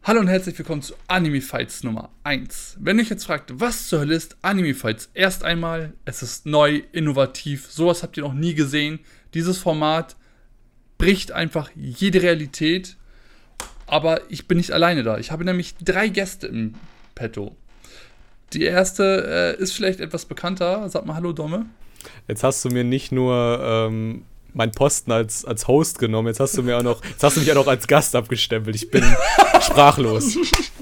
Hallo und herzlich willkommen zu Anime Fights Nummer 1. Wenn ihr euch jetzt fragt, was zur Hölle ist Anime Fights? Erst einmal, es ist neu, innovativ, sowas habt ihr noch nie gesehen. Dieses Format bricht einfach jede Realität, aber ich bin nicht alleine da. Ich habe nämlich 3 Gäste im Petto. Die erste ist vielleicht etwas bekannter. Sag mal Hallo, Domme. Jetzt hast du mir nicht nur meinen Posten als Host genommen, jetzt hast du mich auch noch als Gast abgestempelt. Ich bin sprachlos.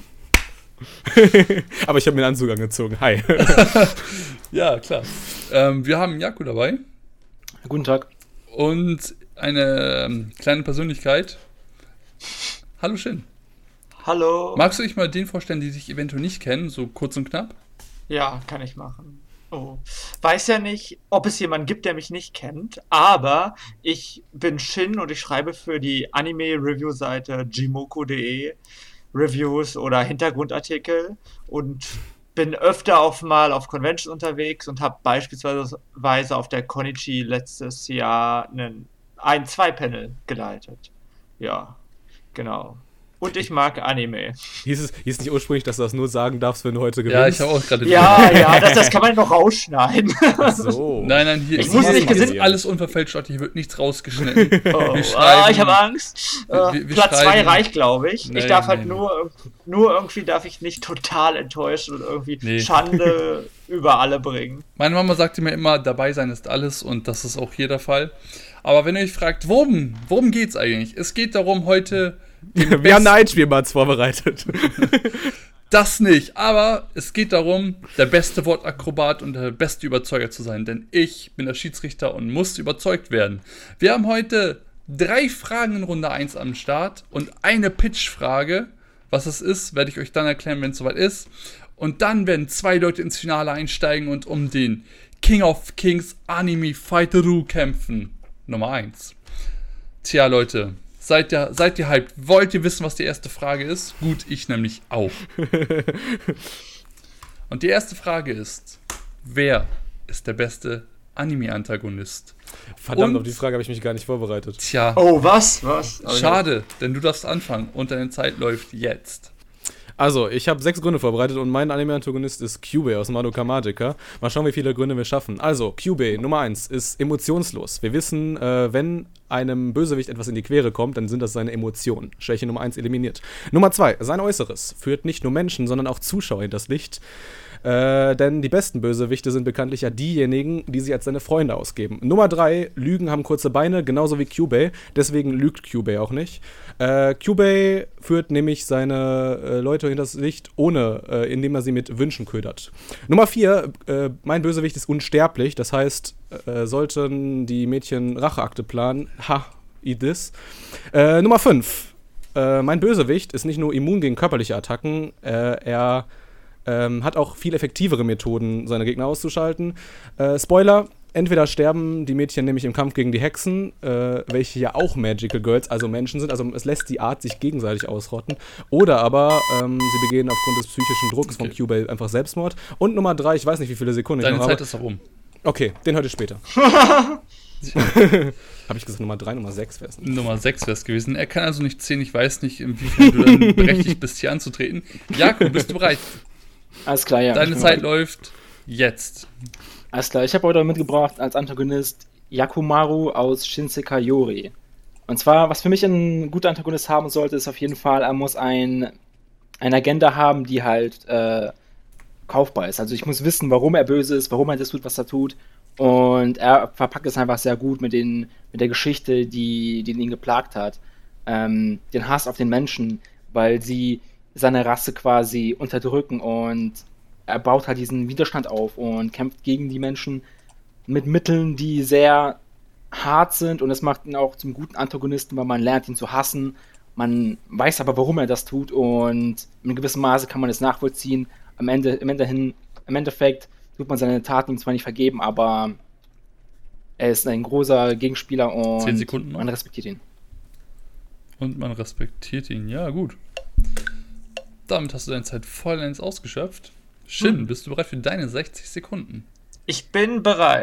Aber ich habe mir einen Anzug angezogen. Hi. Ja, klar. Wir haben Jaku dabei. Guten Tag. Und eine kleine Persönlichkeit. Hallo Shin. Hallo. Magst du dich mal denen vorstellen, die dich eventuell nicht kennen, so kurz und knapp? Ja, kann ich machen. Oh. Weiß ja nicht, ob es jemanden gibt, der mich nicht kennt, aber ich bin Shin und ich schreibe für die Anime-Review-Seite jimoku.de Reviews oder Hintergrundartikel und bin öfter auch mal auf Conventions unterwegs und habe beispielsweise auf der Konichi letztes Jahr ein 2-Panel geleitet. Ja, genau. Und ich mag Anime. Hieß nicht ursprünglich, dass du das nur sagen darfst, wenn du heute gewinnst? Ja, ich habe auch gerade... Ja, das kann man noch rausschneiden. Ach so. Nein, hier Ich muss nicht ist alles unverfälscht, hier wird nichts rausgeschnitten. Oh, Wir schreiben, ich habe Angst. wir Platz 2 schreiben- reicht, glaube ich. Nein, Ich darf halt nein. nur irgendwie darf ich nicht total enttäuschen und irgendwie Nee. Schande über alle bringen. Meine Mama sagte mir immer, dabei sein ist alles und das ist auch hier der Fall. Aber wenn ihr euch fragt, worum geht's eigentlich? Es geht darum, heute... Wir haben eine Einspielmatz vorbereitet. Das nicht, aber es geht darum, der beste Wortakrobat und der beste Überzeuger zu sein, denn ich bin der Schiedsrichter und muss überzeugt werden. Wir haben heute 3 Fragen in Runde 1 am Start und eine Pitch-Frage. Was es ist, werde ich euch dann erklären, wenn es soweit ist. Und dann werden 2 Leute ins Finale einsteigen und um den King of Kings Anime Fighteru kämpfen. Nummer 1. Tja, Leute. Seid ihr hyped? Wollt ihr wissen, was die erste Frage ist? Gut, ich nämlich auch. Und die erste Frage ist: Wer ist der beste Anime-Antagonist? Verdammt, Und- auf die Frage habe ich mich gar nicht vorbereitet. Tja, Oh, was? schade, denn du darfst anfangen und deine Zeit läuft jetzt. Also, ich habe 6 Gründe vorbereitet und mein Anime-Antagonist ist Kyubey aus Madoka Magica. Mal schauen, wie viele Gründe wir schaffen. Also, Kyubey, Nummer 1, ist emotionslos. Wir wissen, wenn einem Bösewicht etwas in die Quere kommt, dann sind das seine Emotionen. Schwäche Nummer 1 eliminiert. Nummer 2, sein Äußeres führt nicht nur Menschen, sondern auch Zuschauer in das Licht. Denn die besten Bösewichte sind bekanntlich ja diejenigen, die sich als seine Freunde ausgeben. Nummer 3, Lügen haben kurze Beine, genauso wie Kyubey. Deswegen lügt Kyubey auch nicht. Kyubey führt nämlich seine Leute hinters Licht, indem er sie mit Wünschen ködert. Nummer 4, mein Bösewicht ist unsterblich. Das heißt, sollten die Mädchen Racheakte planen, eat this. Nummer 5, mein Bösewicht ist nicht nur immun gegen körperliche Attacken, er hat auch viel effektivere Methoden, seine Gegner auszuschalten. Spoiler, entweder sterben die Mädchen nämlich im Kampf gegen die Hexen, welche ja auch Magical Girls, also Menschen sind, also es lässt die Art sich gegenseitig ausrotten, oder aber sie begehen aufgrund des psychischen Drucks von Kyubey einfach Selbstmord. Und Nummer 3, ich weiß nicht, wie viele Sekunden Deine ich noch Zeit habe. ist herum. Okay, den hört ihr später. Habe ich gesagt, Nummer 3, Nummer 6 wäre es nicht. Nummer 6 wäre es gewesen. Er kann also nicht zählen. Ich weiß nicht, inwiefern du dann berechtigt bist, hier anzutreten. Jakob, bist du bereit? Alles klar, ja. Deine Zeit läuft jetzt. Alles klar, ich habe heute mitgebracht als Antagonist Yakumaru aus Shinsekai Yori. Und zwar, was für mich ein guter Antagonist haben sollte, ist auf jeden Fall, er muss eine Agenda haben, die halt kaufbar ist. Also ich muss wissen, warum er böse ist, warum er das tut, was er tut. Und er verpackt es einfach sehr gut mit der Geschichte, die ihn geplagt hat. Den Hass auf den Menschen, weil sie seine Rasse quasi unterdrücken, und er baut halt diesen Widerstand auf und kämpft gegen die Menschen mit Mitteln, die sehr hart sind, und das macht ihn auch zum guten Antagonisten, weil man lernt ihn zu hassen, man weiß aber, warum er das tut, und in gewissem Maße kann man es nachvollziehen. Im Endeffekt tut man seine Taten ihm zwar nicht vergeben, aber er ist ein großer Gegenspieler 10 und Sekunden noch. man respektiert ihn. Und man respektiert ihn. Ja, gut. Damit hast du deine Zeit vollends ausgeschöpft. Shin, bist du bereit für deine 60 Sekunden? Ich bin bereit.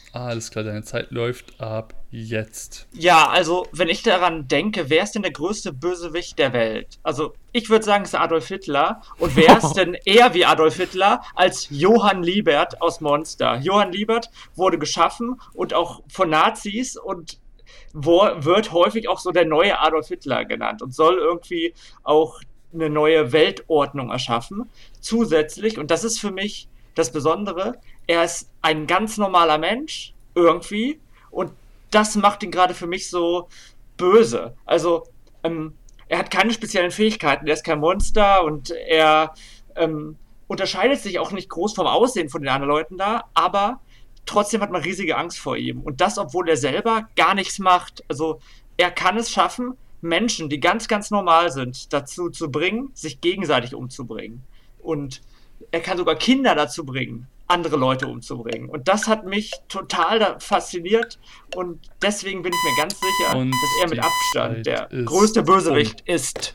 Alles klar, deine Zeit läuft ab jetzt. Ja, also, wenn ich daran denke, wer ist denn der größte Bösewicht der Welt? Also, ich würde sagen, es ist Adolf Hitler. Und wer ist denn eher wie Adolf Hitler als Johann Liebert aus Monster? Johann Liebert wurde geschaffen und auch von Nazis und wird häufig auch so der neue Adolf Hitler genannt und soll irgendwie auch eine neue Weltordnung erschaffen. Zusätzlich, und das ist für mich das Besondere, er ist ein ganz normaler Mensch, irgendwie, und das macht ihn gerade für mich so böse. Also, er hat keine speziellen Fähigkeiten, er ist kein Monster und er unterscheidet sich auch nicht groß vom Aussehen von den anderen Leuten da, aber trotzdem hat man riesige Angst vor ihm. Und das, obwohl er selber gar nichts macht. Also, er kann es schaffen, Menschen, die ganz, ganz normal sind, dazu zu bringen, sich gegenseitig umzubringen. Und er kann sogar Kinder dazu bringen, andere Leute umzubringen. Und das hat mich total fasziniert. Und deswegen bin ich mir ganz sicher, Und dass er mit die Abstand Zeit der ist größte Bösewicht ist.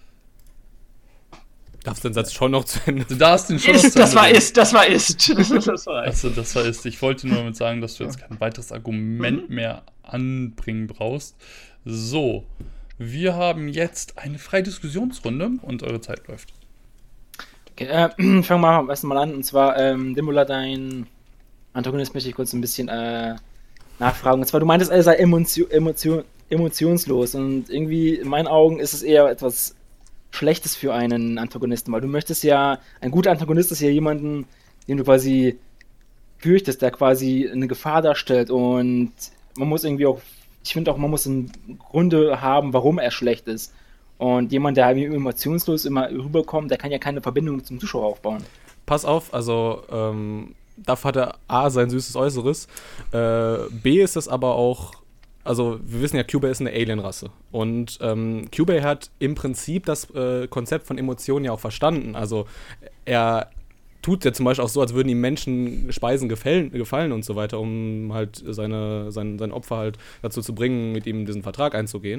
Darfst du den Satz schon noch zu Ende? Du darfst den schon Das war ist. Das war ist. Also, das war ist. Ich wollte nur damit sagen, dass du jetzt kein weiteres Argument mehr anbringen brauchst. So, wir haben jetzt eine freie Diskussionsrunde und eure Zeit läuft. Okay, fangen wir am besten mal an. Und zwar, Dimbula, dein Antagonist möchte ich kurz ein bisschen nachfragen. Und zwar, du meintest, er sei emotionslos. Und irgendwie, in meinen Augen, ist es eher etwas Schlechtes für einen Antagonisten. Weil du möchtest ja, ein guter Antagonist ist ja jemanden, den du quasi fürchtest, der quasi eine Gefahr darstellt. Und man muss irgendwie auch, ich finde auch, man muss einen Gründe haben, warum er schlecht ist. Und jemand, der emotionslos immer rüberkommt, der kann ja keine Verbindung zum Zuschauer aufbauen. Pass auf, also dafür hat er A, sein süßes Äußeres, B ist es aber auch, also wir wissen ja, Q-Bey ist eine Alien-Rasse und Q-Bey hat im Prinzip das Konzept von Emotionen ja auch verstanden, also er tut ja zum Beispiel auch so, als würden ihm Menschen Speisen gefallen und so weiter, um halt sein Opfer halt dazu zu bringen, mit ihm diesen Vertrag einzugehen.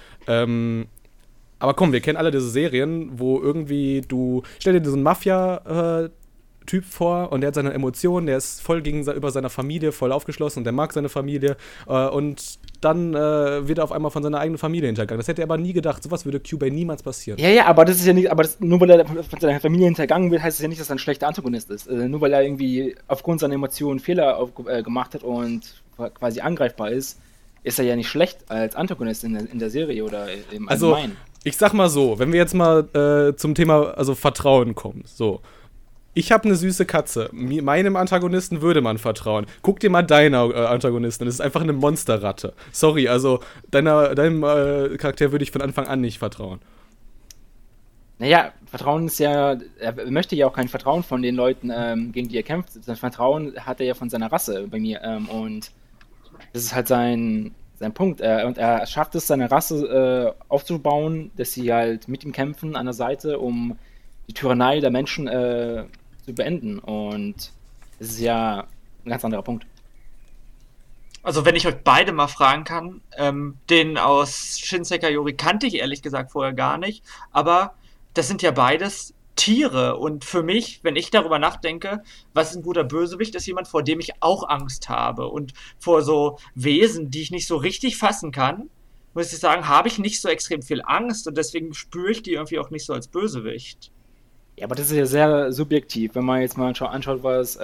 Aber komm, wir kennen alle diese Serien, wo irgendwie stell dir diesen Mafia-Typ vor und der hat seine Emotionen, der ist voll über seiner Familie, voll aufgeschlossen und der mag seine Familie und dann wird er auf einmal von seiner eigenen Familie hintergangen. Das hätte er aber nie gedacht, sowas würde Q-Bey niemals passieren. Ja, aber das ist ja nicht, nur weil er von seiner Familie hintergangen wird, heißt es ja nicht, dass er ein schlechter Antagonist ist. Nur weil er irgendwie aufgrund seiner Emotionen Fehler gemacht hat und quasi angreifbar ist er ja nicht schlecht als Antagonist in der Serie oder im Allgemeinen. Also, ich sag mal so, wenn wir jetzt mal zum Thema Vertrauen kommen, so. Ich habe eine süße Katze. Meinem Antagonisten würde man vertrauen. Guck dir mal deinen Antagonisten an. Das ist einfach eine Monsterratte. Sorry, also deinem Charakter würde ich von Anfang an nicht vertrauen. Naja, Vertrauen ist ja, er möchte ja auch kein Vertrauen von den Leuten, gegen die er kämpft. Das Vertrauen hat er ja von seiner Rasse bei mir. Und das ist halt sein Punkt. Und er schafft es, seine Rasse aufzubauen, dass sie halt mit ihm kämpfen an der Seite, um die Tyrannei der Menschen zu beenden. Und das ist ja ein ganz anderer Punkt. Also, wenn ich euch beide mal fragen kann, den aus Shinsekai Kayori kannte ich ehrlich gesagt vorher gar nicht, aber das sind ja beides Tiere und für mich, wenn ich darüber nachdenke, was ist ein guter Bösewicht, ist jemand, vor dem ich auch Angst habe und vor so Wesen, die ich nicht so richtig fassen kann, muss ich sagen, habe ich nicht so extrem viel Angst und deswegen spüre ich die irgendwie auch nicht so als Bösewicht. Ja, aber das ist ja sehr subjektiv, wenn man jetzt mal anschaut, was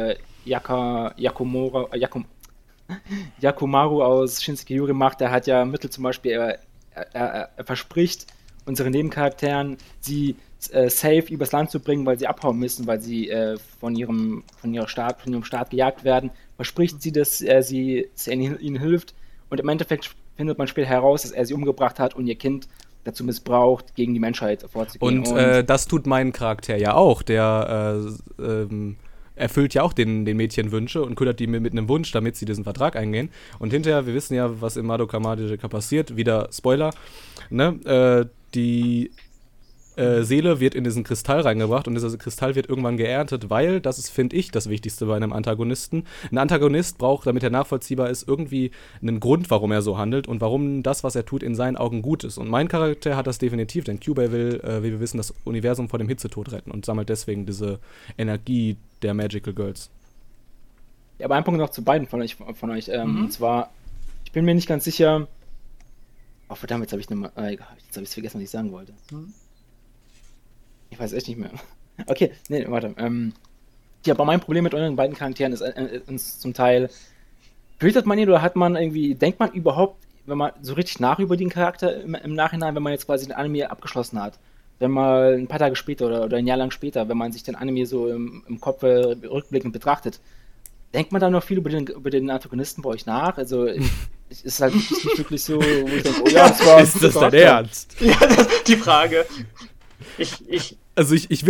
Yakumaru aus Shinsekai Kayori macht. Der hat ja Mittel, zum Beispiel, er verspricht unseren Nebencharakteren, sie safe übers Land zu bringen, weil sie abhauen müssen, weil sie von ihrem Staat gejagt werden. Verspricht sie, dass er ihnen hilft und im Endeffekt findet man später heraus, dass er sie umgebracht hat und ihr Kind dazu missbraucht, gegen die Menschheit vorzugehen. Und das tut mein Charakter ja auch. Der erfüllt ja auch den Mädchen Wünsche und ködert die mit einem Wunsch, damit sie diesen Vertrag eingehen. Und hinterher, wir wissen ja, was in Madoka Magica passiert, wieder Spoiler, ne? Die Seele wird in diesen Kristall reingebracht und dieser Kristall wird irgendwann geerntet, weil, das ist, finde ich, das Wichtigste bei einem Antagonisten. Ein Antagonist braucht, damit er nachvollziehbar ist, irgendwie einen Grund, warum er so handelt und warum das, was er tut, in seinen Augen gut ist. Und mein Charakter hat das definitiv, denn Q-Bey will, wie wir wissen, das Universum vor dem Hitzetod retten und sammelt deswegen diese Energie der Magical Girls. Ja, aber ein Punkt noch zu beiden von euch. Und zwar, ich bin mir nicht ganz sicher. Oh, verdammt, jetzt habe ich jetzt habe ich vergessen, was ich sagen wollte. Ich weiß echt nicht mehr. Okay, nee, warte. Ja, aber mein Problem mit euren beiden Charakteren ist zum Teil, filtert man ihn oder denkt man überhaupt, wenn man so richtig nach über den Charakter im Nachhinein, wenn man jetzt quasi den Anime abgeschlossen hat? Wenn mal ein paar Tage später oder ein Jahr lang später, wenn man sich den Anime so im Kopf rückblickend betrachtet, denkt man da noch viel über den Antagonisten bei euch nach? Also, es ist halt nicht wirklich so, wo ich denke, oh ja, das war. Ist das dein Ernst? Ja, das ist die Frage. Also ich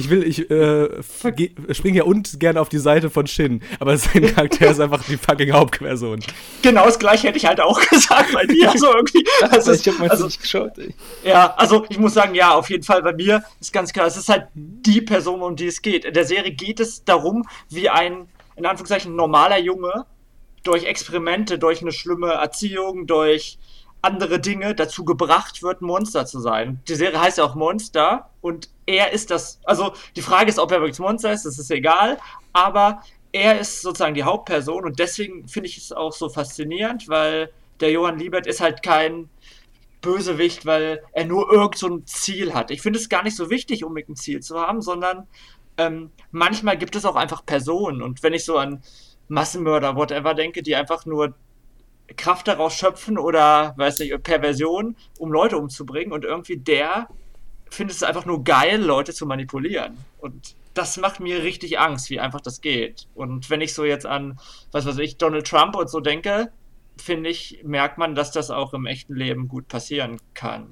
springe ja und gerne auf die Seite von Shin, aber sein Charakter ist einfach die fucking Hauptperson. Genau das gleiche hätte ich halt auch gesagt bei dir. Also irgendwie. Ich habe mal nicht geschaut, ey. Ja, also ich muss sagen, ja, auf jeden Fall bei mir ist ganz klar, es ist halt die Person, um die es geht. In der Serie geht es darum, wie ein, in Anführungszeichen, normaler Junge durch Experimente, durch eine schlimme Erziehung, durch andere Dinge dazu gebracht wird, Monster zu sein. Die Serie heißt ja auch Monster und er ist das, also die Frage ist, ob er wirklich Monster ist, das ist egal, aber er ist sozusagen die Hauptperson und deswegen finde ich es auch so faszinierend, weil der Johann Liebert ist halt kein Bösewicht, weil er nur irgend so ein Ziel hat. Ich finde es gar nicht so wichtig, unbedingt ein Ziel zu haben, sondern manchmal gibt es auch einfach Personen und wenn ich so an Massenmörder, whatever denke, die einfach nur Kraft daraus schöpfen oder, weiß nicht, Perversion, um Leute umzubringen und irgendwie der findet es einfach nur geil, Leute zu manipulieren. Und das macht mir richtig Angst, wie einfach das geht. Und wenn ich so jetzt an, was weiß ich, Donald Trump und so denke, finde ich, merkt man, dass das auch im echten Leben gut passieren kann.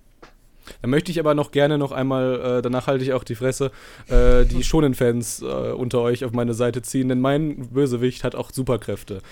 Da möchte ich aber noch gerne noch einmal, danach halte ich auch die Fresse, die Shonen-Fans unter euch auf meine Seite ziehen, denn mein Bösewicht hat auch Superkräfte.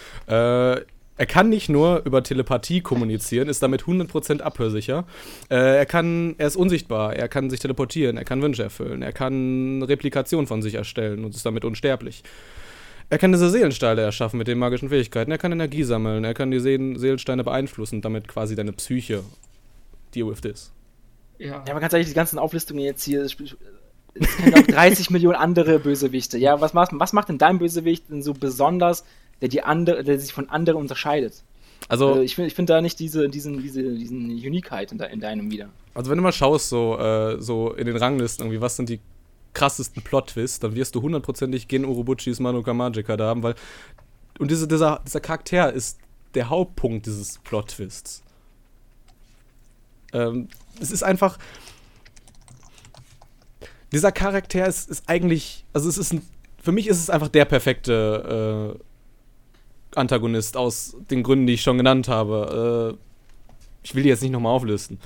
Er kann nicht nur über Telepathie kommunizieren, ist damit 100% abhörsicher. Er ist unsichtbar, er kann sich teleportieren, er kann Wünsche erfüllen, er kann Replikation von sich erstellen und ist damit unsterblich. Er kann diese Seelensteine erschaffen mit den magischen Fähigkeiten, er kann Energie sammeln, er kann die Seelensteine beeinflussen und damit quasi deine Psyche deal with this. Ja, aber ganz ehrlich, die ganzen Auflistungen jetzt hier, es kennen auch 30 Millionen andere Bösewichte. Ja, was macht denn dein Bösewicht denn so besonders, der sich von anderen unterscheidet? Also ich finde da nicht diese Uniqueheit in deinem wieder. Also wenn du mal schaust, so in den Ranglisten, irgendwie, was sind die krassesten Plot-Twists, dann wirst du hundertprozentig Gen Urobuchis Madoka Magica da haben, weil dieser Charakter ist der Hauptpunkt dieses Plot-Twists. Es ist einfach. Dieser Charakter ist eigentlich. Also, für mich ist es einfach der perfekte Antagonist aus den Gründen, die ich schon genannt habe. Ich will die jetzt nicht nochmal auflisten.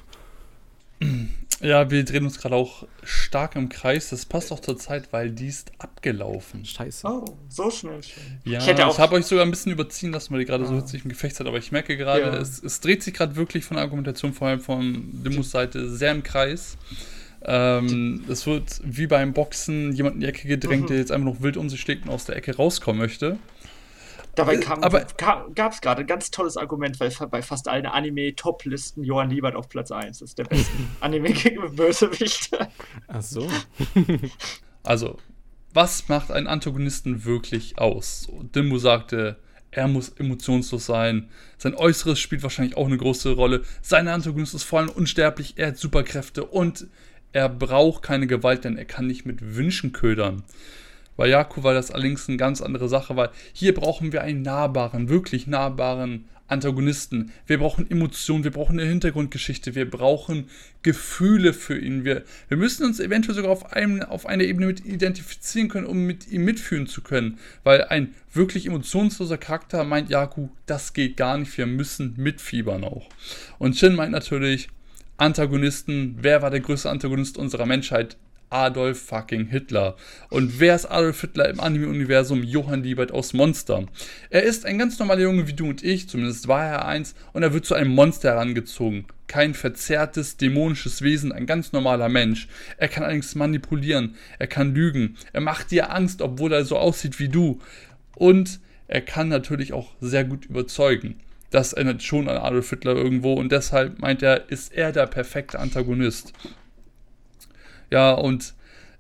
Ja, wir drehen uns gerade auch stark im Kreis. Das passt auch zur Zeit, weil die ist abgelaufen. Scheiße. Oh, so schnell schon. Ja, ich habe euch sogar ein bisschen überziehen lassen, weil ihr gerade so hitzig im Gefecht seid, aber ich merke gerade, es dreht sich gerade wirklich von der Argumentation, vor allem von Limus Seite, sehr im Kreis. Es wird wie beim Boxen jemand in die Ecke gedrängt, der jetzt einfach noch wild um sich schlägt und aus der Ecke rauskommen möchte. Dabei gab es gerade ein ganz tolles Argument, weil bei fast allen Anime-Top-Listen Johann Liebert auf Platz 1 ist der beste Anime-Bösewicht. Ach so. Also, was macht einen Antagonisten wirklich aus? Dimmu sagte, er muss emotionslos sein. Sein Äußeres spielt wahrscheinlich auch eine große Rolle. Sein Antagonist ist vor allem unsterblich, er hat Superkräfte und er braucht keine Gewalt, denn er kann nicht mit Wünschen ködern. Bei Yaku war das allerdings eine ganz andere Sache, weil hier brauchen wir einen nahbaren, wirklich nahbaren Antagonisten. Wir brauchen Emotionen, wir brauchen eine Hintergrundgeschichte, wir brauchen Gefühle für ihn. Wir müssen uns eventuell sogar auf einer Ebene mit identifizieren können, um mit ihm mitfühlen zu können. Weil ein wirklich emotionsloser Charakter meint Yaku, das geht gar nicht, wir müssen mitfiebern auch. Und Shin meint natürlich, Antagonisten, wer war der größte Antagonist unserer Menschheit? Adolf fucking Hitler. Und wer ist Adolf Hitler im Anime-Universum? Johann Liebert aus Monster. Er ist ein ganz normaler Junge wie du und ich, zumindest war er eins, und er wird zu einem Monster herangezogen. Kein verzerrtes, dämonisches Wesen, ein ganz normaler Mensch. Er kann allerdings manipulieren, er kann lügen, er macht dir Angst, obwohl er so aussieht wie du. Und er kann natürlich auch sehr gut überzeugen. Das erinnert schon an Adolf Hitler irgendwo und deshalb meint er, ist er der perfekte Antagonist. Ja, und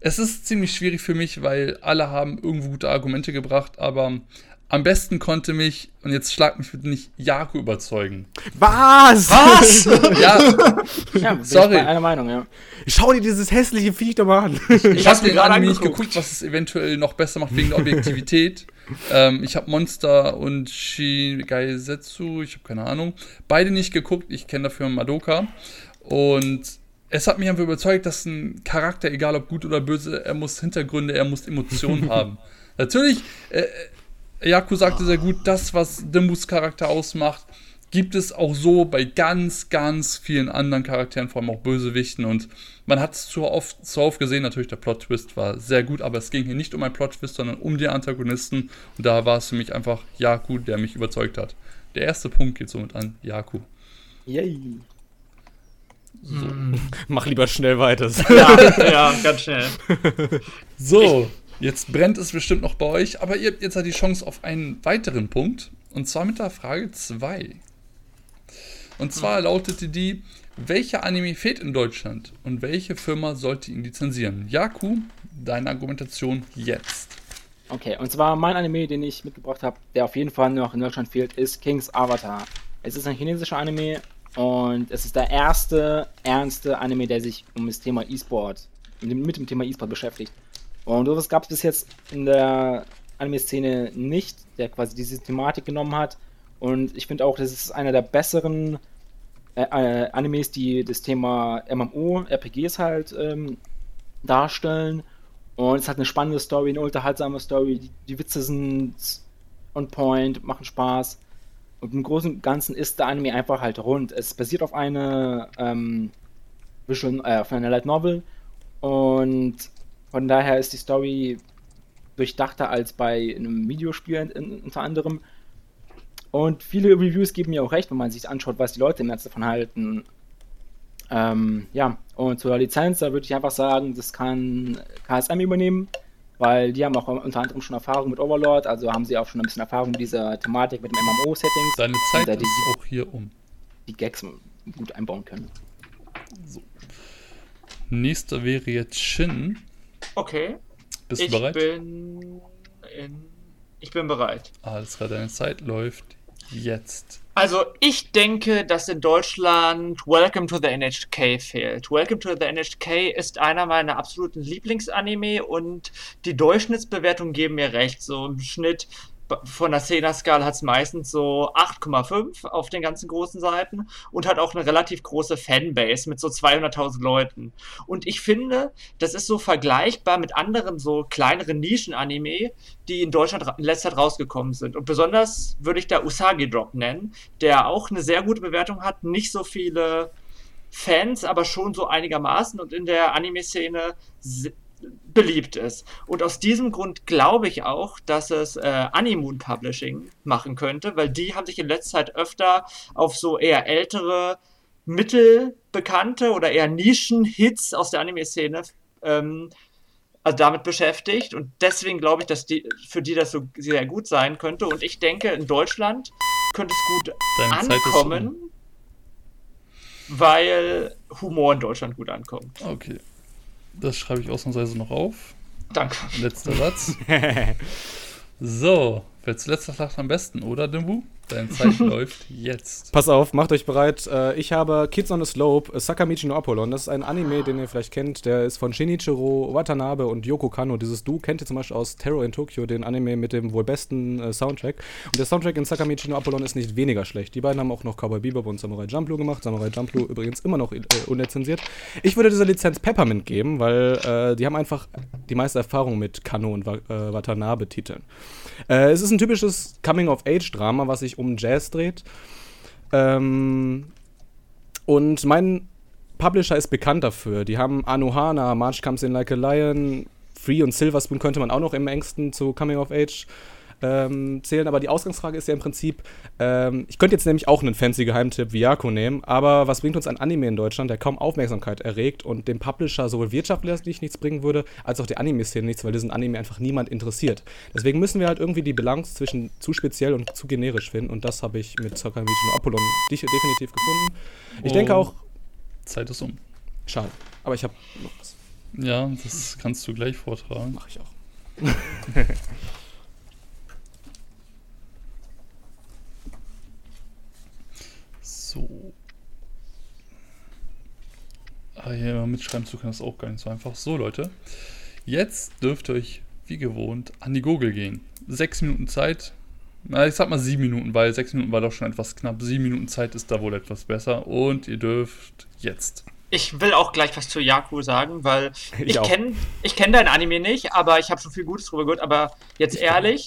Es ist ziemlich schwierig für mich, weil alle haben irgendwo gute Argumente gebracht, aber am besten konnte mich, und jetzt schlag mich bitte nicht, Yaku überzeugen. Was? Ja, Ja, bin Sorry. ich bei einer Meinung, ja. Schau dir dieses hässliche Viech doch mal an. ich hab's habe mir den gerade Anime nicht angeguckt. geguckt, was es eventuell noch besser macht wegen der Objektivität. Ich habe Monster und Shigaisetsu, ich habe keine Ahnung, beide nicht geguckt. Ich kenne dafür Madoka. Und es hat mich einfach überzeugt, dass ein Charakter, egal ob gut oder böse, er muss Hintergründe, er muss Emotionen haben. Natürlich, Yaku sagte sehr gut, das, was Dimbus Charakter ausmacht, gibt es auch so bei ganz, ganz vielen anderen Charakteren, vor allem auch Bösewichten. Und man hat es zu oft gesehen, natürlich der Plot-Twist war sehr gut, aber es ging hier nicht um einen Plot-Twist, sondern um den Antagonisten. Und da war es für mich einfach Yaku, der mich überzeugt hat. Der erste Punkt geht somit an Yaku. Yay. Mach lieber schnell weiter. Ja, ganz schnell. So, jetzt brennt es bestimmt noch bei euch, aber ihr habt jetzt halt die Chance auf einen weiteren Punkt. Und zwar mit der Frage 2. Und zwar lautete die: Welcher Anime fehlt in Deutschland und welche Firma sollte ihn lizenzieren? Yaku, deine Argumentation jetzt. Okay, und zwar mein Anime, den ich mitgebracht habe, der auf jeden Fall noch in Deutschland fehlt, ist King's Avatar. Es ist ein chinesischer Anime und es ist der erste ernste Anime, der sich um das Thema E-Sport, mit dem Thema E-Sport beschäftigt. Und sowas gab es bis jetzt in der Anime-Szene nicht, der quasi diese Thematik genommen hat. Und ich finde auch, das ist einer der besseren Animes, die das Thema MMO, RPGs halt darstellen. Und es hat eine spannende Story, eine unterhaltsame Story. Die Witze sind on point, machen Spaß. Und im Großen und Ganzen ist der Anime einfach halt rund. Es basiert auf einer auf einer Light Novel. Und von daher ist die Story durchdachter als bei einem Videospiel unter anderem. Und viele Reviews geben mir auch recht, wenn man sich anschaut, was die Leute im Netz davon halten. Ja, und zur Lizenz, da würde ich einfach sagen, das kann KSM übernehmen, weil die haben auch unter anderem schon Erfahrung mit Overlord, also haben sie auch schon ein bisschen Erfahrung mit dieser Thematik, mit dem MMO-Settings. Deine Zeit Und ist auch hier um. die Gags gut einbauen können. Nächster wäre jetzt Shin. Okay. Bist du bereit? Ich bin bereit. Alles klar, deine Zeit läuft jetzt. Also, ich denke, dass in Deutschland Welcome to the NHK fehlt. Welcome to the NHK ist einer meiner absoluten Lieblingsanime und die Durchschnittsbewertungen geben mir recht. So im Schnitt von der Zehner-Skala hat es meistens so 8,5 auf den ganzen großen Seiten und hat auch eine relativ große Fanbase mit so 200.000 Leuten. Und ich finde, das ist so vergleichbar mit anderen so kleineren Nischen-Anime, die in Deutschland in letzter Zeit rausgekommen sind. Und besonders würde ich da Usagi Drop nennen, der auch eine sehr gute Bewertung hat, nicht so viele Fans, aber schon so einigermaßen und in der Anime-Szene beliebt ist. Und aus diesem Grund glaube ich auch, dass es Animoon Publishing machen könnte, weil die haben sich in letzter Zeit öfter auf so eher ältere, mittelbekannte oder eher Nischen-Hits aus der Anime-Szene also damit beschäftigt. Und deswegen glaube ich, dass für die das so sehr gut sein könnte. Und ich denke, in Deutschland könnte es gut Deine Zeit ist ankommen, weil Humor in Deutschland gut ankommt. Okay. Das schreibe ich ausnahmsweise noch auf. Danke. Letzter Satz. So, wer zuletzt sagt am besten, oder Dimbu? Deine Zeit läuft jetzt. Pass auf, macht euch bereit. Ich habe Kids on the Slope, Sakamichi no Apollon. Das ist ein Anime, den ihr vielleicht kennt. Der ist von Shinichiro Watanabe und Yoko Kanno. Dieses Du kennt ihr zum Beispiel aus Terror in Tokyo, den Anime mit dem wohl besten Soundtrack. Und der Soundtrack in Sakamichi no Apollon ist nicht weniger schlecht. Die beiden haben auch noch Cowboy Bebop und Samurai Champloo gemacht. Samurai Champloo übrigens immer noch unlizenziert. Ich würde dieser Lizenz Peppermint geben, weil die haben einfach die meiste Erfahrung mit Kanno und Watanabe-Titeln. Es ist ein typisches Coming-of-Age-Drama, was sich um Jazz dreht. Und mein Publisher ist bekannt dafür. Die haben Anohana, March Comes in Like a Lion, Free und Silver Spoon könnte man auch noch im engsten zu Coming-of-Age zählen, aber die Ausgangsfrage ist ja im Prinzip, ich könnte jetzt nämlich auch einen fancy Geheimtipp wie Yaku nehmen, aber was bringt uns ein Anime in Deutschland, der kaum Aufmerksamkeit erregt und dem Publisher sowohl wirtschaftlich nichts bringen würde, als auch der Anime-Szene nichts, weil diesen Anime einfach niemand interessiert. Deswegen müssen wir halt irgendwie die Balance zwischen zu speziell und zu generisch finden und das habe ich mit Sakamichi no Apollon definitiv gefunden. Ich denke auch... Zeit ist um. Schade, aber ich habe noch was. Ja, das kannst du gleich vortragen. Mach ich auch. So. Hier mal mitschreiben zu können, ist auch gar nicht so einfach. So, Leute. Jetzt dürft ihr euch, wie gewohnt, an die Gurgel gehen. 6 Minuten Zeit. Na, ich sag mal 7 Minuten, weil 6 Minuten war doch schon etwas knapp. 7 Minuten Zeit ist da wohl etwas besser. Und ihr dürft jetzt. Ich will auch gleich was zu Yaku sagen, weil Ich auch. ich kenn dein Anime nicht, aber ich habe schon viel Gutes drüber gehört. Aber jetzt ehrlich,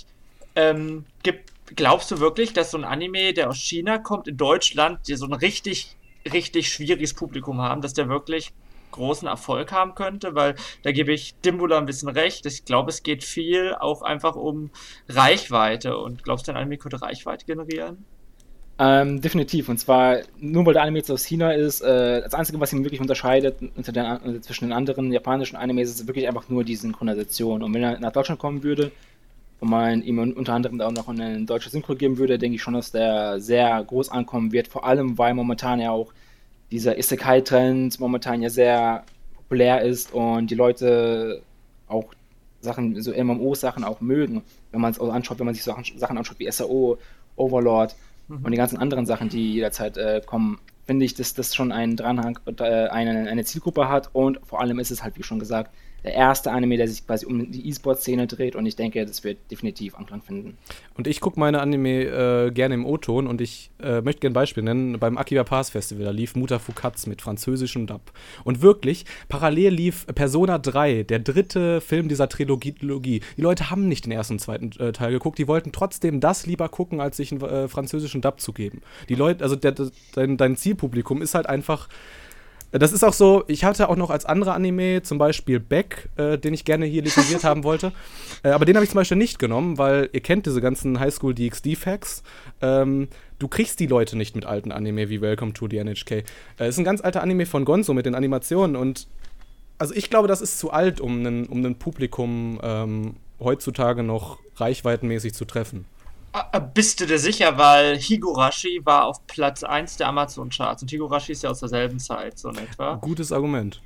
glaubst du wirklich, dass so ein Anime, der aus China kommt, in Deutschland, die so ein richtig, richtig schwieriges Publikum haben, dass der wirklich großen Erfolg haben könnte? Weil da gebe ich Dimbula ein bisschen recht. Ich glaube, es geht viel auch einfach um Reichweite. Und glaubst du, dein Anime könnte Reichweite generieren? Definitiv. Und zwar, nur weil der Anime jetzt aus China ist, das Einzige, was ihn wirklich unterscheidet zwischen den anderen japanischen Animes, ist wirklich einfach nur die Synchronisation. Und wenn er nach Deutschland kommen würde und man ihm unter anderem auch noch eine deutsche Synchro geben würde, denke ich schon, dass der sehr groß ankommen wird. Vor allem, weil momentan ja auch dieser Isekai-Trend momentan ja sehr populär ist und die Leute auch Sachen, so MMO-Sachen auch mögen, wenn man es auch anschaut, wenn man sich Sachen anschaut wie SAO, Overlord und die ganzen anderen Sachen, die jederzeit kommen, finde ich, dass das schon einen Dranhang und eine Zielgruppe hat und vor allem ist es halt, wie schon gesagt, der erste Anime, der sich quasi um die E-Sport-Szene dreht und ich denke, das wird definitiv Anklang finden. Und ich gucke meine Anime gerne im O-Ton und ich möchte gerne ein Beispiel nennen. Beim Akiba Pass Festival, da lief Mutafukatsu mit französischem Dub. Und wirklich, parallel lief Persona 3, der dritte Film dieser Trilogie. Die Leute haben nicht den ersten und zweiten Teil geguckt, die wollten trotzdem das lieber gucken, als sich einen französischen Dub zu geben. Die Leute, also dein Zielpublikum ist halt einfach. Das ist auch so, ich hatte auch noch als andere Anime zum Beispiel Beck, den ich gerne hier lizenziert haben wollte. Aber den habe ich zum Beispiel nicht genommen, weil ihr kennt diese ganzen Highschool DxD-Facts. Du kriegst die Leute nicht mit alten Anime wie Welcome to the NHK. Ist ein ganz alter Anime von Gonzo mit den Animationen und also ich glaube, das ist zu alt, um ein Publikum heutzutage noch reichweitenmäßig zu treffen. Bist du dir sicher, weil Higurashi war auf Platz 1 der Amazon-Charts und Higurashi ist ja aus derselben Zeit, so in etwa. Gutes Argument.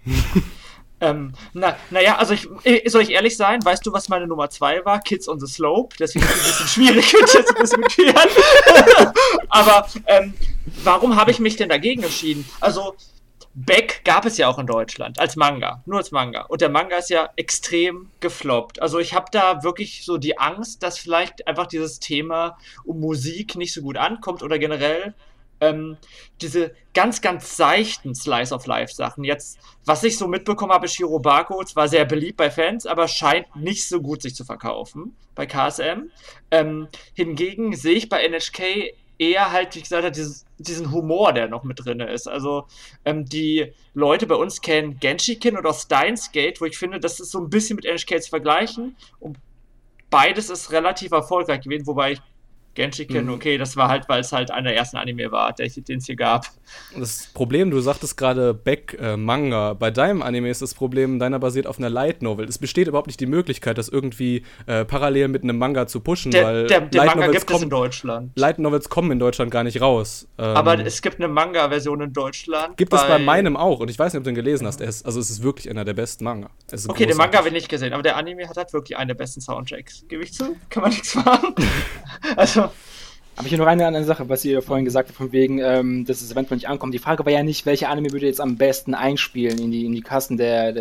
Naja, also soll ich ehrlich sein, weißt du, was meine Nummer 2 war? Kids on the Slope, deswegen ist es ein bisschen schwierig zu diskutieren. Aber warum habe ich mich denn dagegen entschieden? Also Beck gab es ja auch in Deutschland, als Manga, nur als Manga. Und der Manga ist ja extrem gefloppt. Also ich habe da wirklich so die Angst, dass vielleicht einfach dieses Thema um Musik nicht so gut ankommt oder generell diese ganz, ganz seichten Slice-of-Life-Sachen. Jetzt, was ich so mitbekommen habe, Shirobako, zwar sehr beliebt bei Fans, aber scheint nicht so gut sich zu verkaufen bei KSM. Hingegen sehe ich bei NHK eher halt, wie gesagt, diesen Humor, der noch mit drin ist. Also die Leute bei uns kennen Genshiken oder Steins Gate, wo ich finde, das ist so ein bisschen mit NHK zu vergleichen. Und beides ist relativ erfolgreich gewesen, wobei ich Genshiken, okay, das war halt, weil es halt einer der ersten Anime war, den es hier gab. Das Problem, du sagtest gerade Manga. Bei deinem Anime ist das Problem, deiner basiert auf einer Light Novel. Es besteht überhaupt nicht die Möglichkeit, das irgendwie parallel mit einem Manga zu pushen, weil der Manga gibt es in Deutschland. Light Novels kommen in Deutschland gar nicht raus. Aber es gibt eine Manga-Version in Deutschland. Gibt es bei meinem auch und ich weiß nicht, ob du den gelesen hast. Es ist wirklich einer der besten Manga. Okay, den Manga habe ich nicht gesehen, aber der Anime hat halt wirklich einen der besten Soundtracks. Gebe ich zu? Kann man nichts machen. Also aber hier noch eine Sache, was ihr vorhin gesagt habt, von wegen, dass es eventuell nicht ankommt. Die Frage war ja nicht, welcher Anime würde jetzt am besten einspielen in die Kassen der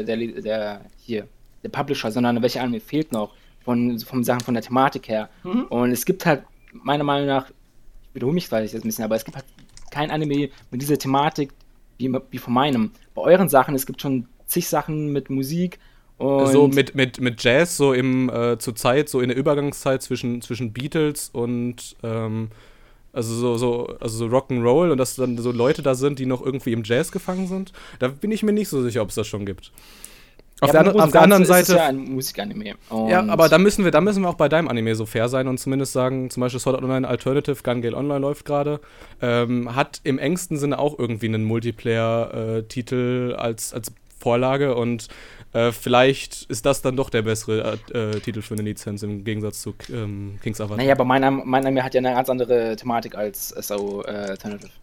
Publisher, sondern welcher Anime fehlt noch von Sachen von der Thematik her. Und es gibt halt, meiner Meinung nach, ich wiederhole mich vielleicht jetzt ein bisschen, aber es gibt halt kein Anime mit dieser Thematik wie von meinem. Bei euren Sachen, es gibt schon zig Sachen mit Musik. Und so mit Jazz, so zur Zeit, so in der Übergangszeit zwischen Beatles und also so Rock'n'Roll und dass dann so Leute da sind, die noch irgendwie im Jazz gefangen sind. Da bin ich mir nicht so sicher, ob es das schon gibt. Auf der anderen Seite ist es ja ein Musikanime. Ja, aber da müssen wir auch bei deinem Anime so fair sein und zumindest sagen, zum Beispiel Sword Art Online Alternative, Gun Gale Online läuft gerade, hat im engsten Sinne auch irgendwie einen Multiplayer-Titel als Vorlage und vielleicht ist das dann doch der bessere Titel für eine Lizenz im Gegensatz zu King's Avatar. Naja, aber mein Anime hat ja eine ganz andere Thematik als SAO Alternative.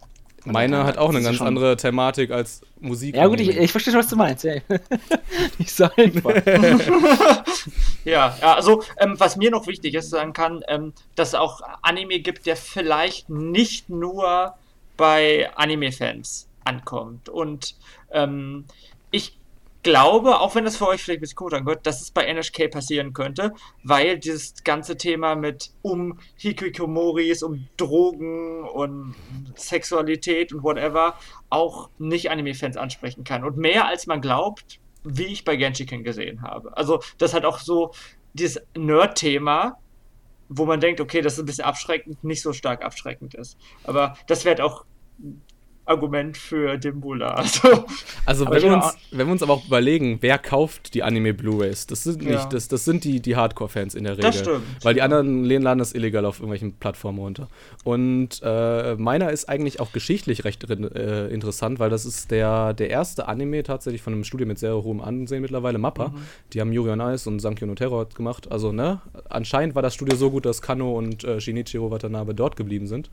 Meine hat auch eine Das ist ganz schon- andere Thematik als Musik. Ja gut, ich verstehe schon, was du meinst. Ja. Nicht so einfach. Ja, also was mir noch wichtig ist, sagen kann, dass es auch Anime gibt, der vielleicht nicht nur bei Anime-Fans ankommt. Und ich glaube, auch wenn das für euch vielleicht ein bisschen komisch angehört, dass es bei NHK passieren könnte, weil dieses ganze Thema um Hikikomoris, um Drogen und Sexualität und whatever auch nicht Anime-Fans ansprechen kann. Und mehr als man glaubt, wie ich bei Genshiken gesehen habe. Also das hat auch so dieses Nerd-Thema, wo man denkt, okay, das ist ein bisschen abschreckend, nicht so stark abschreckend ist. Aber das wäre auch ein Argument für Dimbula. Also Aber wenn wir uns aber auch überlegen, wer kauft die Anime Blu-rays, das sind Ja. nicht, das sind die Hardcore-Fans in der Regel. Das stimmt. Weil die anderen laden das illegal auf irgendwelchen Plattformen runter. Und meiner ist eigentlich auch geschichtlich recht interessant, weil das ist der erste Anime tatsächlich von einem Studio mit sehr hohem Ansehen mittlerweile, MAPPA. Die haben Yuri on Ice und Sankyo no Terror gemacht. Also, ne, anscheinend war das Studio so gut, dass Kanno und Shinichiro Watanabe dort geblieben sind.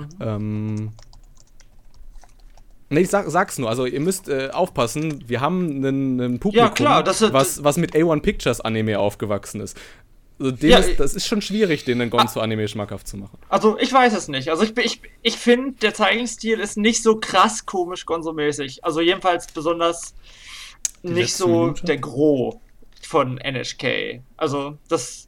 Nee, ich sag's nur, also ihr müsst aufpassen, wir haben einen Publikum, Ja, klar, was mit A1 Pictures Anime aufgewachsen ist. Also das ist schon schwierig, den Gonzo Anime schmackhaft zu machen. Also ich weiß es nicht. Also ich finde, der Zeichenstil ist nicht so krass komisch Gonzo-mäßig. Also jedenfalls besonders Die nicht letzte so Minute? der Gros von NHK. Also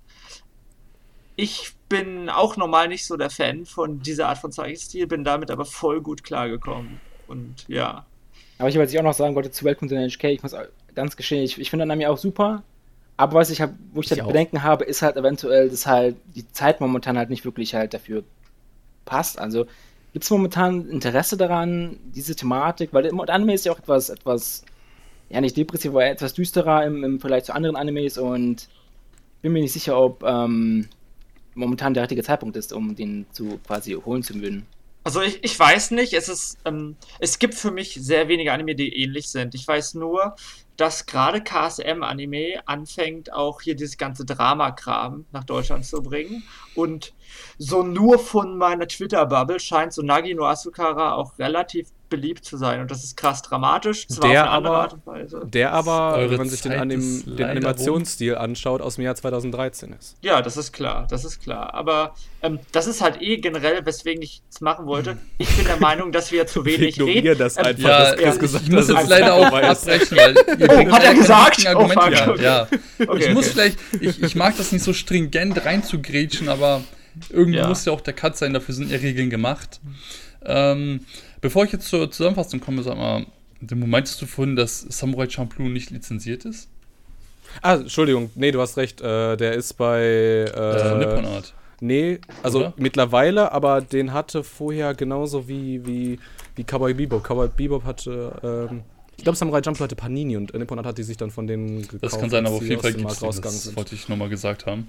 ich bin auch normal nicht so der Fan von dieser Art von Zeichenstil, bin damit aber voll gut klargekommen. Und ja. Aber was ich auch noch sagen wollte zu Welcome to the NHK, ich muss ganz gestehen, ich finde Anime auch super, aber wo ich Ich auch. Bedenken habe, ist halt eventuell, dass halt die Zeit momentan halt nicht wirklich halt dafür passt. Also gibt es momentan Interesse daran, diese Thematik, weil Anime ist ja auch etwas, ja nicht depressiv, aber etwas düsterer im Vergleich zu anderen Animes und bin mir nicht sicher, ob momentan der richtige Zeitpunkt ist, um den quasi holen zu würden. Also ich weiß nicht, es gibt für mich sehr wenige Anime, die ähnlich sind. Ich weiß nur, dass gerade KSM-Anime anfängt, auch hier dieses ganze Drama-Kram nach Deutschland zu bringen. Und so nur von meiner Twitter-Bubble scheint so Nagi no Asukara auch relativ beliebt zu sein. Und das ist krass dramatisch, zwar auf eine andere Art und Weise. Der aber, Eure wenn man sich den Zeit ist den leider Animationsstil anschaut, aus dem Jahr 2013 ist. Ja, das ist klar. Aber das ist halt generell, weswegen ich es machen wollte. Ich bin der Meinung, dass wir zu wenig Ignoriere reden. das einfach, Ja, dass Chris gesagt ich muss hat, jetzt dass leider es auch vorbei ist. abbrechen, weil ihr bringt hat er keine gesagt? richtigen Argumente. Oh, fuck. Ja. Okay, Ich muss okay. vielleicht, ich mag das nicht so stringent reinzugrätschen, aber irgendwie Ja. muss ja auch der Cut sein, dafür sind ja Regeln gemacht. Bevor ich jetzt zur Zusammenfassung komme, sag mal, meintest du vorhin, dass Samurai Champloo nicht lizenziert ist? Ah, Entschuldigung, nee, du hast recht, der ist bei Nippon Art. Nee, also Oder? mittlerweile, aber den hatte vorher genauso wie Cowboy Bebop. Cowboy Bebop hatte, ich glaube Samurai Champloo hatte Panini und Nippon Art hat die sich dann von denen gekauft. Das kann sein, aber als auf sie jeden aus Fall dem gibt Markt es den. rausgegangen Das sind. wollte ich nochmal gesagt haben.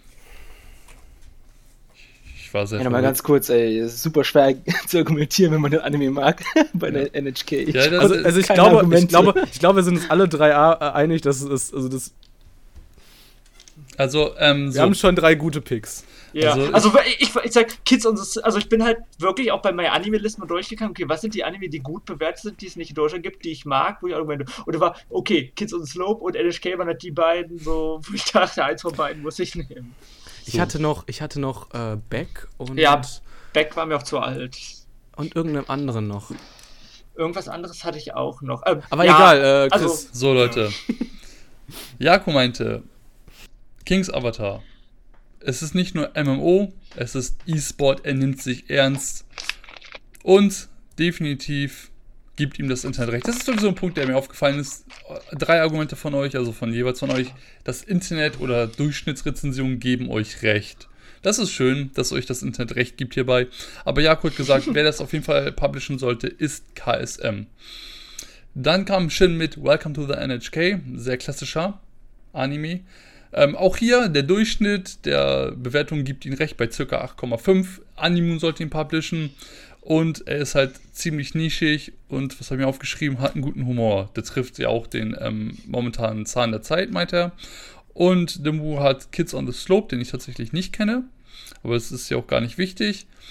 Ich war sehr Ja, nochmal verwirrt. ganz kurz, ey, es ist super schwer zu argumentieren, wenn man den Anime mag, bei der NHK. Ja, das- Also ich keine glaube, Argumente. wir sind uns alle drei einig, dass es, also das, Also, wir haben schon 3 gute Picks. Ja, Also also ich sag Kids und also ich bin halt wirklich auch bei meiner Anime-Liste mal durchgegangen, okay, was sind die Anime, die gut bewertet sind, die es nicht in Deutschland gibt, die ich mag, wo ich irgendwann, oder war, okay, Kids on Slope und NHK waren halt die beiden, so, wo ich dachte, eins von beiden muss ich nehmen. Ich hatte noch Beck und, Ja, Beck war mir auch zu alt. und irgendeinem anderen noch. Irgendwas anderes hatte ich auch noch. Aber ja, egal, Chris. also, So, Leute. Jako meinte, Kings Avatar. Es ist nicht nur MMO, es ist E-Sport, er nimmt sich ernst. Und definitiv gibt ihm das Internet recht. Das ist sowieso ein Punkt, der mir aufgefallen ist. 3 Argumente von euch, also von jeweils von euch. Das Internet oder Durchschnittsrezensionen geben euch recht. Das ist schön, dass euch das Internet recht gibt hierbei. Aber Jako hat gesagt, wer das auf jeden Fall publishen sollte, ist KSM. Dann kam Shin mit Welcome to the NHK, sehr klassischer Anime. Auch hier, der Durchschnitt der Bewertung gibt ihn recht bei ca. 8,5. Animoon sollte ihn publishen. Und er ist halt ziemlich nischig und, was habe ich mir aufgeschrieben, hat einen guten Humor. Der trifft ja auch den momentanen Zahn der Zeit, meint er. Und Dimbu hat Kids on the Slope, den ich tatsächlich nicht kenne. Aber es ist ja auch gar nicht wichtig.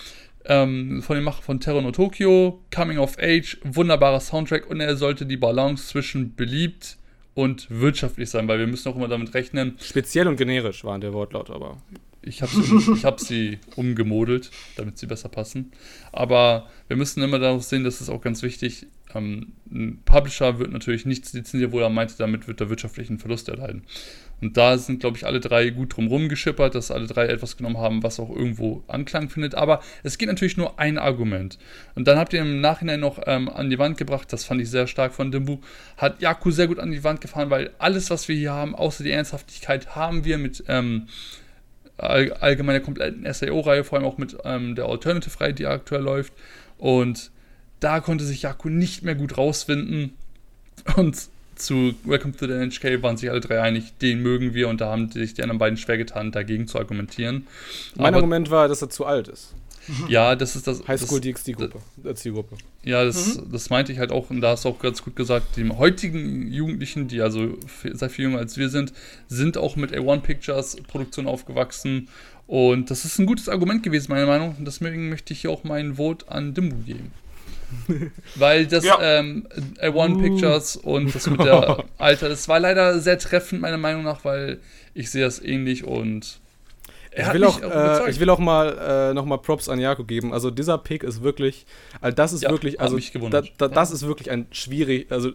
von dem Macher von Terror no Tokyo, Coming of Age, wunderbarer Soundtrack und er sollte die Balance zwischen beliebt und wirtschaftlich sein, weil wir müssen auch immer damit rechnen. Speziell und generisch waren der Wortlaut, aber... Ich hab sie umgemodelt, damit sie besser passen. Aber wir müssen immer darauf sehen, das ist auch ganz wichtig. Ein Publisher wird natürlich nichts lizenzieren, wo er meinte, damit wird er wirtschaftlichen Verlust erleiden. Und da sind, glaube ich, alle drei gut drumherum geschippert, dass alle drei etwas genommen haben, was auch irgendwo Anklang findet. Aber es geht natürlich nur ein Argument. Und dann habt ihr im Nachhinein noch an die Wand gebracht, das fand ich sehr stark von Dimbu, hat Yaku sehr gut an die Wand gefahren, weil alles, was wir hier haben, außer die Ernsthaftigkeit, haben wir mit allgemein der kompletten SAO-Reihe, vor allem auch mit der Alternative-Reihe, die aktuell läuft. Und da konnte sich Yaku nicht mehr gut rausfinden. Und zu Welcome to the NHK waren sich alle drei einig, den mögen wir. Und da haben sich die anderen beiden schwer getan, dagegen zu argumentieren. Mein Argument war, dass er zu alt ist. Ja, das ist das. Highschool DxD-Gruppe. Zielgruppe. Ja, das meinte ich halt auch, und da hast du auch ganz gut gesagt, die heutigen Jugendlichen, die also sehr viel jünger als wir sind auch mit A1 Pictures Produktion aufgewachsen. Und das ist ein gutes Argument gewesen, meiner Meinung nach. Und deswegen möchte ich hier auch mein Vote an Dimbu geben. Weil das A1 Pictures und das mit der Alter, das war leider sehr treffend, meiner Meinung nach, weil ich sehe das ähnlich und ich will auch mal nochmal Props an Yaku geben. Also dieser Pick ist wirklich, das ist wirklich, also das ist wirklich ein schwierig, das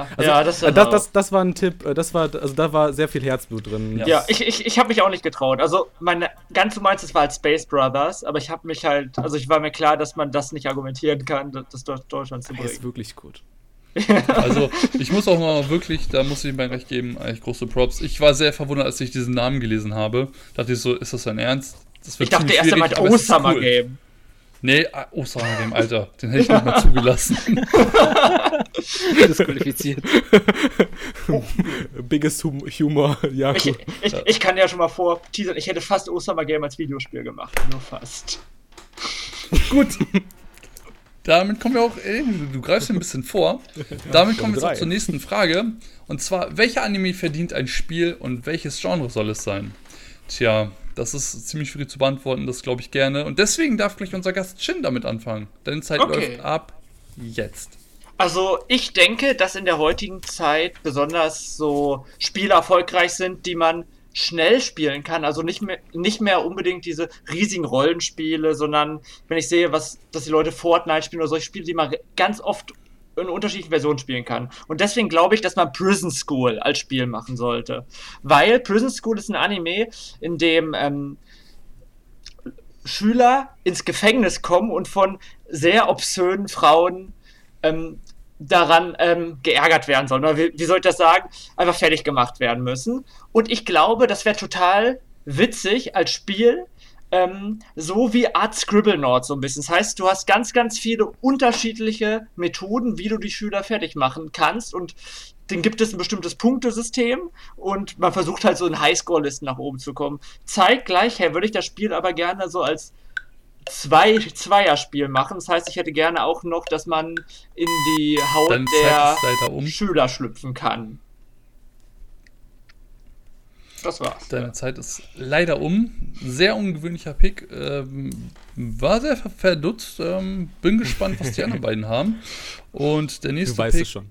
war ein Tipp, da war sehr viel Herzblut drin. Ja, ich habe mich auch nicht getraut. Also meine ganz normals, das war halt Space Brothers, aber ich habe mich halt, also ich war mir klar, dass man das nicht argumentieren kann, das Deutschland zu bringen. Das ist wirklich gut. Also, ich muss auch mal wirklich, da muss ich ihm recht geben, eigentlich große Props. Ich war sehr verwundert, als ich diesen Namen gelesen habe. Dachte ich so, ist das dein Ernst? Das wird ich dachte erst einmal Osama Game. Nee, Osama Game, Alter. Den hätte ich nicht mal zugelassen. Disqualifiziert. Biggest Humor, Yaku. Ich kann ja schon mal teasern, ich hätte fast Osama Game als Videospiel gemacht. Nur fast. Gut. Damit kommen wir auch, du greifst ein bisschen vor, damit kommen wir jetzt auch zur nächsten Frage. Und zwar, welcher Anime verdient ein Spiel und welches Genre soll es sein? Tja, das ist ziemlich schwierig zu beantworten, das glaube ich gerne. Und deswegen darf gleich unser Gast Shin damit anfangen. Deine Zeit läuft ab jetzt. Also ich denke, dass in der heutigen Zeit besonders so Spiele erfolgreich sind, die man schnell spielen kann, also nicht mehr unbedingt diese riesigen Rollenspiele, sondern wenn ich sehe, dass die Leute Fortnite spielen oder solche Spiele, die man ganz oft in unterschiedlichen Versionen spielen kann. Und deswegen glaube ich, dass man Prison School als Spiel machen sollte. Weil Prison School ist ein Anime, in dem Schüler ins Gefängnis kommen und von sehr obszönen Frauen daran geärgert werden sollen. Oder wie soll ich das sagen? Einfach fertig gemacht werden müssen. Und ich glaube, das wäre total witzig als Spiel, so wie Art Scribblenauts so ein bisschen. Das heißt, du hast ganz, ganz viele unterschiedliche Methoden, wie du die Schüler fertig machen kannst. Und dann gibt es ein bestimmtes Punktesystem und man versucht halt so in Highscore-Listen nach oben zu kommen. Zeitgleich würde ich das Spiel aber gerne so als Zweierspiel machen. Das heißt, ich hätte gerne auch noch, dass man in die Haut der Schüler schlüpfen kann. Das war's. Deine Zeit ist leider um. Sehr ungewöhnlicher Pick. War sehr verdutzt. Bin gespannt, was die anderen beiden haben. Und der nächste Pick... Du weißt Pick, es schon.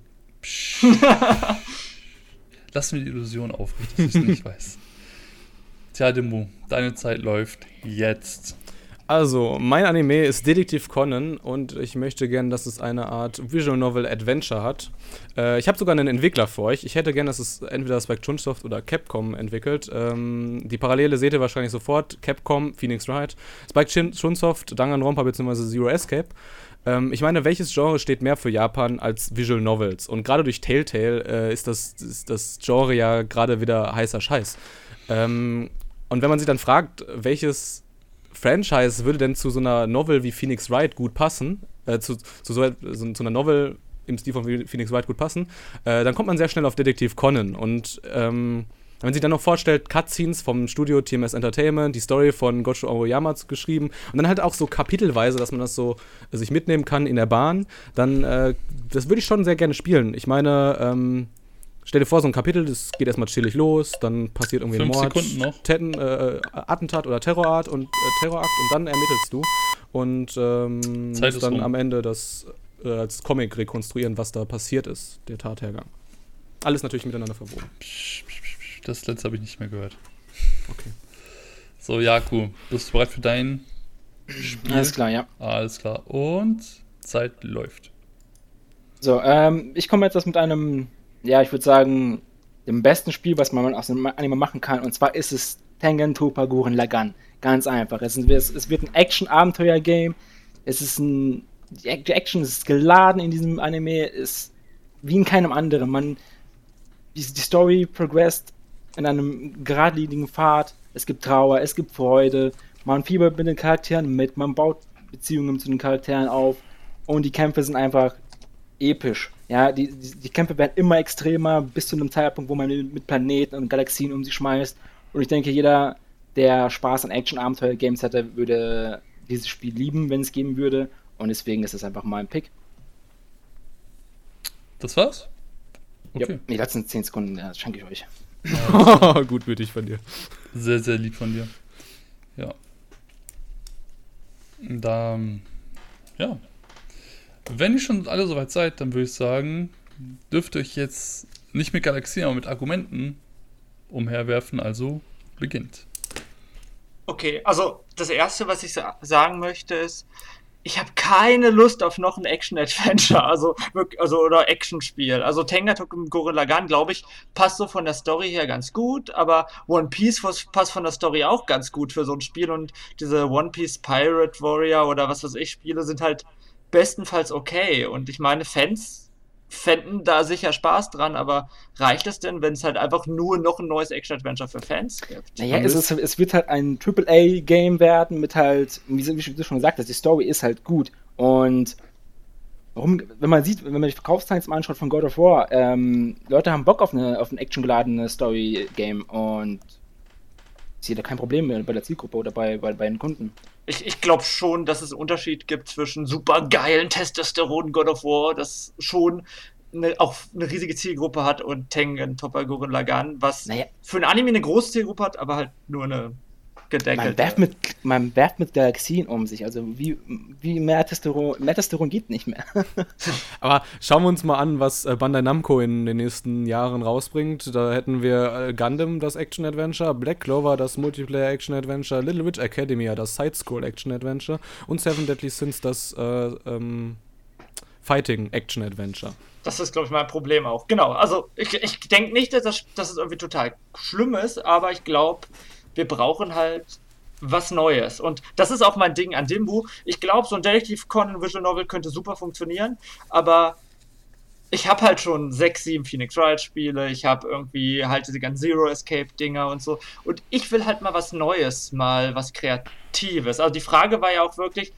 Lass mir die Illusion aufrichten, dass ich es nicht weiß. Tja, Dimbu, deine Zeit läuft jetzt. Also, mein Anime ist Detektiv Conan und ich möchte gerne, dass es eine Art Visual Novel Adventure hat. Ich habe sogar einen Entwickler für euch. Ich hätte gerne, dass es entweder Spike Chunsoft oder Capcom entwickelt. Die Parallele seht ihr wahrscheinlich sofort. Capcom, Phoenix Wright, Spike Chunsoft, Danganronpa bzw. Zero Escape. Ich meine, welches Genre steht mehr für Japan als Visual Novels? Und gerade durch Telltale ist das Genre ja gerade wieder heißer Scheiß. Und wenn man sich dann fragt, welches Franchise würde denn zu so einer Novel wie Phoenix Wright gut passen, zu einer Novel im Stil von Phoenix Wright gut passen, dann kommt man sehr schnell auf Detektiv Conan. Und wenn man sich dann noch vorstellt, Cutscenes vom Studio TMS Entertainment, die Story von Gocho Aoyama geschrieben und dann halt auch so kapitelweise, dass man das so sich mitnehmen kann in der Bahn, dann das würde ich schon sehr gerne spielen. Ich meine, stell dir vor, so ein Kapitel, das geht erstmal chillig los, dann passiert irgendwie ein Mord, Attentat oder Terrorakt und dann ermittelst du. und Zeit muss ist dann rum. am Ende das als Comic rekonstruieren, was da passiert ist, der Tathergang. Alles natürlich miteinander verwoben. Das letzte habe ich nicht mehr gehört. Okay. So, Jaku, bist du bereit für dein Spiel? Alles klar, ja. Alles klar. Und Zeit läuft. So, ich komme jetzt mit einem, ja, ich würde sagen, dem besten Spiel, was man aus einem Anime machen kann. Und zwar ist es Tengen Toppa Gurren Lagann. Ganz einfach. Es wird ein Action-Abenteuer-Game. Die Action ist geladen in diesem Anime, ist wie in keinem anderen. Die Story progresst in einem geradlinigen Pfad. Es gibt Trauer, es gibt Freude. Man fiebert mit den Charakteren mit, man baut Beziehungen zu den Charakteren auf. Und die Kämpfe sind einfach episch. Ja, die Kämpfe werden immer extremer, bis zu einem Zeitpunkt, wo man mit Planeten und Galaxien um sich schmeißt. Und ich denke, jeder, der Spaß an Action-Abenteuer-Games hatte, würde dieses Spiel lieben, wenn es geben würde. Und deswegen ist es einfach mein Pick. Das war's? Ja, Okay. die letzten 10 Sekunden, ja, das schenke ich euch. Gutmütig von dir. Sehr, sehr lieb von dir. Ja. Da, ja. Wenn ihr schon alle soweit seid, dann würde ich sagen, dürft ihr euch jetzt nicht mit Galaxien, aber mit Argumenten umherwerfen, also beginnt. Okay, also das Erste, was ich sagen möchte, ist, ich habe keine Lust auf noch ein Action-Adventure, also oder Action-Spiel. Also Tengen Toppa Gurren Lagann, glaube ich, passt so von der Story her ganz gut, aber One Piece passt von der Story auch ganz gut für so ein Spiel und diese One Piece Pirate Warrior oder was weiß ich Spiele sind halt bestenfalls okay. Und ich meine, Fans fänden da sicher Spaß dran, aber reicht es denn, wenn es halt einfach nur noch ein neues Action-Adventure für Fans gibt? Naja, es wird halt ein AAA-Game werden mit halt, wie du schon gesagt hast, die Story ist halt gut. Und wenn man die Verkaufszahlen mal anschaut von God of War, Leute haben Bock auf ein actiongeladene Story-Game und ich sehe da kein Problem mehr bei der Zielgruppe oder bei den Kunden. Ich glaube schon, dass es einen Unterschied gibt zwischen super geilen Testosteron God of War, das schon auch eine riesige Zielgruppe hat, und Tengen Toppa Gurren Lagann, was für ein Anime eine große Zielgruppe hat, aber halt nur eine gedeckelte. Man werft mit Galaxien um sich, also wie mehr Testosteron geht nicht mehr. Aber schauen wir uns mal an, was Bandai Namco in den nächsten Jahren rausbringt. Da hätten wir Gundam, das Action-Adventure, Black Clover, das Multiplayer-Action-Adventure, Little Witch Academia, das Side-Scroll-Action-Adventure und Seven Deadly Sins, das Fighting-Action-Adventure. Das ist, glaube ich, mein Problem auch. Genau, also ich denke nicht, dass es irgendwie total schlimm ist, aber ich glaube, wir brauchen halt was Neues. Und das ist auch mein Ding an dem Buch. Ich glaube, so ein Detective Conan Visual Novel könnte super funktionieren, aber ich habe halt schon 6, 7 Phoenix Wright Spiele, ich habe irgendwie halt diese ganzen Zero Escape Dinger und so. Und ich will halt mal was Neues, mal was Kreatives. Also die Frage war ja auch wirklich,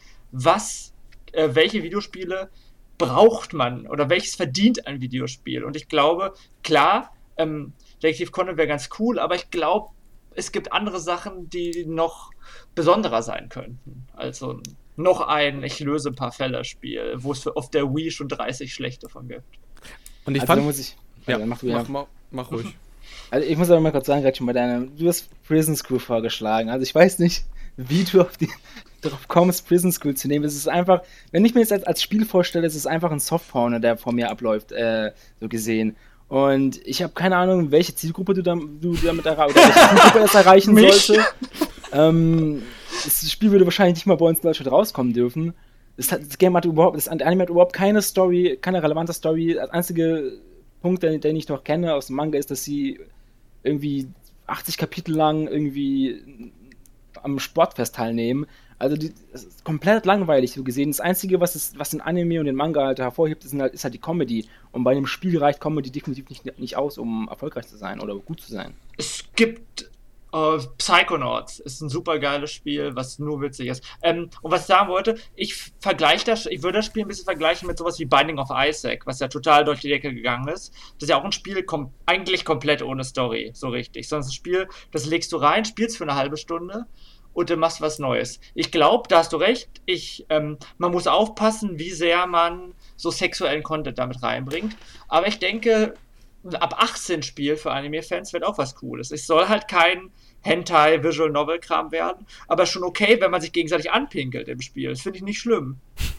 welche Videospiele braucht man oder welches verdient ein Videospiel? Und ich glaube, klar, Detective Conan wäre ganz cool, aber ich glaube, es gibt andere Sachen, die noch besonderer sein könnten. Also noch ein Ich löse ein paar Fälle-Spiel, wo es auf der Wii schon 30 schlechte von gibt. Und ich mach ruhig. Also ich muss aber mal kurz sagen, du hast Prison School vorgeschlagen. Also ich weiß nicht, wie du darauf kommst, Prison School zu nehmen. Es ist einfach, wenn ich mir jetzt als Spiel vorstelle, es ist einfach ein Softporno, der vor mir abläuft, so gesehen. Und ich habe keine Ahnung, welche Zielgruppe du damit erreichen, oder welche Zielgruppe es erreichen sollte. Das Spiel würde wahrscheinlich nicht mal bei uns in Deutschland rauskommen dürfen. Das Anime hat überhaupt keine Story, keine relevante Story. Der einzige Punkt, den ich noch kenne aus dem Manga, ist, dass sie irgendwie 80 Kapitel lang irgendwie am Sportfest teilnehmen. Also das ist komplett langweilig so gesehen. Das Einzige, was den Anime und den Manga halt hervorhebt, ist halt die Comedy. Und bei einem Spiel reicht Comedy definitiv nicht aus, um erfolgreich zu sein oder gut zu sein. Es gibt Psychonauts, ist ein super geiles Spiel, was nur witzig ist. Und was ich sagen wollte, ich würde das Spiel ein bisschen vergleichen mit sowas wie Binding of Isaac, was ja total durch die Decke gegangen ist. Das ist ja auch ein Spiel eigentlich komplett ohne Story, so richtig. Sondern ein Spiel, das legst du rein, spielst für eine halbe Stunde und du machst was Neues. Ich glaube, da hast du recht, man muss aufpassen, wie sehr man so sexuellen Content damit reinbringt. Aber ich denke, ab 18 Spiel für Anime-Fans wird auch was Cooles. Es soll halt kein Hentai-Visual-Novel-Kram werden, aber schon okay, wenn man sich gegenseitig anpinkelt im Spiel. Das finde ich nicht schlimm.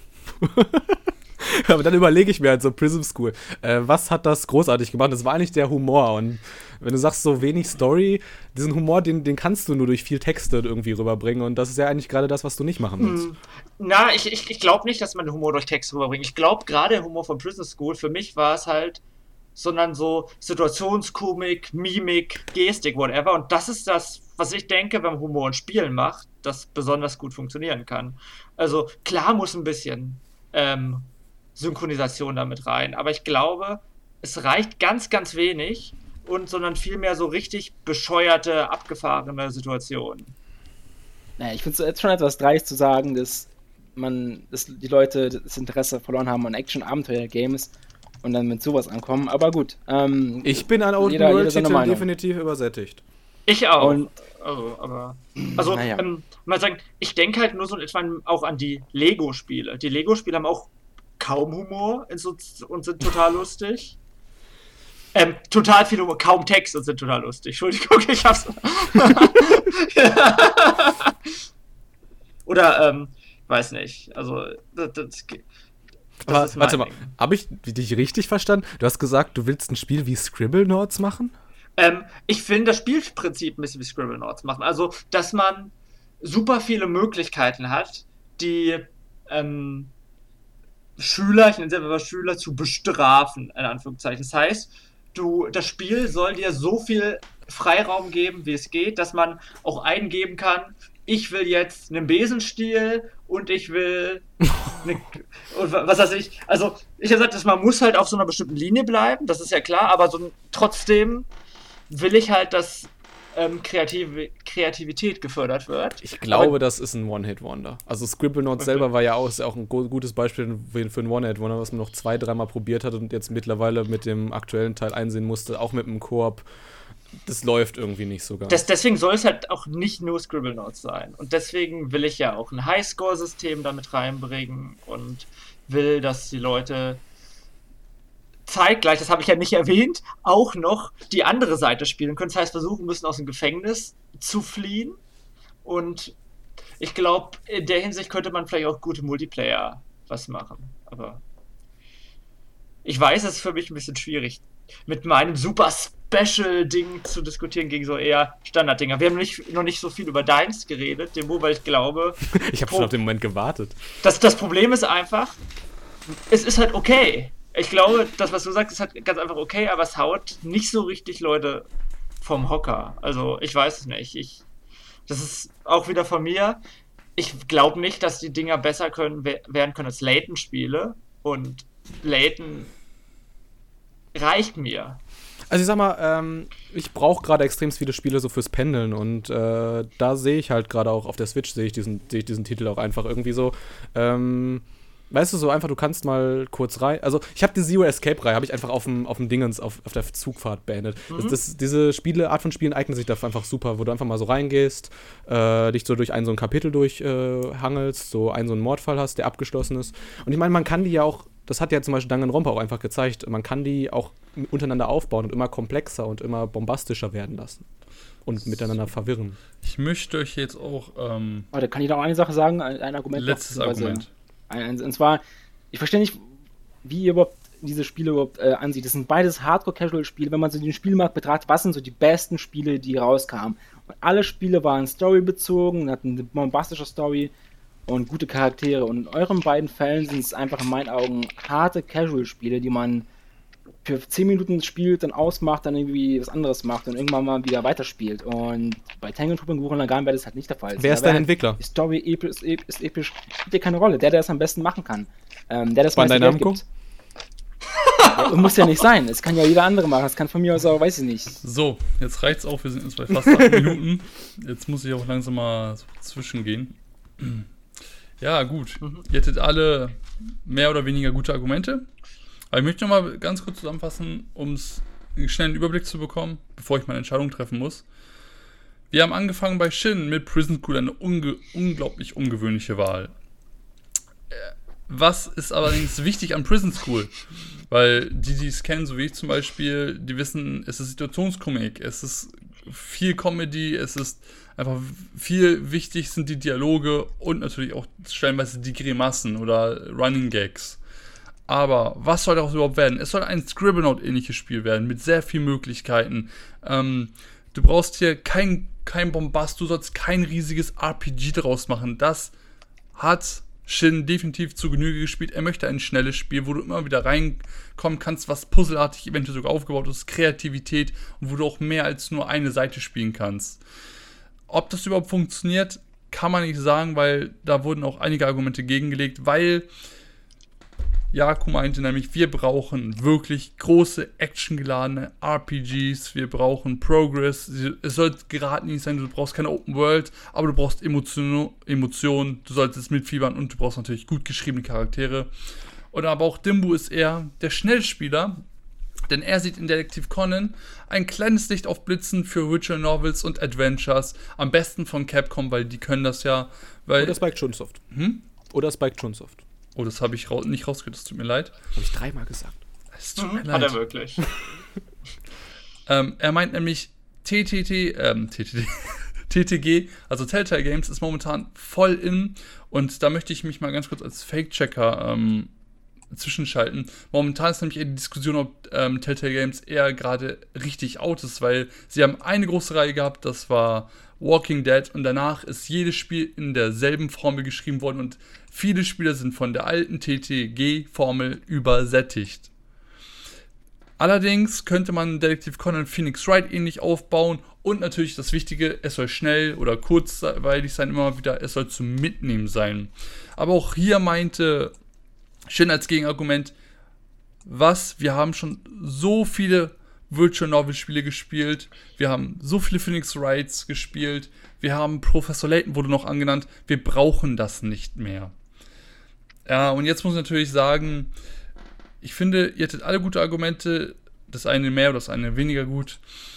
Aber dann überlege ich mir halt so Prism School, was hat das großartig gemacht? Das war eigentlich der Humor. Und wenn du sagst, so wenig Story, diesen Humor, den kannst du nur durch viel Texte irgendwie rüberbringen. Und das ist ja eigentlich gerade das, was du nicht machen willst. Na, ich glaube nicht, dass man den Humor durch Text rüberbringt. Ich glaube, gerade der Humor von Prison School, für mich war es halt, sondern so Situationskomik, Mimik, Gestik, whatever. Und das ist das, was ich denke, wenn man Humor in Spielen macht, das besonders gut funktionieren kann. Also klar muss ein bisschen Synchronisation damit rein, aber ich glaube, es reicht ganz, ganz wenig sondern vielmehr so richtig bescheuerte, abgefahrene Situationen. Naja, ich finde es jetzt schon etwas dreist zu sagen, dass die Leute das Interesse verloren haben an Action-Abenteuer-Games und dann mit sowas ankommen, aber gut. Ich bin an Open-World-Titeln definitiv übersättigt. Ich auch. Und, naja. Mal sagen, ich denke halt nur so etwa auch an die Lego-Spiele. Die Lego-Spiele haben auch kaum Humor und sind total lustig. Total viel Humor, kaum Text und sind total lustig. Entschuldigung, ich hab's. Oder, weiß nicht. Also, aber warte mal, habe ich dich richtig verstanden? Du hast gesagt, du willst ein Spiel wie Scribblenauts machen? Ich finde das Spielprinzip ein bisschen wie Scribblenauts machen. Also, dass man super viele Möglichkeiten hat, die Schüler, ich nenne es einfach Schüler, zu bestrafen, in Anführungszeichen. Das heißt, das Spiel soll dir so viel Freiraum geben, wie es geht, dass man auch eingeben kann, ich will jetzt einen Besenstiel und ich will und was weiß ich. Also, ich habe gesagt, man muss halt auf so einer bestimmten Linie bleiben, das ist ja klar, aber trotzdem will ich halt, dass Kreativität gefördert wird. Ich glaube, das ist ein One-Hit-Wonder. Also Scribblenauts selber war ja auch ein gutes Beispiel für ein One-Hit-Wonder, was man noch 2-3 Mal probiert hat und jetzt mittlerweile mit dem aktuellen Teil einsehen musste, auch mit dem Koop. Das läuft irgendwie nicht so ganz. Deswegen soll es halt auch nicht nur Scribblenauts sein. Und deswegen will ich ja auch ein Highscore-System damit reinbringen und will, dass die Leute zeitgleich, das habe ich ja nicht erwähnt, auch noch die andere Seite spielen können. Das heißt, versuchen müssen, aus dem Gefängnis zu fliehen. Und ich glaube, in der Hinsicht könnte man vielleicht auch gute Multiplayer was machen. Aber ich weiß, es ist für mich ein bisschen schwierig, mit meinem super Special-Ding zu diskutieren gegen so eher Standard-Dinger. Wir haben noch nicht so viel über deins geredet, Demo, weil ich glaube... Ich habe schon auf den Moment gewartet. Das Problem ist einfach, es ist halt okay. Ich glaube, das, was du sagst, ist halt ganz einfach okay, aber es haut nicht so richtig Leute vom Hocker. Also, ich weiß es nicht. Das ist auch wieder von mir. Ich glaube nicht, dass die Dinger besser werden können als Layton-Spiele. Und Layton reicht mir. Also ich sag mal, ich brauche gerade extrem viele Spiele so fürs Pendeln und da sehe ich halt gerade auch auf der Switch sehe ich diesen Titel auch einfach irgendwie so, weißt du, so einfach, du kannst mal kurz rein. Also, ich habe die Zero Escape-Reihe, habe ich einfach auf dem Dingens, auf der Zugfahrt beendet. Diese Art von Spielen eignen sich dafür einfach super, wo du einfach mal so reingehst, dich so durch so ein Kapitel durchhangelst, so einen Mordfall hast, der abgeschlossen ist. Und ich meine, man kann die ja auch, das hat ja zum Beispiel Danganronpa auch einfach gezeigt, man kann die auch untereinander aufbauen und immer komplexer und immer bombastischer werden lassen. Und miteinander verwirren. Ich möchte euch jetzt auch. Da kann ich noch eine Sache sagen, ein Argument. Letztes Argument. Und zwar, ich verstehe nicht, wie ihr überhaupt diese Spiele überhaupt ansieht. Das sind beides Hardcore-Casual-Spiele. Wenn man so den Spielmarkt betrachtet, was sind so die besten Spiele, die rauskamen? Und alle Spiele waren storybezogen, hatten eine bombastische Story und gute Charaktere. Und in euren beiden Fällen sind es einfach in meinen Augen harte Casual-Spiele, die man für 10 Minuten spielt, dann ausmacht, dann irgendwie was anderes macht und irgendwann mal wieder weiterspielt. Und bei Tengen Toppa und Gurren Lagann wäre das halt nicht der Fall. Wer ist dein Entwickler? Die Story ist episch, spielt ja keine Rolle. Der es am besten machen kann. Der das meiste Geld gibt. Ja, muss ja nicht sein. Es kann ja jeder andere machen. Das kann von mir aus auch, weiß ich nicht. So, jetzt reicht's auch. Wir sind jetzt bei fast 8 Minuten. Jetzt muss ich auch langsam mal so zwischengehen. Ja, gut. Ihr hättet alle mehr oder weniger gute Argumente. Aber ich möchte noch mal ganz kurz zusammenfassen, um einen schnellen Überblick zu bekommen, bevor ich meine Entscheidung treffen muss. Wir haben angefangen bei Shin mit Prison School, eine unglaublich ungewöhnliche Wahl. Was ist allerdings wichtig an Prison School? Weil die es kennen, so wie ich zum Beispiel, die wissen, es ist Situationskomik, es ist viel Comedy, es ist einfach viel wichtig sind die Dialoge und natürlich auch stellenweise die Grimassen oder Running Gags. Aber was soll daraus überhaupt werden? Es soll ein Scribblenauts-ähnliches Spiel werden, mit sehr vielen Möglichkeiten. Du brauchst hier kein Bombast, du sollst kein riesiges RPG daraus machen. Das hat Shin definitiv zu Genüge gespielt. Er möchte ein schnelles Spiel, wo du immer wieder reinkommen kannst, was puzzelartig eventuell sogar aufgebaut ist, Kreativität und wo du auch mehr als nur eine Seite spielen kannst. Ob das überhaupt funktioniert, kann man nicht sagen, weil da wurden auch einige Argumente gegengelegt, weil Jaku meinte nämlich, wir brauchen wirklich große, actiongeladene RPGs, wir brauchen Progress, es soll geradlinig sein, du brauchst keine Open World, aber du brauchst Emotionen, du solltest mitfiebern und du brauchst natürlich gut geschriebene Charaktere. Und aber auch Dimbu ist eher der Schnellspieler, denn er sieht in Detective Conan ein kleines Licht aufblitzen für Visual Novels und Adventures, am besten von Capcom, weil die können das ja. Weil Oder Spike Chunsoft. Oder Spike Chunsoft. Oh, das habe ich nicht rausgehört, das tut mir leid. Habe ich 3-mal gesagt. Es tut mir leid. Hat er wirklich. Er meint nämlich TTG, also Telltale Games, ist momentan voll in und da möchte ich mich mal ganz kurz als Fake-Checker zwischenschalten. Momentan ist nämlich eher die Diskussion, ob Telltale Games eher gerade richtig out ist, weil sie haben eine große Reihe gehabt, das war Walking Dead und danach ist jedes Spiel in derselben Formel geschrieben worden und viele Spieler sind von der alten TTG-Formel übersättigt. Allerdings könnte man Detective Conan Phoenix Wright ähnlich aufbauen und natürlich das Wichtige, es soll schnell oder kurzweilig sein, immer mal wieder, es soll zum Mitnehmen sein. Aber auch hier meinte Shin als Gegenargument, wir haben schon so viele Virtual Novel Spiele gespielt, wir haben so viele Phoenix Wrights gespielt, wir haben Professor Layton wurde noch angenannt, wir brauchen das nicht mehr. Ja, und jetzt muss ich natürlich sagen, ich finde, ihr hattet alle gute Argumente, das eine mehr oder das eine weniger gut.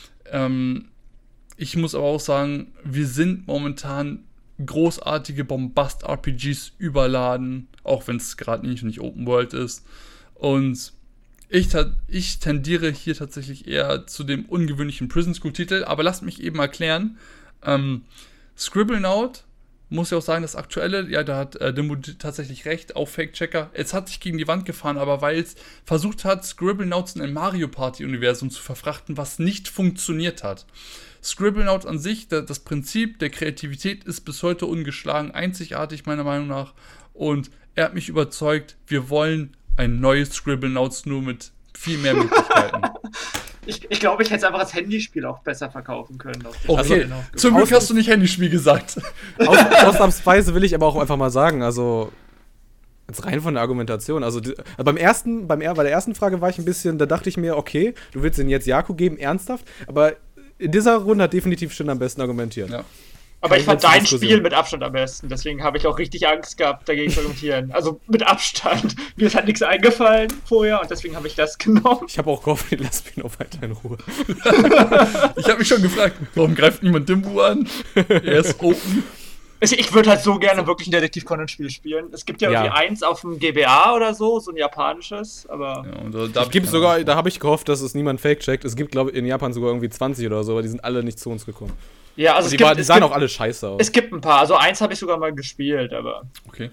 Ich muss aber auch sagen, wir sind momentan großartige Bombast-RPGs überladen, auch wenn es gerade nicht Open World ist. Und ich tendiere hier tatsächlich eher zu dem ungewöhnlichen Prison School-Titel, aber lasst mich eben erklären. Scribblenauts, muss ja auch sagen, das aktuelle, ja, da hat Dimbu tatsächlich recht, auch Fake-Checker. Es hat sich gegen die Wand gefahren, aber weil es versucht hat, Scribblenauts in ein Mario Party-Universum zu verfrachten, was nicht funktioniert hat. Scribblenauts an sich, das Prinzip der Kreativität ist bis heute ungeschlagen, einzigartig meiner Meinung nach. Und er hat mich überzeugt, wir wollen ein neues Scribblenauts nur mit viel mehr Möglichkeiten. Ich glaube, ich hätte es einfach als Handyspiel auch besser verkaufen können. Okay, zum Glück hast du nicht Handyspiel gesagt. Ausnahmsweise will ich aber auch einfach mal sagen, also jetzt rein von der Argumentation, also bei der ersten Frage war ich ein bisschen, da dachte ich mir, okay, du willst den jetzt Jaku geben, ernsthaft, aber in dieser Runde hat definitiv Shin am besten argumentiert. Ja. Aber ich fand dein Spiel mit Abstand am besten, deswegen habe ich auch richtig Angst gehabt, dagegen zu argumentieren. Also mit Abstand. Mir ist halt nichts eingefallen vorher und deswegen habe ich das genommen. Ich habe auch gehofft, lass mich noch weiter in Ruhe. Ich habe mich schon gefragt, warum greift niemand Dimbu an? Er ist open. Ich würde halt so gerne wirklich ein Detektiv Conan-Spiel spielen. Es gibt ja irgendwie eins auf dem GBA oder so ein japanisches, aber. Ja, da habe ich gehofft, dass es niemand fake-checkt. Es gibt, glaube ich, in Japan sogar irgendwie 20 oder so, aber die sind alle nicht zu uns gekommen. Ja, also die sahen auch alle scheiße aus. Es gibt ein paar, also eins habe ich sogar mal gespielt, aber. Okay.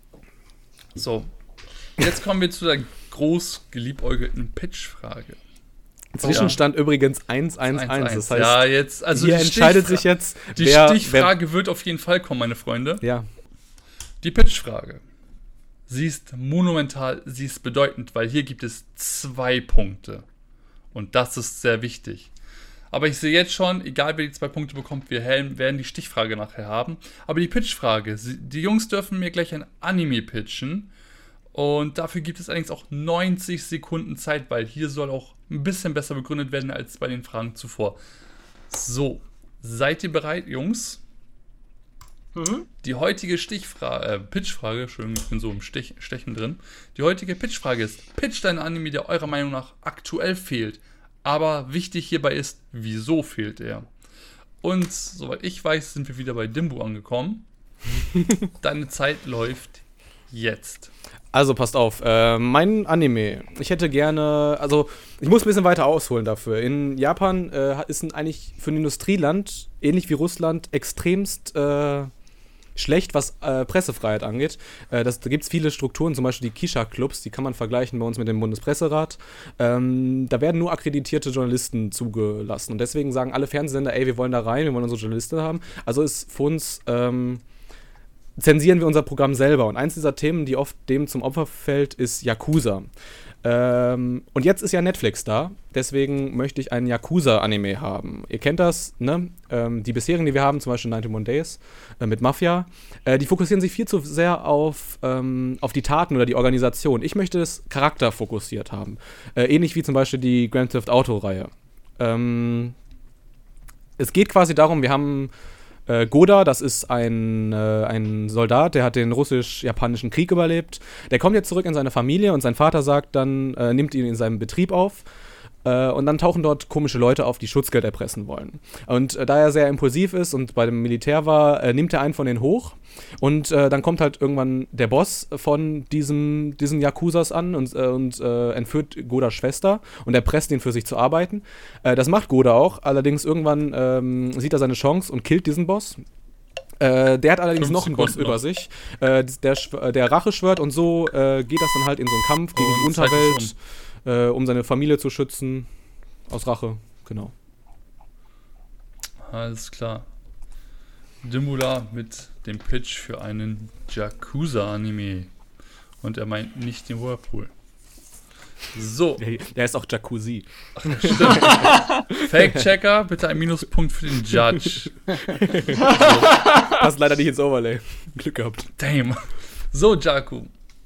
So. Jetzt kommen wir zu der groß geliebäugelten Pitch-Frage. Zwischenstand übrigens 1-1-1. Das heißt, ja, jetzt, also hier entscheidet sich jetzt, die Stichfrage wird auf jeden Fall kommen, meine Freunde. Ja. Die Pitch-Frage. Sie ist monumental, sie ist bedeutend, weil hier gibt es 2 Punkte. Und das ist sehr wichtig. Aber ich sehe jetzt schon, egal wer die 2 Punkte bekommt, wir werden die Stichfrage nachher haben. Aber die Pitch-Frage, die Jungs dürfen mir gleich ein Anime pitchen. Und dafür gibt es allerdings auch 90 Sekunden Zeit, weil hier soll auch ein bisschen besser begründet werden als bei den Fragen zuvor. So, seid ihr bereit, Jungs? Mhm. Die heutige Pitchfrage, Entschuldigung, ich bin so im Stechen drin. Die heutige Pitchfrage ist, pitcht ein Anime, der eurer Meinung nach aktuell fehlt. Aber wichtig hierbei ist, wieso fehlt er? Und soweit ich weiß, sind wir wieder bei Dimbu angekommen. Deine Zeit läuft jetzt. Also passt auf, mein Anime, ich hätte gerne, also ich muss ein bisschen weiter ausholen dafür. In Japan ist eigentlich für ein Industrieland, ähnlich wie Russland, extremst schlecht, was Pressefreiheit angeht. Da gibt es viele Strukturen, zum Beispiel die Kisha-Clubs, die kann man vergleichen bei uns mit dem Bundespresserat. Da werden nur akkreditierte Journalisten zugelassen und deswegen sagen alle Fernsehsender, ey, wir wollen da rein, wir wollen unsere Journalisten haben. Also ist für uns zensieren wir unser Programm selber. Und eins dieser Themen, die oft dem zum Opfer fällt, ist Yakuza. Und jetzt ist ja Netflix da, deswegen möchte ich einen Yakuza-Anime haben. Ihr kennt das, ne? Die bisherigen, die wir haben, zum Beispiel 91 Days mit Mafia, die fokussieren sich viel zu sehr auf die Taten oder die Organisation. Ich möchte es charakterfokussiert haben. Ähnlich wie zum Beispiel die Grand Theft Auto-Reihe. Es geht quasi darum, wir haben Goda, das ist ein Soldat, der hat den russisch-japanischen Krieg überlebt. Der kommt jetzt zurück in seine Familie und sein Vater sagt dann, nimmt ihn in seinem Betrieb auf. Und dann tauchen dort komische Leute auf, die Schutzgeld erpressen wollen. Und da er sehr impulsiv ist und bei dem Militär war, nimmt er einen von denen hoch. Und dann kommt halt irgendwann der Boss von diesen Yakuzas an und entführt Godas Schwester und erpresst ihn für sich zu arbeiten. Das macht Goda auch, allerdings irgendwann sieht er seine Chance und killt diesen Boss. Der hat allerdings noch einen Boss über sich, der Rache schwört und so geht das dann halt in so einen Kampf gegen die Unterwelt, um seine Familie zu schützen, aus Rache, genau. Alles klar. Dimula mit dem Pitch für einen Yakuza-Anime. Und er meint nicht den Whirlpool. So. Der ist auch Jacuzzi. Fact-Checker, bitte ein Minuspunkt für den Judge. Passt leider nicht ins Overlay. Glück gehabt. Damn. So, Jaku,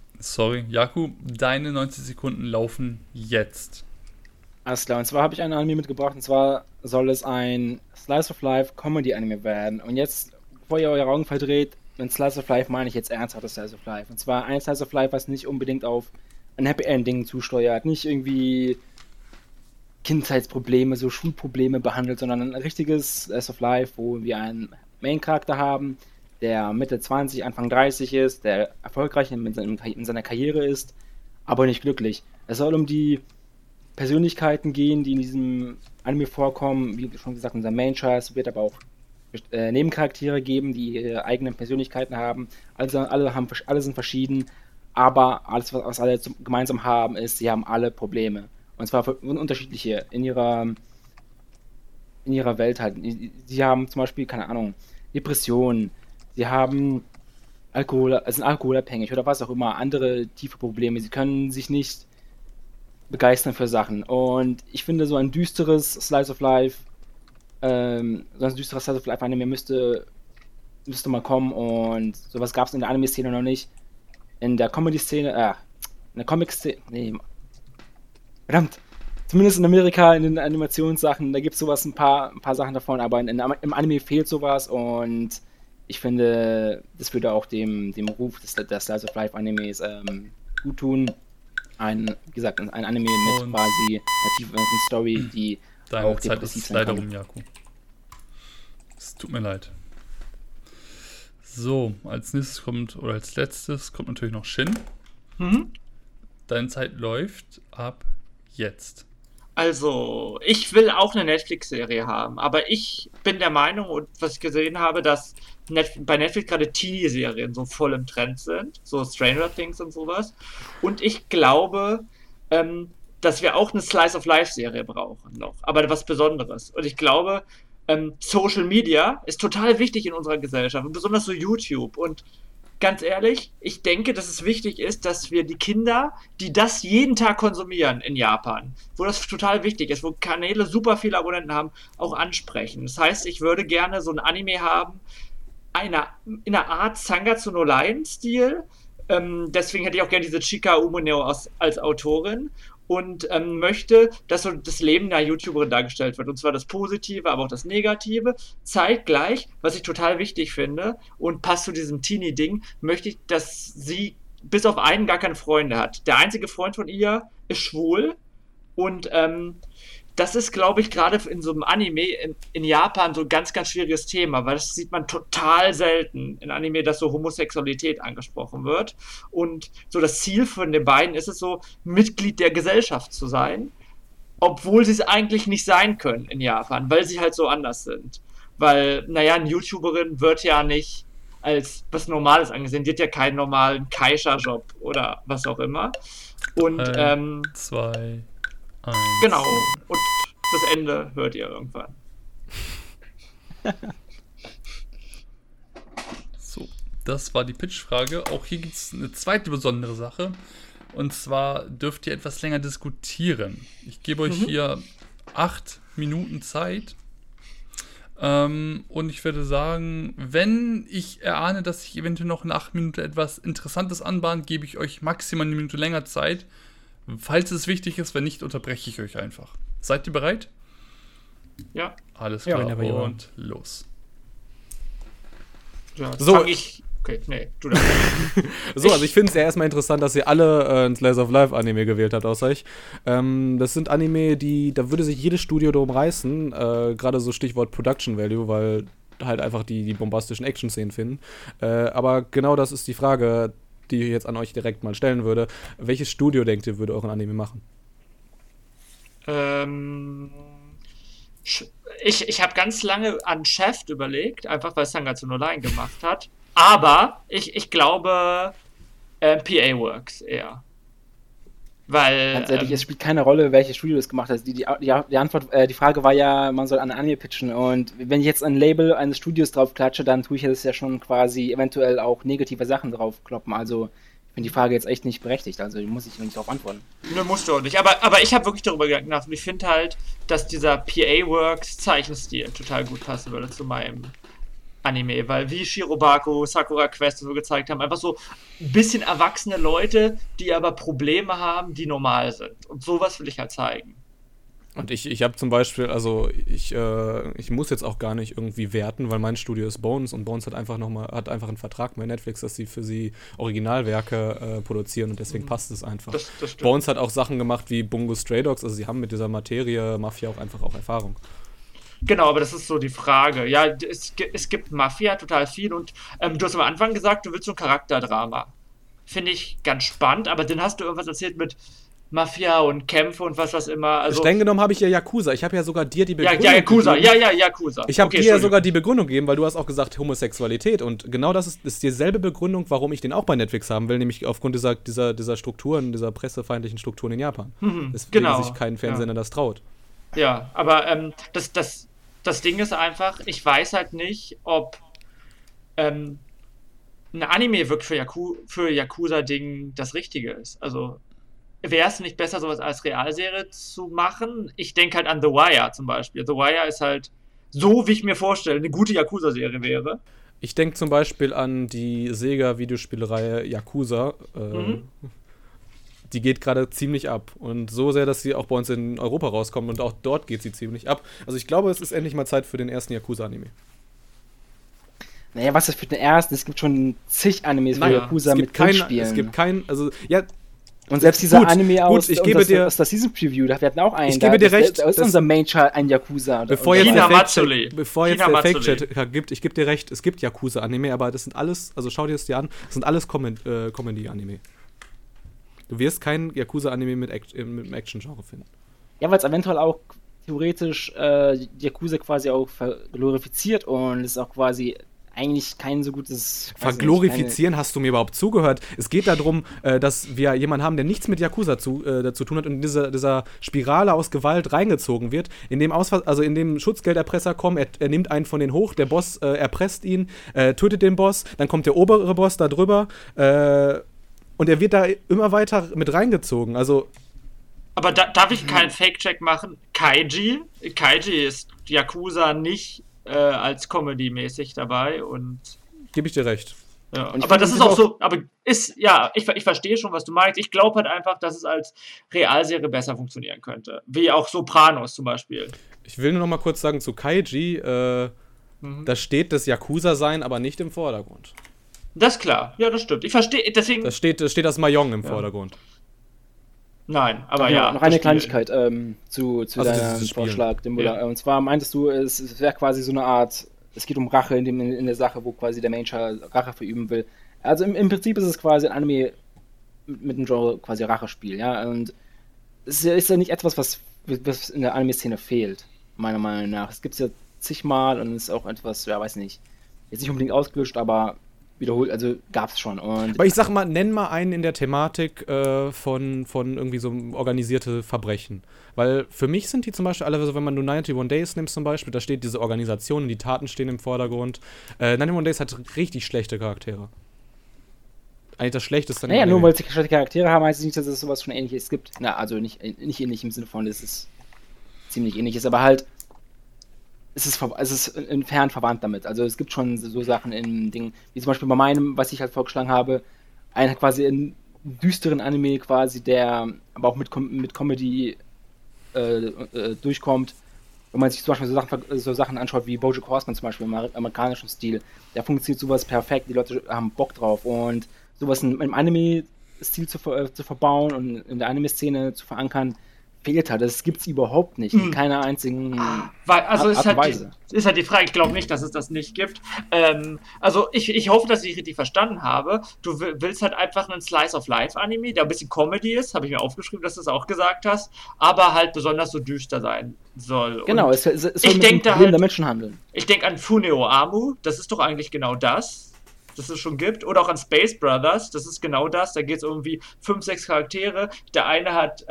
deine 90 Sekunden laufen jetzt. Alles klar, und zwar habe ich einen Anime mitgebracht, und zwar soll es ein Slice-of-Life-Comedy-Anime werden. Und jetzt, bevor ihr eure Augen verdreht, mit Slice of Life meine ich jetzt ernsthaftes Slice of Life. Und zwar ein Slice of Life, was nicht unbedingt auf ein Happy Ending zusteuert, nicht irgendwie Kindheitsprobleme, so Schulprobleme behandelt, sondern ein richtiges Slice of Life, wo wir einen Main-Charakter haben, der Mitte 20, Anfang 30 ist, der erfolgreich in seiner Karriere ist, aber nicht glücklich. Es soll um die Persönlichkeiten gehen, die in diesem Anime vorkommen. Wie schon gesagt, unser Main-Child wird aber auch Nebencharaktere geben, die ihre eigenen Persönlichkeiten haben. Also alle sind verschieden, aber alles, was alle gemeinsam haben, ist, sie haben alle Probleme. Und zwar unterschiedliche in ihrer Welt halt. Sie haben zum Beispiel, keine Ahnung, Depressionen, sie haben sind alkoholabhängig oder was auch immer, andere tiefe Probleme. Sie können sich nicht begeistern für Sachen. Und ich finde, so ein düsteres Slice of Life Anime müsste mal kommen, und sowas gab es in der Anime-Szene noch nicht. In der Comedy-Szene, in der Comic-Szene, nee, verdammt, zumindest in Amerika, in den Animationssachen, da gibt es sowas, ein paar Sachen davon, aber im Anime fehlt sowas, und ich finde, das würde auch dem Ruf des Slice of Life Animes gut tun. Wie gesagt, ein Anime mit quasi einer tiefen Story, die deine auch Zeit depressiv ist sein leider kann. um, Jaku. Es tut mir leid. So, als letztes kommt natürlich noch Shin. Mhm. Deine Zeit läuft ab jetzt. Also, ich will auch eine Netflix-Serie haben, aber ich bin der Meinung, und was ich gesehen habe, dass bei Netflix gerade Teenie-Serien so voll im Trend sind, so Stranger Things und sowas. Und ich glaube, dass wir auch eine Slice-of-Life-Serie brauchen noch, aber was Besonderes. Und ich glaube, Social Media ist total wichtig in unserer Gesellschaft, und besonders so YouTube. Und ganz ehrlich, ich denke, dass es wichtig ist, dass wir die Kinder, die das jeden Tag konsumieren in Japan, wo das total wichtig ist, wo Kanäle super viele Abonnenten haben, auch ansprechen. Das heißt, ich würde gerne so ein Anime haben, in einer Art Sangatsu no Lion-Stil. Deswegen hätte ich auch gerne diese Chika Umoneo als Autorin. Und möchte, dass so das Leben einer YouTuberin dargestellt wird. Und zwar das Positive, aber auch das Negative. Zeitgleich, was ich total wichtig finde und passt zu diesem Teenie-Ding, möchte ich, dass sie bis auf einen gar keine Freunde hat. Der einzige Freund von ihr ist schwul, und das ist, glaube ich, gerade in so einem Anime in Japan so ein ganz, ganz schwieriges Thema, weil das sieht man total selten in Anime, dass so Homosexualität angesprochen wird. Und so das Ziel von den beiden ist es so, Mitglied der Gesellschaft zu sein, obwohl sie es eigentlich nicht sein können in Japan, weil sie halt so anders sind. Weil, naja, eine YouTuberin wird ja nicht als was Normales angesehen, die hat ja keinen normalen Kaisha-Job oder was auch immer. Und, 2, 1. genau. Und das Ende hört ihr irgendwann. So, das war die Pitch-Frage. Auch hier gibt es eine zweite besondere Sache. Und zwar dürft ihr etwas länger diskutieren. Ich gebe euch hier 8 Minuten Zeit. Und ich würde sagen, wenn ich erahne, dass sich eventuell noch in 8 Minuten etwas Interessantes anbahnt, gebe ich euch maximal eine Minute länger Zeit. Falls es wichtig ist, wenn nicht, unterbreche ich euch einfach. Seid ihr bereit? Ja. Alles Ja, klar, wunderbar. und los. Ja, So. fang ich. Okay, nee, du darfst. So, also ich finde es ja erstmal interessant, dass ihr alle ein Slice of Life Anime gewählt habt, außer ich. Das sind Anime, da würde sich jedes Studio drum reißen, gerade so Stichwort Production Value, weil halt einfach die bombastischen Action-Szenen finden. Aber genau das ist die Frage, die ich jetzt an euch direkt mal stellen würde. Welches Studio denkt ihr, würde euren Anime machen? Ich habe ganz lange an Chef überlegt, einfach weil Sangatsu no Line gemacht hat. Aber ich glaube PA Works eher. Weil. Ganz ehrlich, es spielt keine Rolle, welches Studio das gemacht hat. Die Antwort, die Frage war ja, man soll an Anime pitchen. Und wenn ich jetzt ein Label eines Studios draufklatsche, dann tue ich das ja schon quasi eventuell auch negative Sachen draufkloppen. Also ich finde die Frage jetzt echt nicht berechtigt. Also muss ich nicht darauf antworten. Ne, musst du auch nicht. Aber ich habe wirklich darüber gedacht. Und ich finde halt, dass dieser PA Works Zeichenstil total gut passen würde zu meinem Anime, weil wie Shirobako, Sakura Quest so gezeigt haben, einfach so ein bisschen erwachsene Leute, die aber Probleme haben, die normal sind. Und sowas will ich halt zeigen. Und ich habe zum Beispiel, also ich muss jetzt auch gar nicht irgendwie werten, weil mein Studio ist Bones und Bones hat einfach einen Vertrag mit Netflix, dass sie für sie Originalwerke produzieren und deswegen passt es einfach. Das stimmt. Bones hat auch Sachen gemacht wie Bungo Stray Dogs, also sie haben mit dieser Materie Mafia auch einfach auch Erfahrung. Genau, aber das ist so die Frage. Ja, es gibt Mafia total viel und du hast am Anfang gesagt, du willst so ein Charakterdrama. Finde ich ganz spannend, aber dann hast du irgendwas erzählt mit Mafia und Kämpfe und was immer. Also, streng genommen habe ich ja Yakuza. Ich habe ja sogar dir die Begründung Yakuza. gegeben. Yakuza. Ich habe dir ja sogar die Begründung gegeben, weil du hast auch gesagt Homosexualität und genau das ist dieselbe Begründung, warum ich den auch bei Netflix haben will, nämlich aufgrund dieser Strukturen, dieser pressefeindlichen Strukturen in Japan. Deswegen sich kein Fernsehsender das traut. Ja, aber das Ding ist einfach, ich weiß halt nicht, ob ein Anime wirklich für Yakuza-Ding das Richtige ist. Also wäre es nicht besser, sowas als Realserie zu machen? Ich denke halt an The Wire zum Beispiel. The Wire ist halt so, wie ich mir vorstelle, eine gute Yakuza-Serie wäre. Ich denke zum Beispiel an die Sega-Videospielreihe Yakuza. Die geht gerade ziemlich ab. Und so sehr, dass sie auch bei uns in Europa rauskommt und auch dort geht sie ziemlich ab. Also ich glaube, es ist endlich mal Zeit für den ersten Yakuza-Anime. Naja, was ist für den ersten? Es gibt schon zig Animes für Yakuza mit Kampfspielen. Es gibt keinen, also, ja. Und selbst dieser Anime aus der Season Preview, wir hatten auch einen. Ich gebe dir recht. Da ist unser Main-Chart ein Yakuza. Bevor jetzt der Fake-Chat gibt, ich gebe dir recht, es gibt Yakuza-Anime, aber das sind alles, also schau dir das dir an, das sind alles Comedy-Anime. Du wirst kein Yakuza-Anime mit Action-Genre finden. Ja, weil es eventuell auch theoretisch Yakuza quasi auch verglorifiziert und ist auch quasi eigentlich kein so gutes... Verglorifizieren, hast du mir überhaupt zugehört? Es geht darum, dass wir jemanden haben, der nichts mit Yakuza zu tun hat und in dieser Spirale aus Gewalt reingezogen wird, in dem Schutzgelderpresser kommen, er nimmt einen von denen hoch, der Boss erpresst ihn, tötet den Boss, dann kommt der obere Boss da drüber, und er wird da immer weiter mit reingezogen, also... Aber darf ich keinen Fake-Check machen? Kaiji ist Yakuza nicht als Comedy-mäßig dabei und... Gebe ich dir recht. Ja, aber das ist auch so, ich verstehe schon, was du meinst. Ich glaube halt einfach, dass es als Realserie besser funktionieren könnte. Wie auch Sopranos zum Beispiel. Ich will nur noch mal kurz sagen, zu Kaiji, da steht das Yakuza-Sein, aber nicht im Vordergrund. Das ist klar, ja, das stimmt. Ich verstehe, deswegen... Da steht das Mahjong im Vordergrund. Nein, aber Ja, ja. noch eine das Spiel. Kleinigkeit zu Also deinem dieses Spiel. Vorschlag, dem Ja. Und zwar meintest du, es wäre quasi so eine Art, es geht um Rache in der Sache, wo quasi der Mensch Rache verüben will. Also im Prinzip ist es quasi ein Anime mit einem Genre quasi Rachespiel, ja. Und es ist ja nicht etwas, was in der Anime-Szene fehlt, meiner Meinung nach. Es gibt es ja zigmal und es ist auch etwas, ja, weiß nicht, jetzt nicht unbedingt ausgelöscht, aber wiederholt, also gab es schon. Und Aber ich sag mal, nenn mal einen in der Thematik von irgendwie so organisierte Verbrechen. Weil für mich sind die zum Beispiel alle, also wenn man nur 91 Days nimmt zum Beispiel, da steht diese Organisation, die Taten stehen im Vordergrund. 91 Days hat richtig schlechte Charaktere. Eigentlich das Schlechteste. naja, nur weil sie schlechte Charaktere haben, heißt es nicht, dass es sowas schon Ähnliches gibt. Na, also nicht ähnlich im Sinne von, dass es ziemlich ähnlich ist, aber halt, es ist entfernt verwandt damit. Also es gibt schon so Sachen in Dingen, wie zum Beispiel bei meinem, was ich halt vorgeschlagen habe, quasi einen düsteren Anime quasi, der aber auch mit Comedy durchkommt. Wenn man sich zum Beispiel so Sachen anschaut wie BoJack Horseman zum Beispiel im amerikanischen Stil, da funktioniert sowas perfekt, die Leute haben Bock drauf und sowas im Anime-Stil zu verbauen und in der Anime-Szene zu verankern, fehlt halt. Das gibt's überhaupt nicht. In keiner einzigen Also Art und Weise. ist halt die Frage, ich glaube nicht, dass es das nicht gibt. Also ich hoffe, dass ich richtig verstanden habe. Du willst halt einfach einen Slice-of-Life-Anime, der ein bisschen Comedy ist, habe ich mir aufgeschrieben, dass du es auch gesagt hast, aber halt besonders so düster sein soll. Genau, Und es soll ich mit dem denk da Problem halt- der Menschen handeln. ich denke an Funeo Amu, das ist doch eigentlich genau das es schon gibt. Oder auch an Space Brothers, das ist genau das. Da geht es irgendwie 5, 6 Charaktere. Der eine hat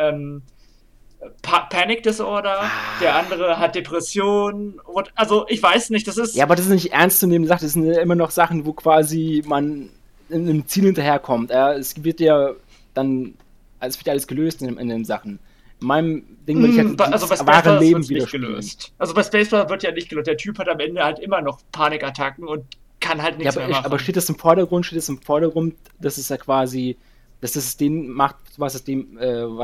Panic Disorder, der andere hat Depression. Also ich weiß nicht, das ist... Ja, aber das ist nicht ernst zu nehmen. Das sind ja immer noch Sachen, wo quasi man in einem Ziel hinterherkommt. Es wird ja dann, es wird ja alles gelöst in den Sachen. In meinem Ding würde ich halt also bei das Space wahre Brothers Leben wird's nicht widerspiegeln. gelöst. Also bei Space Brothers wird ja nicht gelöst. Der Typ hat am Ende halt immer noch Panikattacken und kann halt Ja, nichts mehr machen. aber steht es im Vordergrund, dass es ja quasi, dass es den macht, was es dem,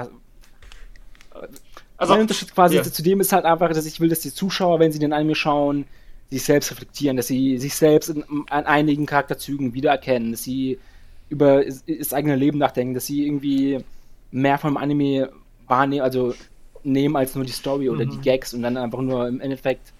Also, mein Unterschied quasi ja. zu dem ist halt einfach, dass ich will, dass die Zuschauer, wenn sie den Anime schauen, sich selbst reflektieren, dass sie sich selbst an einigen Charakterzügen wiedererkennen, dass sie über das eigene Leben nachdenken, dass sie irgendwie mehr vom Anime wahrnehmen, also nehmen als nur die Story oder die Gags und dann einfach nur im Endeffekt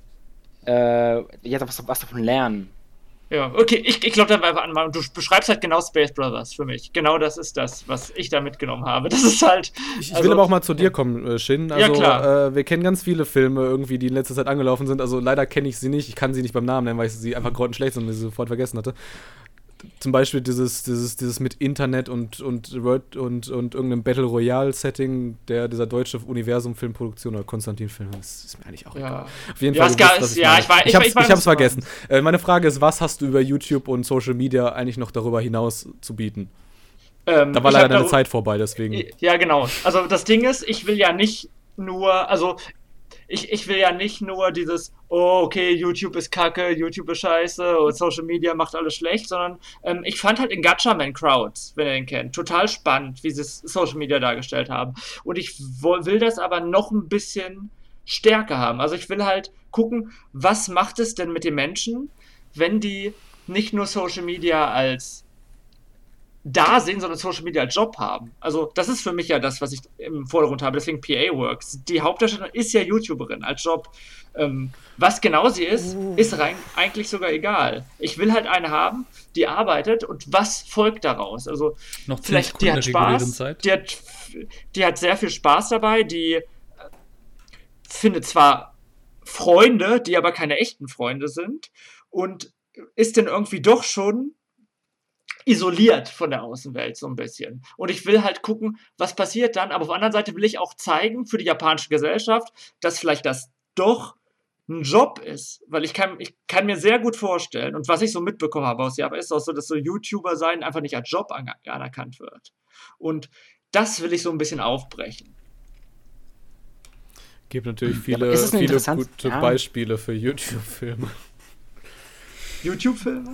was davon lernen. Ja, okay, ich glaube dann einfach an, du beschreibst halt genau Space Brothers für mich. Genau das ist das, was ich da mitgenommen habe. Das ist halt... Ich will aber auch mal zu dir kommen, Shin. Also, Ja, klar. Wir kennen ganz viele Filme irgendwie, die in letzter Zeit angelaufen sind. Also leider kenne ich sie nicht. Ich kann sie nicht beim Namen nennen, weil ich sie einfach grottenschlecht sind und sie sofort vergessen hatte. Zum Beispiel dieses mit Internet und Word und irgendeinem Battle Royale Setting, dieser deutsche Universum-Filmproduktion oder Konstantin-Film, das ist mir eigentlich auch egal. Auf jeden Fall, ich hab's vergessen. Meine Frage ist, was hast du über YouTube und Social Media eigentlich noch darüber hinaus zu bieten? Da war leider deine Zeit vorbei, deswegen. Ja, genau. Also das Ding ist, ich will ja nicht nur, ich will ja nicht nur dieses, oh, okay, YouTube ist kacke, YouTube ist scheiße und Social Media macht alles schlecht, sondern ich fand halt in Gatchaman Crowds, wenn ihr den kennt, total spannend, wie sie Social Media dargestellt haben. Und ich will das aber noch ein bisschen stärker haben. Also ich will halt gucken, was macht es denn mit den Menschen, wenn die nicht nur Social Media als da sehen, sondern Social Media als Job haben. Also das ist für mich ja das, was ich im Vordergrund habe, deswegen PA Works. Die Hauptdarstellerin ist ja YouTuberin als Job. Was genau sie ist eigentlich sogar egal. Ich will halt eine haben, die arbeitet und was folgt daraus? Also Noch vielleicht die hat Spaß, die hat sehr viel Spaß dabei, die findet zwar Freunde, die aber keine echten Freunde sind und ist dann irgendwie doch schon isoliert von der Außenwelt so ein bisschen. Und ich will halt gucken, was passiert dann, aber auf der anderen Seite will ich auch zeigen für die japanische Gesellschaft, dass vielleicht das doch ein Job ist, weil ich kann mir sehr gut vorstellen, und was ich so mitbekommen habe aus Japan, ist auch so, dass so YouTuber sein einfach nicht als Job anerkannt wird. Und das will ich so ein bisschen aufbrechen. Gibt natürlich viele gute Beispiele für YouTube-Filme. YouTube-Filme?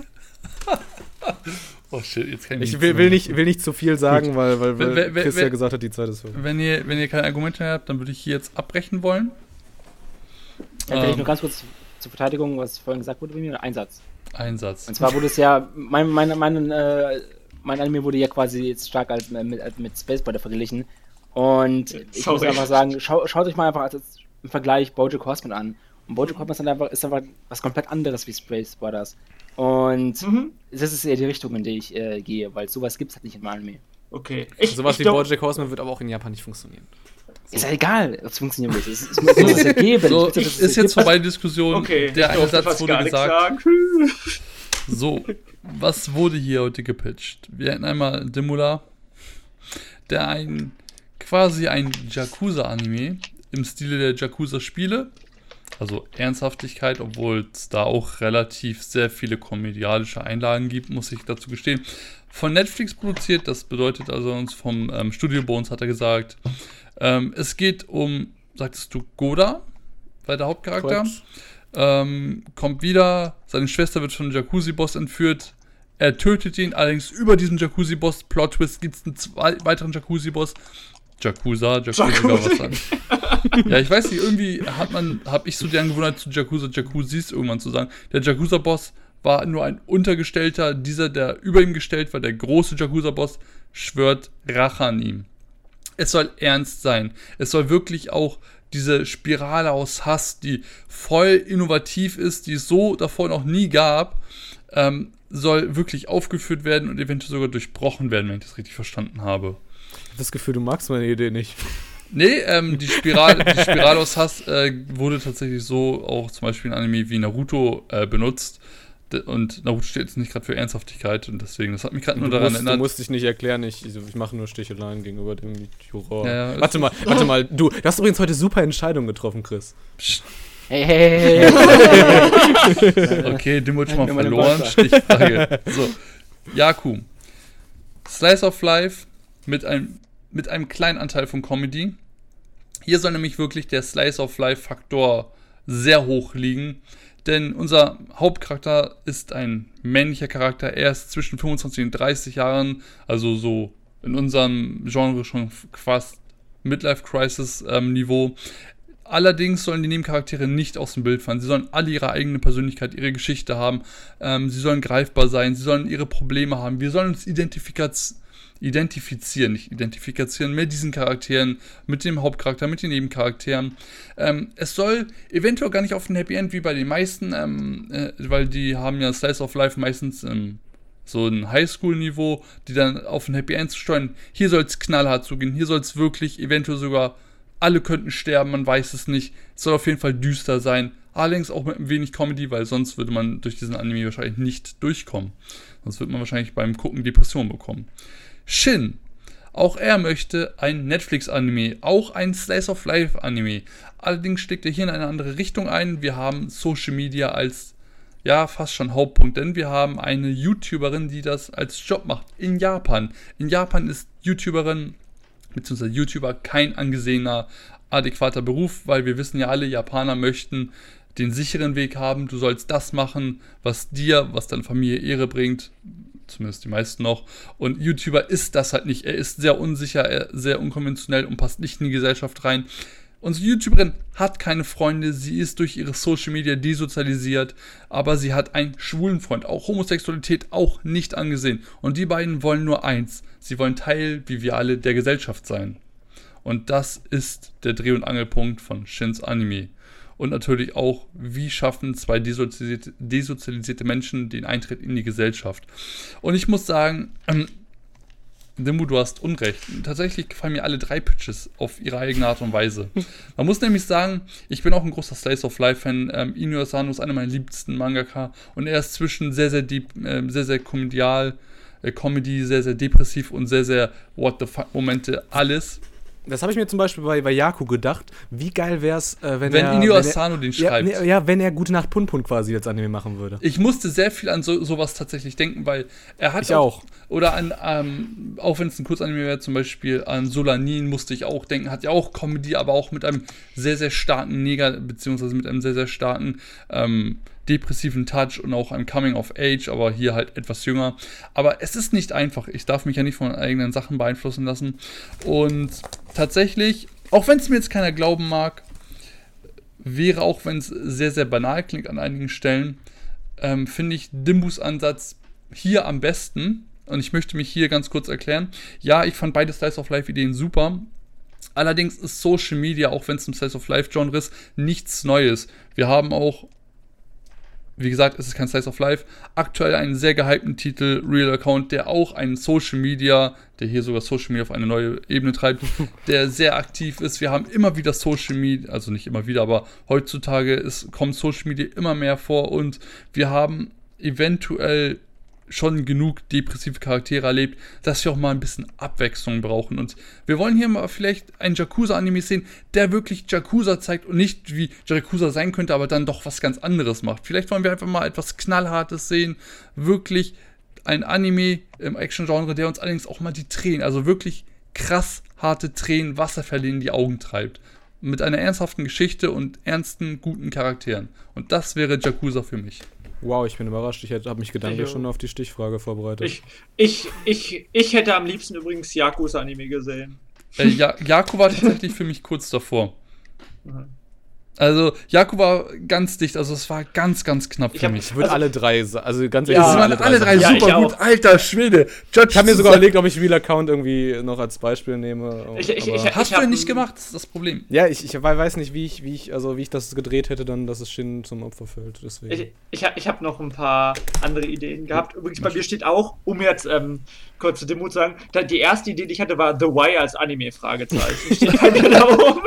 Oh shit, jetzt kann ich will nicht zu viel sagen, weil Chris ja gesagt hat, die Zeit ist vorbei. Wenn ihr keine Argumente mehr habt, dann würde ich hier jetzt abbrechen wollen. Vielleicht nur ganz kurz zur Verteidigung, was vorhin gesagt wurde bei mir, ein Satz. Und zwar wurde es ja, mein Anime wurde ja quasi jetzt stark mit Space Brother verglichen. Und ich muss Sorry. einfach sagen, schaut euch mal einfach als im Vergleich BoJack Horseman an. Und BoJack Horseman ist einfach was komplett anderes wie Space Brothers. Und das ist eher die Richtung, in die ich gehe, weil sowas gibt's halt nicht im Anime. Okay. Sowas wie BoJack Horseman wird aber auch in Japan nicht funktionieren. Ist ja egal, ob es funktioniert nicht. Es muss es ja geben. So, Ich bitte, dass es ist ja jetzt gibt. vorbei die Diskussion. Okay, Der ich eine durfte Satz fast wurde gar nichts gesagt. sagen. So, was wurde hier heute gepitcht? Wir hätten einmal Demula, der quasi ein Yakuza-Anime im Stile der Yakuza-Spiele, also Ernsthaftigkeit, obwohl es da auch relativ sehr viele komödialische Einlagen gibt, muss ich dazu gestehen. Von Netflix produziert, das bedeutet also uns vom Studio Bones, hat er gesagt. Es geht um, sagtest du, Goda, war der Hauptcharakter. Kommt wieder, seine Schwester wird von einem Jacuzzi-Boss entführt. Er tötet ihn, allerdings über diesen Jacuzzi-Boss. Plot-Twist gibt es einen weiteren Jacuzzi-Boss. Jacuzzi, was dann? Ja, ich weiß nicht, irgendwie habe ich so die Angewohnheit zu Jacuzzis irgendwann zu sagen. Der Jacuzza-Boss war nur ein Untergestellter, dieser, der über ihm gestellt war, der große Jacuzza-Boss, schwört Rache an ihm. Es soll ernst sein. Es soll wirklich auch diese Spirale aus Hass, die voll innovativ ist, die es so davor noch nie gab, soll wirklich aufgeführt werden und eventuell sogar durchbrochen werden, wenn ich das richtig verstanden habe. Ich habe das Gefühl, du magst meine Idee nicht. Nee, die Spirale aus Hass wurde tatsächlich so auch zum Beispiel in Anime wie Naruto benutzt. Und Naruto steht jetzt nicht gerade für Ernsthaftigkeit und deswegen, das hat mich gerade nur daran erinnert. Du musst dich nicht erklären, ich mache nur Sticheleien gegenüber dem Juror. Ja, warte mal, du hast übrigens heute super Entscheidungen getroffen, Chris. Psst. Hey. Okay, Dimmo hat schon mal verloren, Stichfrage. So, Yaku. Slice of Life mit einem kleinen Anteil von Comedy. Hier soll nämlich wirklich der Slice of Life Faktor sehr hoch liegen. Denn unser Hauptcharakter ist ein männlicher Charakter. Er ist zwischen 25 und 30 Jahren, also so in unserem Genre schon fast Midlife-Crisis-Niveau. Allerdings sollen die Nebencharaktere nicht aus dem Bild fallen. Sie sollen alle ihre eigene Persönlichkeit, ihre Geschichte haben. Sie sollen greifbar sein. Sie sollen ihre Probleme haben. Wir sollen uns mit diesen Charakteren, mit dem Hauptcharakter, mit den Nebencharakteren. Es soll eventuell gar nicht auf ein Happy End wie bei den meisten, weil die haben ja Slice of Life meistens so ein Highschool-Niveau, die dann auf ein Happy End zu steuern. Hier soll es knallhart zugehen, hier soll es wirklich eventuell sogar, alle könnten sterben, man weiß es nicht. Es soll auf jeden Fall düster sein, allerdings auch mit ein wenig Comedy, weil sonst würde man durch diesen Anime wahrscheinlich nicht durchkommen. Sonst würde man wahrscheinlich beim Gucken Depressionen bekommen. Shin, auch er möchte ein Netflix-Anime, auch ein Slice-of-Life-Anime. Allerdings schlägt er hier in eine andere Richtung ein. Wir haben Social Media als, ja, fast schon Hauptpunkt, denn wir haben eine YouTuberin, die das als Job macht in Japan. In Japan ist YouTuberin bzw. YouTuber kein angesehener, adäquater Beruf, weil wir wissen ja alle, Japaner möchten den sicheren Weg haben. Du sollst das machen, was deine Familie Ehre bringt. Zumindest die meisten noch. Und YouTuber ist das halt nicht. Er ist sehr unsicher, sehr unkonventionell und passt nicht in die Gesellschaft rein. Unsere YouTuberin hat keine Freunde, sie ist durch ihre Social Media desozialisiert, aber sie hat einen schwulen Freund, auch Homosexualität auch nicht angesehen. Und die beiden wollen nur eins, sie wollen Teil, wie wir alle, der Gesellschaft sein. Und das ist der Dreh- und Angelpunkt von Shins Anime. Und natürlich auch, wie schaffen zwei desozialisierte Menschen den Eintritt in die Gesellschaft. Und ich muss sagen, Dimmu, du hast Unrecht. Tatsächlich gefallen mir alle 3 Pitches auf ihre eigene Art und Weise. Man muss nämlich sagen, ich bin auch ein großer Slice-of-Life-Fan. Inyo Asano ist einer meiner liebsten Mangaka. Und er ist zwischen sehr, sehr deep, sehr, sehr komedial, Comedy, sehr, sehr depressiv und sehr, sehr What-the-fuck-Momente, alles. Das habe ich mir zum Beispiel bei Yaku gedacht. Wie geil wäre es, wenn Inyo Asano den schreibt. Ja, wenn er Gute Nacht Punpun quasi als Anime machen würde. Ich musste sehr viel an sowas tatsächlich denken, weil er hat ich auch. Oder an, auch wenn es ein Kurzanime wäre, zum Beispiel an Solanin musste ich auch denken. Hat ja auch Comedy, aber auch mit einem sehr, sehr starken beziehungsweise mit einem sehr, sehr starken depressiven Touch und auch einem Coming of Age, aber hier halt etwas jünger. Aber es ist nicht einfach. Ich darf mich ja nicht von eigenen Sachen beeinflussen lassen. Und tatsächlich, auch wenn es mir jetzt keiner glauben mag, wäre, auch wenn es sehr, sehr banal klingt an einigen Stellen, finde ich Dimbus Ansatz hier am besten. Und ich möchte mich hier ganz kurz erklären. Ja, ich fand beide Slice of Life Ideen super. Allerdings ist Social Media, auch wenn es im Slice of Life Genre ist, nichts Neues. Wir haben auch, wie gesagt, es ist kein Slice of Life, aktuell einen sehr gehypten Titel, Real Account, der auch einen Social Media, der hier sogar Social Media auf eine neue Ebene treibt, der sehr aktiv ist. Wir haben immer wieder Social Media, also nicht immer wieder, aber heutzutage kommt Social Media immer mehr vor und wir haben eventuell schon genug depressive Charaktere erlebt, dass wir auch mal ein bisschen Abwechslung brauchen. Und wir wollen hier mal vielleicht einen Yakuza-Anime sehen, der wirklich Yakuza zeigt und nicht wie Yakuza sein könnte, aber dann doch was ganz anderes macht. Vielleicht wollen wir einfach mal etwas Knallhartes sehen, wirklich ein Anime im Action-Genre, der uns allerdings auch mal die Tränen, also wirklich krass harte Tränen, Wasserfälle in die Augen treibt. Mit einer ernsthaften Geschichte und ernsten, guten Charakteren. Und das wäre Yakuza für mich. Wow, ich bin überrascht. Ich habe mich gedanklich schon auf die Stichfrage vorbereitet. Ich hätte am liebsten übrigens Yakuza-Anime gesehen. Yaku war tatsächlich für mich kurz davor. Also, Yaku war ganz dicht, also es war ganz, ganz knapp für mich. Ich würde alle drei, also ganz Ja, ehrlich, alle drei Ja, super ich gut, auch. alter Schwede. Ich habe mir sogar überlegt, ob ich Real Account irgendwie noch als Beispiel nehme. Hast du ja nicht gemacht, das ist das Problem. Ja, ich weiß nicht, wie ich das gedreht hätte, dann, dass es Shin zum Opfer fällt. Deswegen. Ich habe noch ein paar andere Ideen gehabt. Übrigens, bei mir steht auch, um jetzt kurz zu Demut zu sagen, die erste Idee, die ich hatte, war The Wire als Anime, Fragezeichen. Steht bei mir da oben.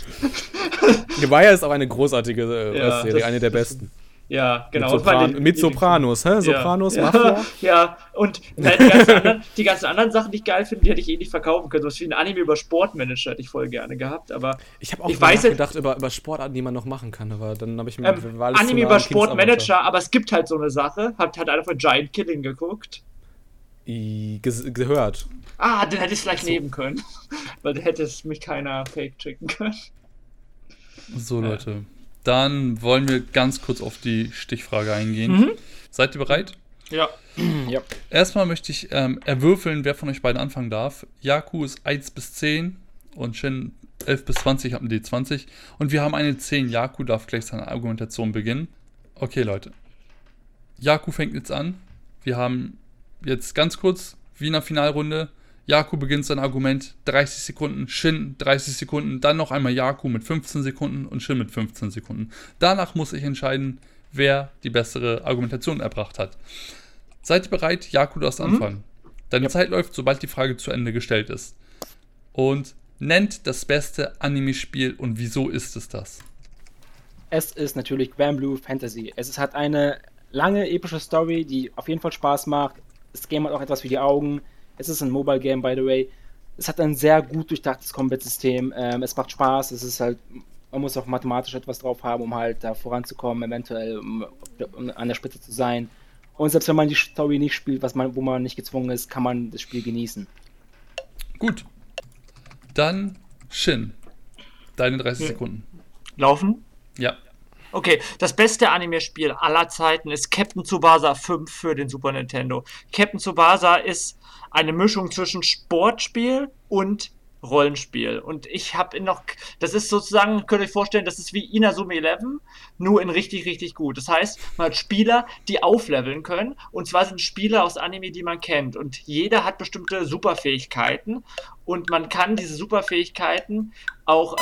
The Wire ist auch eine großartige Ja, Serie, eine der besten. Ja, genau. Mit Sopranos, hä? Sopranos, ja. Mafia. Ja, und die ganzen anderen Sachen, die ich geil finde, die hätte ich eh nicht verkaufen können. So was wie ein Anime über Sportmanager hätte ich voll gerne gehabt, aber Ich habe auch nachgedacht über Sportarten, die man noch machen kann, aber dann habe ich mir Anime über Sportmanager, aber es gibt halt so eine Sache. Hat einer von Giant Killing geguckt? gehört. Den hätte ich vielleicht nehmen können. Weil da hätte es mich keiner fake-checken können. So, Leute. Dann wollen wir ganz kurz auf die Stichfrage eingehen. Seid ihr bereit? Ja. Ja. Erstmal möchte ich erwürfeln, wer von euch beiden anfangen darf. Yaku ist 1 bis 10 und Shin 11 bis 20, haben die 20. Und wir haben eine 10. Yaku darf gleich seine Argumentation beginnen. Okay, Leute. Yaku fängt jetzt an. Wir haben jetzt ganz kurz, wie in der Finalrunde, Yaku beginnt sein Argument, 30 Sekunden, Shin 30 Sekunden, dann noch einmal Yaku mit 15 Sekunden und Shin mit 15 Sekunden. Danach muss ich entscheiden, wer die bessere Argumentation erbracht hat. Seid ihr bereit? Yaku, du darfst anfangen. Deine Zeit läuft, sobald die Frage zu Ende gestellt ist. Und nennt das beste Anime-Spiel und wieso ist es das? Es ist natürlich Granblue Fantasy. Hat eine lange, epische Story, die auf jeden Fall Spaß macht. Das Game hat auch etwas für die Augen. Es ist ein Mobile Game, by the way. Es hat ein sehr gut durchdachtes Combat-System. Es macht Spaß. Es ist halt, man muss auch mathematisch etwas drauf haben, um halt da voranzukommen, eventuell um an der Spitze zu sein. Und selbst wenn man die Story nicht spielt, wo man nicht gezwungen ist, kann man das Spiel genießen. Gut. Dann Shin. Deine 30 Sekunden. Laufen? Ja. Okay, das beste Anime-Spiel aller Zeiten ist Captain Tsubasa 5 für den Super Nintendo. Captain Tsubasa ist eine Mischung zwischen Sportspiel und Rollenspiel. Und ich habe das ist sozusagen, könnt ihr euch vorstellen, das ist wie Inazuma 11, nur in richtig, richtig gut. Das heißt, man hat Spieler, die aufleveln können. Und zwar sind Spieler aus Anime, die man kennt. Und jeder hat bestimmte Superfähigkeiten. Und man kann diese Superfähigkeiten auch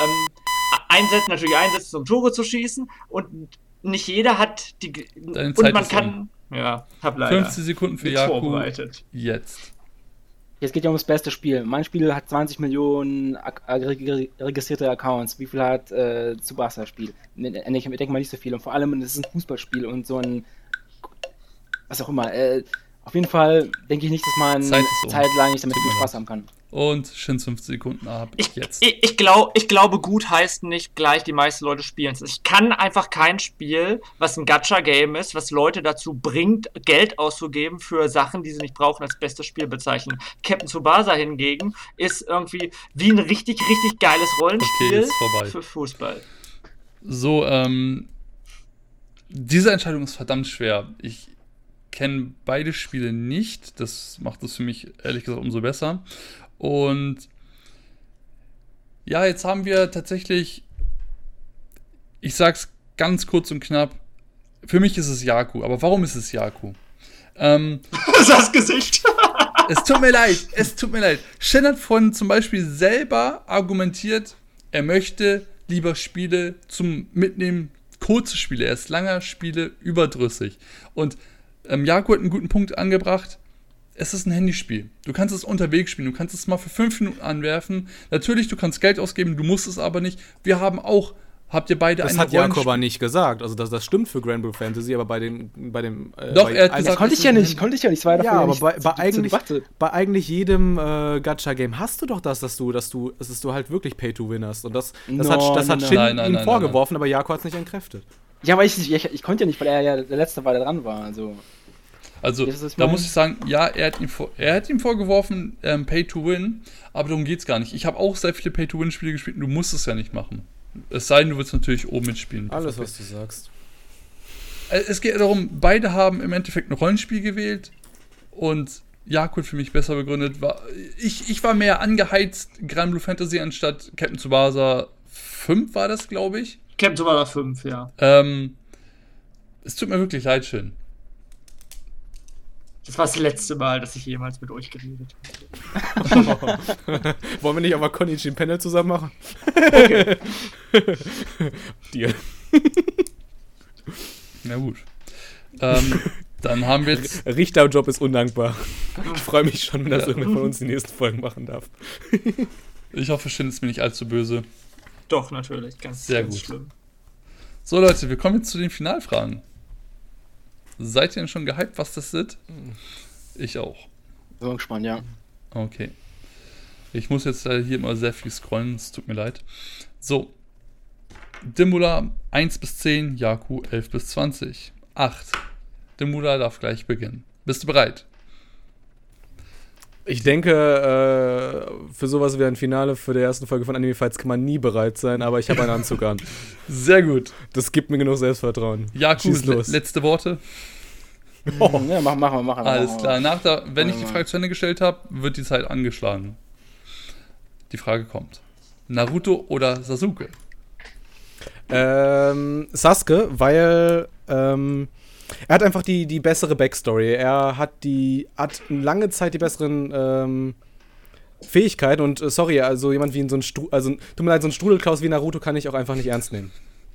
einsetzen, um Tore zu schießen. Und nicht jeder hat die. Deine Zeit und man ist kann. Ja, hab leider. 50 Sekunden für nichts Yaku. vorbereitet. Jetzt. Jetzt geht ja ums beste Spiel. Mein Spiel hat 20 Millionen registrierte Accounts. Wie viel hat Tsubasa-Spiel? Ich denke mal nicht so viel. Und vor allem, es ist ein Fußballspiel und so ein. Was auch immer. Auf jeden Fall denke ich nicht, dass man zeitlang nicht damit viel Spaß haben kann. Und Shins 50 Sekunden ab jetzt. Ich glaube, gut heißt nicht gleich, die meisten Leute spielen es. Ich kann einfach kein Spiel, was ein Gacha-Game ist, was Leute dazu bringt, Geld auszugeben für Sachen, die sie nicht brauchen, als bestes Spiel bezeichnen. Captain Tsubasa hingegen ist irgendwie wie ein richtig, richtig geiles Rollenspiel für Fußball. So, diese Entscheidung ist verdammt schwer. Ich kenne beide Spiele nicht. Das macht es für mich ehrlich gesagt umso besser. Und ja, jetzt haben wir tatsächlich, ich sag's ganz kurz und knapp, für mich ist es Yaku. Aber warum ist es Yaku? Das Gesicht. Es tut mir leid, es tut mir leid. Shen hat vorhin zum Beispiel selber argumentiert, er möchte lieber Spiele zum Mitnehmen, kurze Spiele, er ist langer Spiele überdrüssig. Und Jakob hat einen guten Punkt angebracht. Es ist ein Handyspiel. Du kannst es unterwegs spielen. Du kannst es mal für 5 Minuten anwerfen. Natürlich, du kannst Geld ausgeben, du musst es aber nicht. Habt ihr beide Das eine hat Jakob aber nicht gesagt. Also das stimmt für Granblue Fantasy, aber bei dem Doch, er hat gesagt, konnte ich ja nicht. Es war ja, aber bei eigentlich jedem Gacha-Game hast du doch dass du halt wirklich Pay-to-Win hast. Und das hat Shin ihm vorgeworfen, aber Jakob hat es nicht entkräftet. Ja, aber ich konnte ja nicht, weil er ja der Letzte war, der dran war. Also, da muss ich sagen, ja, er hat ihm vorgeworfen, Pay-to-Win, aber darum geht's gar nicht. Ich habe auch sehr viele Pay-to-Win-Spiele gespielt und du musst es ja nicht machen. Es sei denn, du willst natürlich oben mitspielen. Alles, was du sagst. Es geht darum, beide haben im Endeffekt ein Rollenspiel gewählt und Jakob für mich besser begründet. Ich war mehr angeheizt, Granblue Fantasy anstatt Captain Tsubasa 5 war das, glaube ich. Captain Tsubasa 5, ja. Es tut mir wirklich leid, Shin. Das war das letzte Mal, dass ich jemals mit euch geredet habe. Wollen wir nicht aber Konichi ein Panel zusammen machen? Okay. Dir. Na gut. Dann haben wir jetzt... Richterjob ist undankbar. Ich freue mich schon, wenn das irgendwer von uns die nächsten Folgen machen darf. Ich hoffe, Shin ist mir nicht allzu böse. Doch, natürlich. Ganz gut. Schlimm. So, Leute, wir kommen jetzt zu den Finalfragen. Seid ihr denn schon gehypt, was das sind? Ich auch. So gespannt, ja. Okay. Ich muss jetzt hier immer sehr viel scrollen, es tut mir leid. So. Dimbula 1 bis 10, Jaku 11 bis 20. 8. Dimbula darf gleich beginnen. Bist du bereit? Ich denke, für sowas wie ein Finale für die erste Folge von Anime Fights kann man nie bereit sein, aber ich habe einen Anzug an. Sehr gut. Das gibt mir genug Selbstvertrauen. Jaku, letzte Worte. Oh. Ja, machen wir. Alles klar. Wenn ich die Frage zu Ende gestellt habe, wird die Zeit angeschlagen. Die Frage kommt. Naruto oder Sasuke? Sasuke, weil er hat einfach die bessere Backstory. Er hat lange Zeit die besseren Fähigkeiten und sorry, also jemand wie so ein tut mir leid, so ein Strudelklaus wie Naruto kann ich auch einfach nicht ernst nehmen.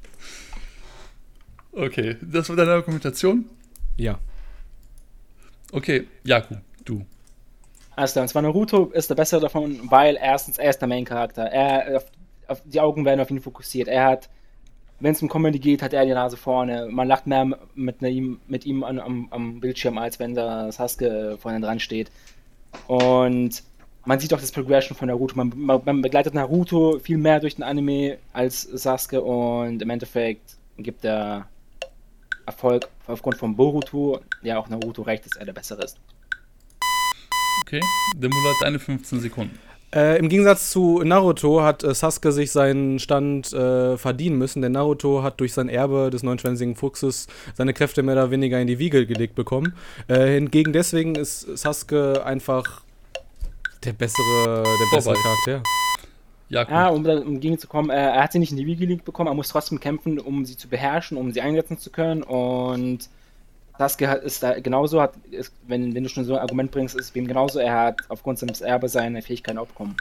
Okay, das war deine Argumentation? Ja. Okay, Jaku, du. Also, und zwar Naruto ist der bessere davon, weil erstens, er ist der Main-Charakter. Die Augen werden auf ihn fokussiert. Wenn es um Comedy geht, hat er die Nase vorne. Man lacht mehr mit ihm am Bildschirm, als wenn da Sasuke vorne dran steht. Und man sieht auch das Progression von Naruto. Man begleitet Naruto viel mehr durch den Anime als Sasuke und im Endeffekt gibt der Erfolg aufgrund von Boruto, ja auch Naruto recht, dass er der Bessere ist. Okay, Dimbula hat deine 15 Sekunden. Im Gegensatz zu Naruto hat Sasuke sich seinen Stand verdienen müssen, denn Naruto hat durch sein Erbe des neunschwänzigen Fuchses seine Kräfte mehr oder weniger in die Wiege gelegt bekommen. Hingegen deswegen ist Sasuke einfach der bessere Charakter. Ja, um gegenzukommen, er hat sie nicht in die Wiege gelegt bekommen, er muss trotzdem kämpfen, um sie zu beherrschen, um sie einsetzen zu können und Sasuke ist da genauso, wenn du schon so ein Argument bringst, ist es ihm genauso, er hat aufgrund seines Erbes seine Fähigkeiten auch bekommen.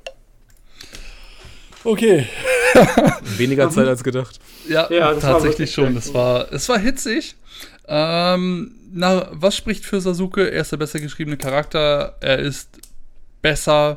Okay. Weniger Zeit als gedacht. Ja, tatsächlich schon. Es war hitzig. Was spricht für Sasuke? Er ist der besser geschriebene Charakter, er ist besser,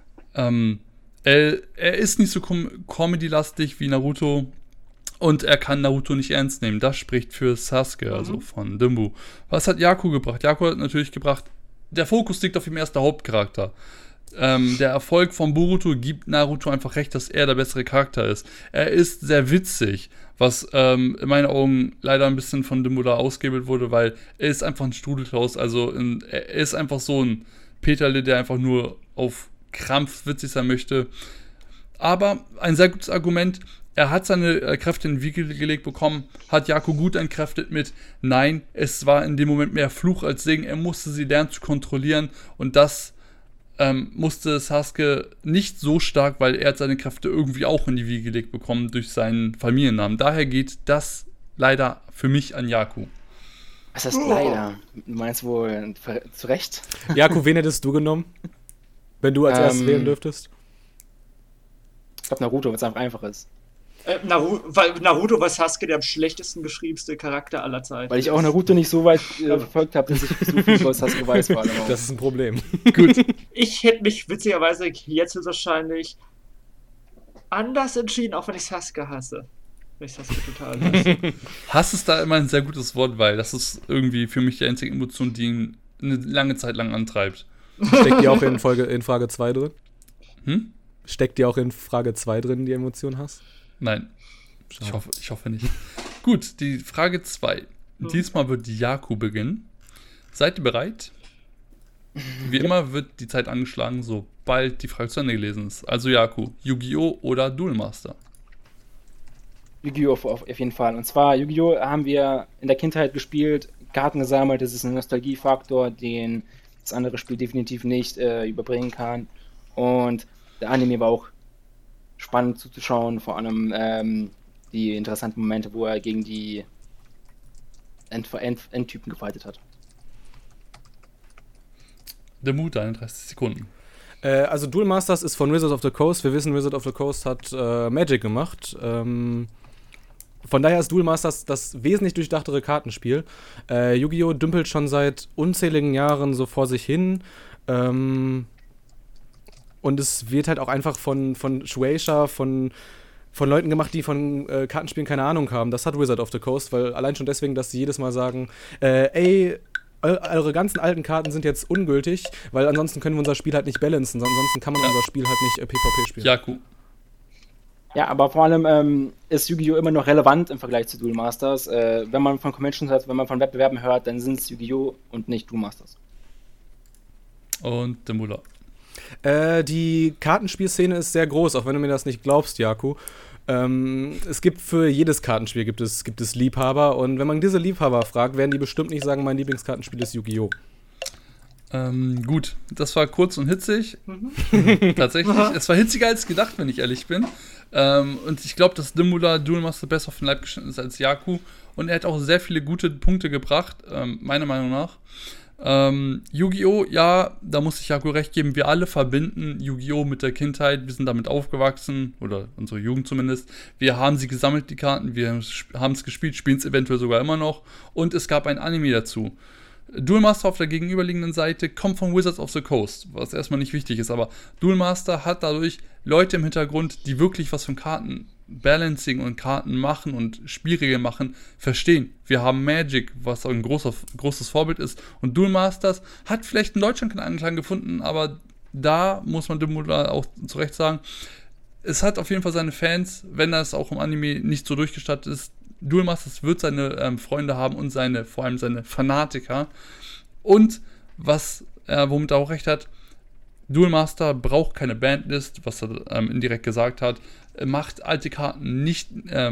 er ist nicht so comedy-lastig wie Naruto. Und er kann Naruto nicht ernst nehmen. Das spricht für Sasuke, also von Dimbu. Was hat Jaku gebracht? Jaku hat natürlich gebracht, der Fokus liegt auf ihm, er ist der Hauptcharakter. Der Erfolg von Boruto gibt Naruto einfach recht, dass er der bessere Charakter ist. Er ist sehr witzig, was in meinen Augen leider ein bisschen von Dimbu da ausgehebelt wurde, weil er ist einfach ein Strudelklaus. Also er ist einfach so ein Peterle, der einfach nur auf Krampf witzig sein möchte. Aber ein sehr gutes Argument, er hat seine Kräfte in die Wiege gelegt bekommen, hat Jaku gut entkräftet mit nein, es war in dem Moment mehr Fluch als Segen, er musste sie lernen zu kontrollieren und das musste Sasuke nicht so stark, weil er hat seine Kräfte irgendwie auch in die Wiege gelegt bekommen durch seinen Familiennamen. Daher geht das leider für mich an Jaku. Was heißt leider? Du meinst wohl zu Recht? Jakob, wen hättest du genommen? Wenn du als erstes wählen dürftest? Ich glaube Naruto, weil es einfach ist. Naruto war Sasuke der am schlechtesten geschriebenste Charakter aller Zeiten. Weil ich auch Naruto nicht so weit verfolgt habe, dass ich so viel über Sasuke weiß vor allem auch. Das ist ein Problem. Gut. Ich hätte mich witzigerweise jetzt wahrscheinlich anders entschieden, auch wenn ich Sasuke hasse. Weil ich Sasuke total hasse. Hass ist da immer ein sehr gutes Wort, weil das ist irgendwie für mich die einzige Emotion, die ihn eine lange Zeit lang antreibt. Steckt die auch in Frage 2 drin? Hm? Steckt die auch in Frage 2 drin, die Emotion hast? Nein. Ich hoffe nicht. Gut, die Frage 2. Diesmal wird Jaku beginnen. Seid ihr bereit? Wie immer wird die Zeit angeschlagen, sobald die Frage zu Ende gelesen ist. Also Jaku, Yu-Gi-Oh! Oder Duel Master? Yu-Gi-Oh! Auf jeden Fall. Und zwar, Yu-Gi-Oh! Haben wir in der Kindheit gespielt, Karten gesammelt, das ist ein Nostalgiefaktor, den das andere Spiel definitiv nicht überbringen kann. Und der Anime war auch spannend zuzuschauen, vor allem die interessanten Momente, wo er gegen die Endtypen gefightet hat. Der Mut, 31 Sekunden. Also Duel Masters ist von Wizards of the Coast. Wir wissen, Wizards of the Coast hat Magic gemacht. Von daher ist Duel Masters das wesentlich durchdachtere Kartenspiel. Yu-Gi-Oh! Dümpelt schon seit unzähligen Jahren so vor sich hin. Und es wird halt auch einfach von Shueisha, von Leuten gemacht, die von Kartenspielen keine Ahnung haben. Das hat Wizard of the Coast, weil allein schon deswegen, dass sie jedes Mal sagen, eure ganzen alten Karten sind jetzt ungültig, weil ansonsten können wir unser Spiel halt nicht balancen, ansonsten kann man unser Spiel halt nicht PvP spielen. Jaku. Ja, aber vor allem ist Yu-Gi-Oh! Immer noch relevant im Vergleich zu Duel Masters. Wenn man von Conventions hört, wenn man von Wettbewerben hört, dann sind es Yu-Gi-Oh! Und nicht Duel Masters. Und der Muller. Die Kartenspielszene ist sehr groß, auch wenn du mir das nicht glaubst, Jaku. Es gibt für jedes Kartenspiel gibt es Liebhaber, und wenn man diese Liebhaber fragt, werden die bestimmt nicht sagen, mein Lieblingskartenspiel ist Yu-Gi-Oh! Gut, das war kurz und hitzig. Tatsächlich. Es war hitziger als gedacht, wenn ich ehrlich bin. Und ich glaube, dass Dimula Duel Master besser auf den Leib geschnitten ist als Jaku. Und er hat auch sehr viele gute Punkte gebracht, meiner Meinung nach. Yu-Gi-Oh! Ja, da muss ich Jaku recht geben, wir alle verbinden Yu-Gi-Oh! Mit der Kindheit, wir sind damit aufgewachsen, oder unsere Jugend zumindest, wir haben sie gesammelt, die Karten, wir haben es gespielt, spielen es eventuell sogar immer noch, und es gab ein Anime dazu. Duel Master auf der gegenüberliegenden Seite kommt von Wizards of the Coast, was erstmal nicht wichtig ist, aber Duel Master hat dadurch Leute im Hintergrund, die wirklich was von Kartenbalancing und Karten machen und Spielregeln machen, verstehen. Wir haben Magic, was ein großes Vorbild ist, und Duel Masters hat vielleicht in Deutschland keinen Anklang gefunden, aber da muss man Dimula auch zu Recht sagen, es hat auf jeden Fall seine Fans, wenn das auch im Anime nicht so durchgestattet ist. Duel Masters wird seine Freunde haben und vor allem seine Fanatiker. Und womit er auch recht hat, Duel Master braucht keine Bandlist, was er indirekt gesagt hat, macht alte Karten nicht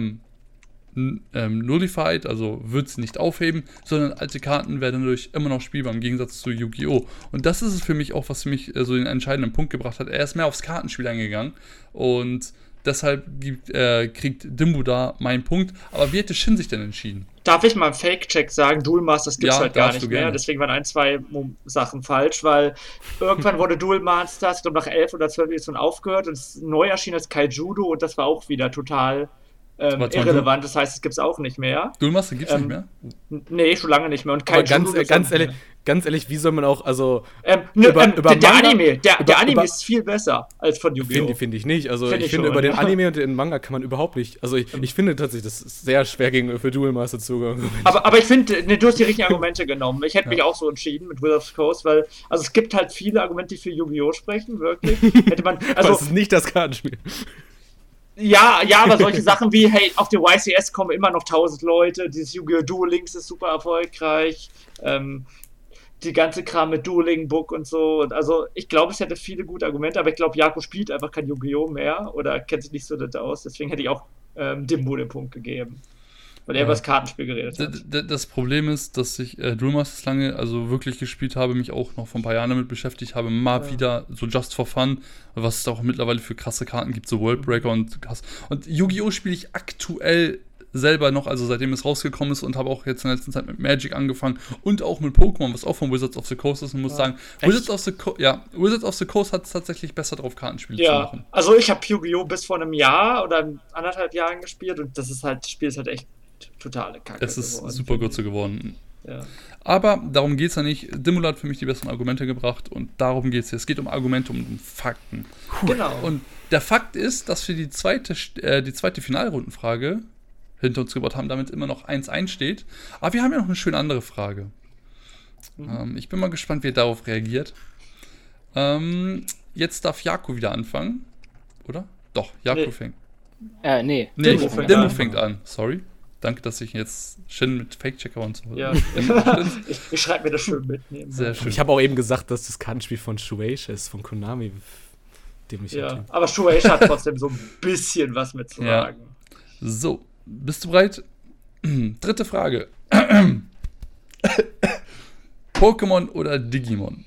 nullified, also wird sie nicht aufheben, sondern alte Karten werden dadurch immer noch spielbar, im Gegensatz zu Yu-Gi-Oh! Und das ist es für mich auch, was für mich so den entscheidenden Punkt gebracht hat. Er ist mehr aufs Kartenspiel eingegangen, und deshalb kriegt Dimbu da meinen Punkt. Aber wie hätte Shin sich denn entschieden? Darf ich mal einen Fake-Check sagen? Duel Masters gibt es halt gar nicht mehr. Gerne. Deswegen waren 2 Sachen falsch, weil irgendwann wurde Duel Masters, ich glaube nach 11 oder 12 Editionen aufgehört, und es neu erschien als Kaijudo, und das war auch wieder total irrelevant. Das heißt, es gibt es auch nicht mehr. Duel Master gibt es nicht mehr? Nee, schon lange nicht mehr. Und Aber Kaijudo ganz ehrlich, wie soll man auch, also der Anime ist viel besser als von Yu-Gi-Oh! Finde ich nicht. Also ich finde, schon, über den Anime und den Manga kann man überhaupt nicht. Also ich finde tatsächlich, das ist sehr schwer für Duel Master zu. Aber ich finde, du hast die richtigen Argumente genommen. Ich hätte mich auch so entschieden mit Wizards of the Coast, weil es gibt halt viele Argumente, die für Yu-Gi-Oh! Sprechen, wirklich. Aber es ist nicht das Kartenspiel. Ja, aber solche Sachen wie, hey, auf der YCS kommen immer noch 1000 Leute, dieses Yu-Gi-Oh! Duel Links ist super erfolgreich, die ganze Kram mit Dueling Book und so. Also ich glaube, es hätte viele gute Argumente, aber ich glaube, Jakob spielt einfach kein Yu-Gi-Oh! Mehr oder kennt sich nicht so das aus, deswegen hätte ich auch Dimbu den Punkt gegeben. Weil er über das Kartenspiel geredet hat. Das Problem ist, dass ich Duel Masters lange wirklich gespielt habe, mich auch noch vor ein paar Jahren damit beschäftigt habe, mal wieder so just for fun, was es auch mittlerweile für krasse Karten gibt, so Worldbreaker und krass. Und Yu-Gi-Oh! Spiele ich aktuell selber noch, also seitdem es rausgekommen ist, und habe auch jetzt in der letzten Zeit mit Magic angefangen und auch mit Pokémon, was auch von Wizards of the Coast ist, und muss sagen, Wizards of the Coast hat es tatsächlich besser drauf, Kartenspiele zu machen. Also ich habe Yu-Gi-Oh! Bis vor einem Jahr oder 1,5 Jahren gespielt und das Spiel ist halt echt totale Kacke. Es ist super gut geworden. Ja. Aber darum geht es ja nicht. Dimula hat für mich die besseren Argumente gebracht und darum geht es hier. Es geht um Argumente, um Fakten. Genau. Und der Fakt ist, dass wir die zweite Finalrundenfrage hinter uns gebracht haben, damit immer noch 1-1 steht. Aber wir haben ja noch eine schöne andere Frage. Ich bin mal gespannt, wie er darauf reagiert. Jetzt darf Jaco wieder anfangen. Oder? Doch, Jaco fängt. Nee. Dimmu fängt an. Sorry. Danke, dass ich jetzt schön mit Fake-Checker und so. Ja. Ich schreibe mir das schön mit. Sehr schön. Ich habe auch eben gesagt, dass das Kartenspiel von Shueisha ist, von Konami. Aber Shueisha hat trotzdem so ein bisschen was mitzusagen. Ja. So, bist du bereit? Dritte Frage. Pokémon oder Digimon?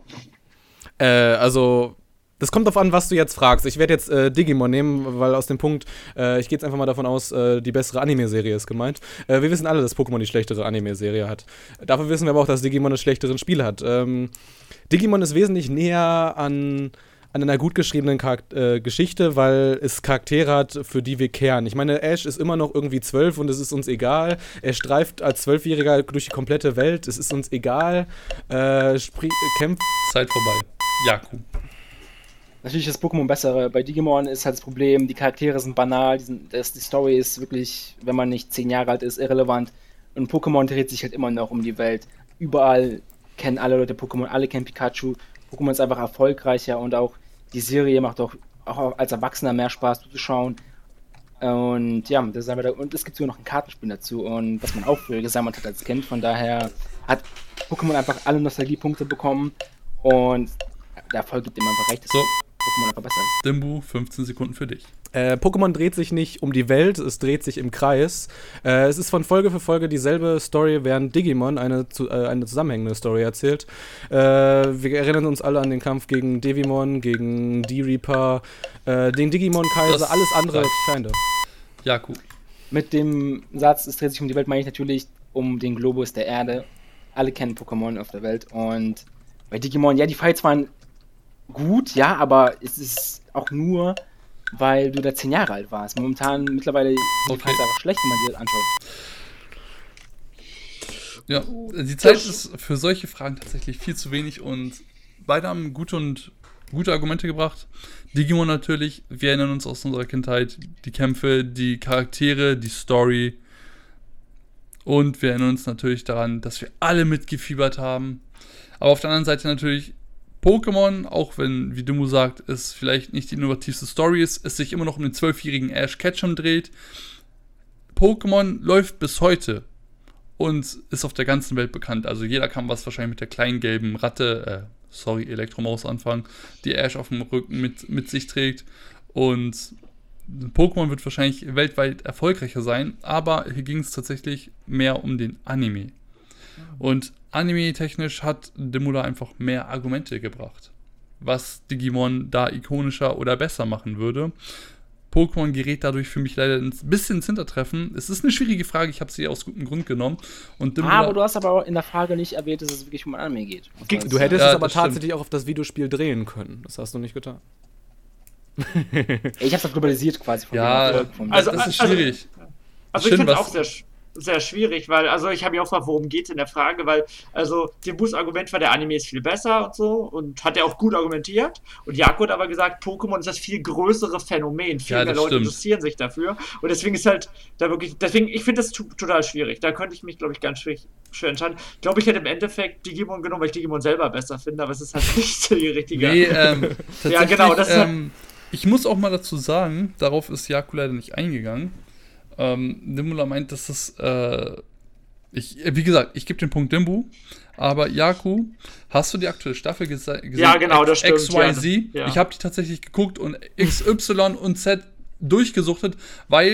Also, das kommt darauf an, was du jetzt fragst. Ich werde jetzt Digimon nehmen, weil aus dem Punkt, ich gehe jetzt einfach mal davon aus, die bessere Anime-Serie ist gemeint. Wir wissen alle, dass Pokémon die schlechtere Anime-Serie hat. Dafür wissen wir aber auch, dass Digimon das schlechteren Spiel hat. Digimon ist wesentlich näher an einer gut geschriebenen Geschichte, weil es Charaktere hat, für die wir kehren. Ich meine, Ash ist immer noch irgendwie 12 und es ist uns egal. Er streift als 12-Jähriger durch die komplette Welt. Es ist uns egal. Kämpft. Zeit vorbei. Jaku. Natürlich ist Pokémon bessere. Bei Digimon ist halt das Problem, die Charaktere sind banal, die Story ist wirklich, wenn man nicht 10 Jahre alt ist, irrelevant. Und Pokémon dreht sich halt immer noch um die Welt. Überall kennen alle Leute Pokémon, alle kennen Pikachu. Pokémon ist einfach erfolgreicher und auch die Serie macht auch als Erwachsener mehr Spaß zuzuschauen. Und ja, und es gibt sogar noch ein Kartenspiel dazu, und was man auch früher gesammelt hat als Kind. Von daher hat Pokémon einfach alle Nostalgiepunkte bekommen und der Erfolg gibt ihm einfach recht. So. Pokémon einfach besser ist. Dimbu, 15 Sekunden für dich. Pokémon dreht sich nicht um die Welt, es dreht sich im Kreis. Es ist von Folge für Folge dieselbe Story, während Digimon eine zusammenhängende Story erzählt. Wir erinnern uns alle an den Kampf gegen Devimon, gegen D-Reaper, den Digimon-Kaiser, alles andere Feinde. Jaku. Mit dem Satz, es dreht sich um die Welt, meine ich natürlich um den Globus der Erde. Alle kennen Pokémon auf der Welt, und bei Digimon, ja, die Fights waren gut, ja, aber es ist auch nur, weil du da 10 Jahre alt warst. Mittlerweile sind die Fights einfach schlecht, wenn man die anschaut. Ja, die Zeit ist für solche Fragen tatsächlich viel zu wenig, und beide haben gute Argumente gebracht. Digimon natürlich, wir erinnern uns aus unserer Kindheit, die Kämpfe, die Charaktere, die Story, und wir erinnern uns natürlich daran, dass wir alle mitgefiebert haben. Aber auf der anderen Seite natürlich Pokémon, auch wenn, wie Dimmu sagt, es vielleicht nicht die innovativste Story ist, es sich immer noch um den 12-jährigen Ash Ketchum dreht. Pokémon läuft bis heute und ist auf der ganzen Welt bekannt. Also jeder kann was wahrscheinlich mit der kleinen gelben Ratte, Elektromaus anfangen, die Ash auf dem Rücken mit sich trägt. Und Pokémon wird wahrscheinlich weltweit erfolgreicher sein, aber hier ging es tatsächlich mehr um den Anime. Und anime-technisch hat Dimula einfach mehr Argumente gebracht, was Digimon da ikonischer oder besser machen würde. Pokémon gerät dadurch für mich leider ein bisschen ins Hintertreffen. Es ist eine schwierige Frage, ich habe sie aus gutem Grund genommen. Und aber du hast aber auch in der Frage nicht erwähnt, dass es wirklich um Anime geht. Du hättest es aber tatsächlich auch auf das Videospiel drehen können. Das hast du nicht getan. Ich hab's doch globalisiert quasi. Das ist schwierig. Also ich finde es auch sehr schwierig, weil, also ich habe mich auch gefragt, worum geht es in der Frage, weil, also Dimbus Argument war, der Anime ist viel besser und so, und hat er auch gut argumentiert, und Jakob hat aber gesagt, Pokémon ist das viel größere Phänomen, viel mehr Leute interessieren sich dafür, und deswegen ist halt da wirklich, ich finde das total schwierig, da könnte ich mich, glaube ich, ganz schwer entscheiden. Ich glaube, ich hätte im Endeffekt Digimon genommen, weil ich Digimon selber besser finde, aber es ist halt nicht die richtige. Nee, tatsächlich, ja, genau, das ist halt, ich muss auch mal dazu sagen, darauf ist Jakob leider nicht eingegangen. Dimula meint, dass das, wie gesagt, ich gebe den Punkt Dimbu, aber Jaku, hast du die aktuelle Staffel gesehen? Ja, genau, das stimmt. XYZ? Ja. Ich habe die tatsächlich geguckt und X, Y und Z durchgesuchtet, weil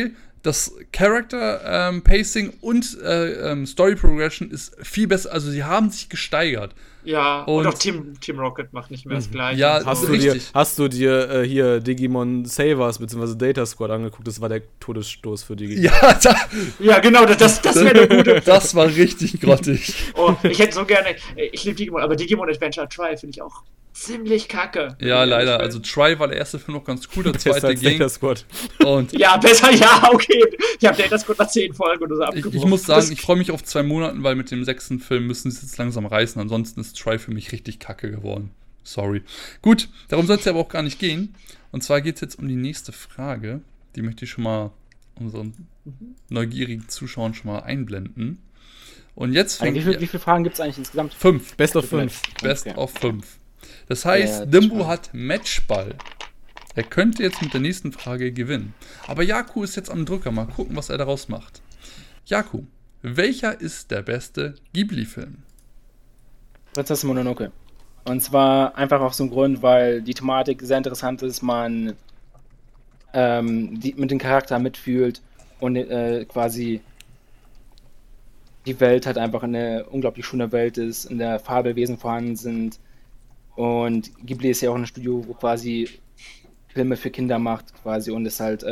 das Character Pacing und Story Progression ist viel besser. Also sie haben sich gesteigert. Ja, und Und- auch Team Rocket macht nicht mehr das Gleiche. Ja, und Hast so. du dir, Richtig. hast du dir hier Digimon Savers bzw. Data Squad angeguckt? Das war der Todesstoß für Digimon. Ja, Ja, genau, das wäre eine gute. das war richtig grottig. Oh, ich hätte so gerne. Ich liebe Digimon, aber Digimon Adventure Try finde ich auch ziemlich kacke. Ja, leider. Also, Also Try war der erste Film noch ganz cool, der Besser zweite als ging. Data Squad. Und ja, besser, ja, okay. Ich habe das gut nach 10 Folgen oder so abgebrochen. ich muss sagen, Das- ich freue mich auf 2 Monaten, weil mit dem 6. Film müssen sie es jetzt langsam reißen. Ansonsten ist Try für mich richtig kacke geworden. Sorry. Gut, darum soll es ja aber auch gar nicht gehen. Und zwar geht es jetzt um die nächste Frage. Die möchte ich schon mal unseren neugierigen Zuschauern schon mal einblenden. Und jetzt Also, wie viele Fragen gibt es eigentlich insgesamt? 5. Best of 5. Best Okay. of 5. Das heißt, Ja, Dimbu spannend. hat Matchball. Er könnte jetzt mit der nächsten Frage gewinnen. Aber Jaku ist jetzt am Drücker. Mal gucken, was er daraus macht. Jaku, welcher ist der beste Ghibli-Film? Prinzessin Mononoke. Und zwar einfach aus dem Grund, weil die Thematik sehr interessant ist, man mit dem Charakter mitfühlt und quasi die Welt halt einfach eine unglaublich schöne Welt ist, in der Fabelwesen vorhanden sind. Und Ghibli ist ja auch ein Studio, wo quasi Filme für Kinder macht, quasi, und es halt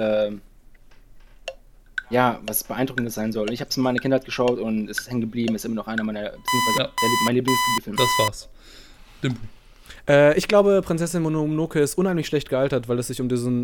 was Beeindruckendes sein soll. Und ich habe es in meiner Kindheit geschaut und es ist hängen geblieben, ist immer noch einer meiner, beziehungsweise Ja. mein Lieblings-Ghibli-Film. Das war's. Dimbu. Ich glaube, Prinzessin Mononoke ist unheimlich schlecht gealtert, weil es sich um diesen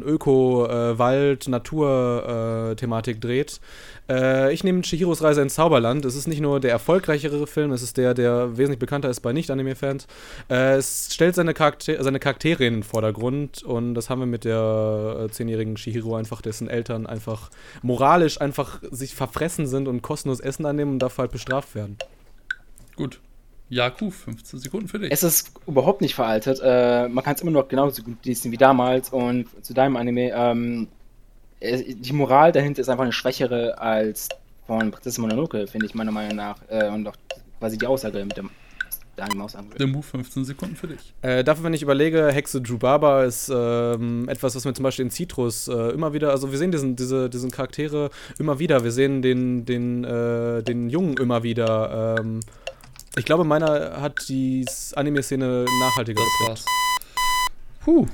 Öko-Wald-Natur-Thematik dreht. Ich nehme Chihiros Reise ins Zauberland. Es ist nicht nur der erfolgreichere Film, es ist der wesentlich bekannter ist bei Nicht-Anime-Fans. Es stellt seine Charaktere in den Vordergrund und das haben wir mit der 10-jährigen Chihiro einfach, dessen Eltern einfach moralisch einfach sich verfressen sind und kostenlos Essen annehmen und dafür halt bestraft werden. Gut. Jaku, 15 Sekunden für dich. Es ist überhaupt nicht veraltet. Man kann es immer noch genauso gut lesen wie damals. Und zu deinem Anime, die Moral dahinter ist einfach eine schwächere als von Prinzessin Mononoke, finde ich meiner Meinung nach. Und auch quasi die Aussage mit der Anime aussagen will. Dimbu, 15 Sekunden für dich. Dafür, wenn ich überlege, Hexe Jubaba ist etwas, was wir zum Beispiel in Citrus immer wieder, also wir sehen diesen Charaktere immer wieder, wir sehen den Jungen immer wieder. Ich glaube, meiner hat die Anime-Szene nachhaltiger Das geprägt. war's.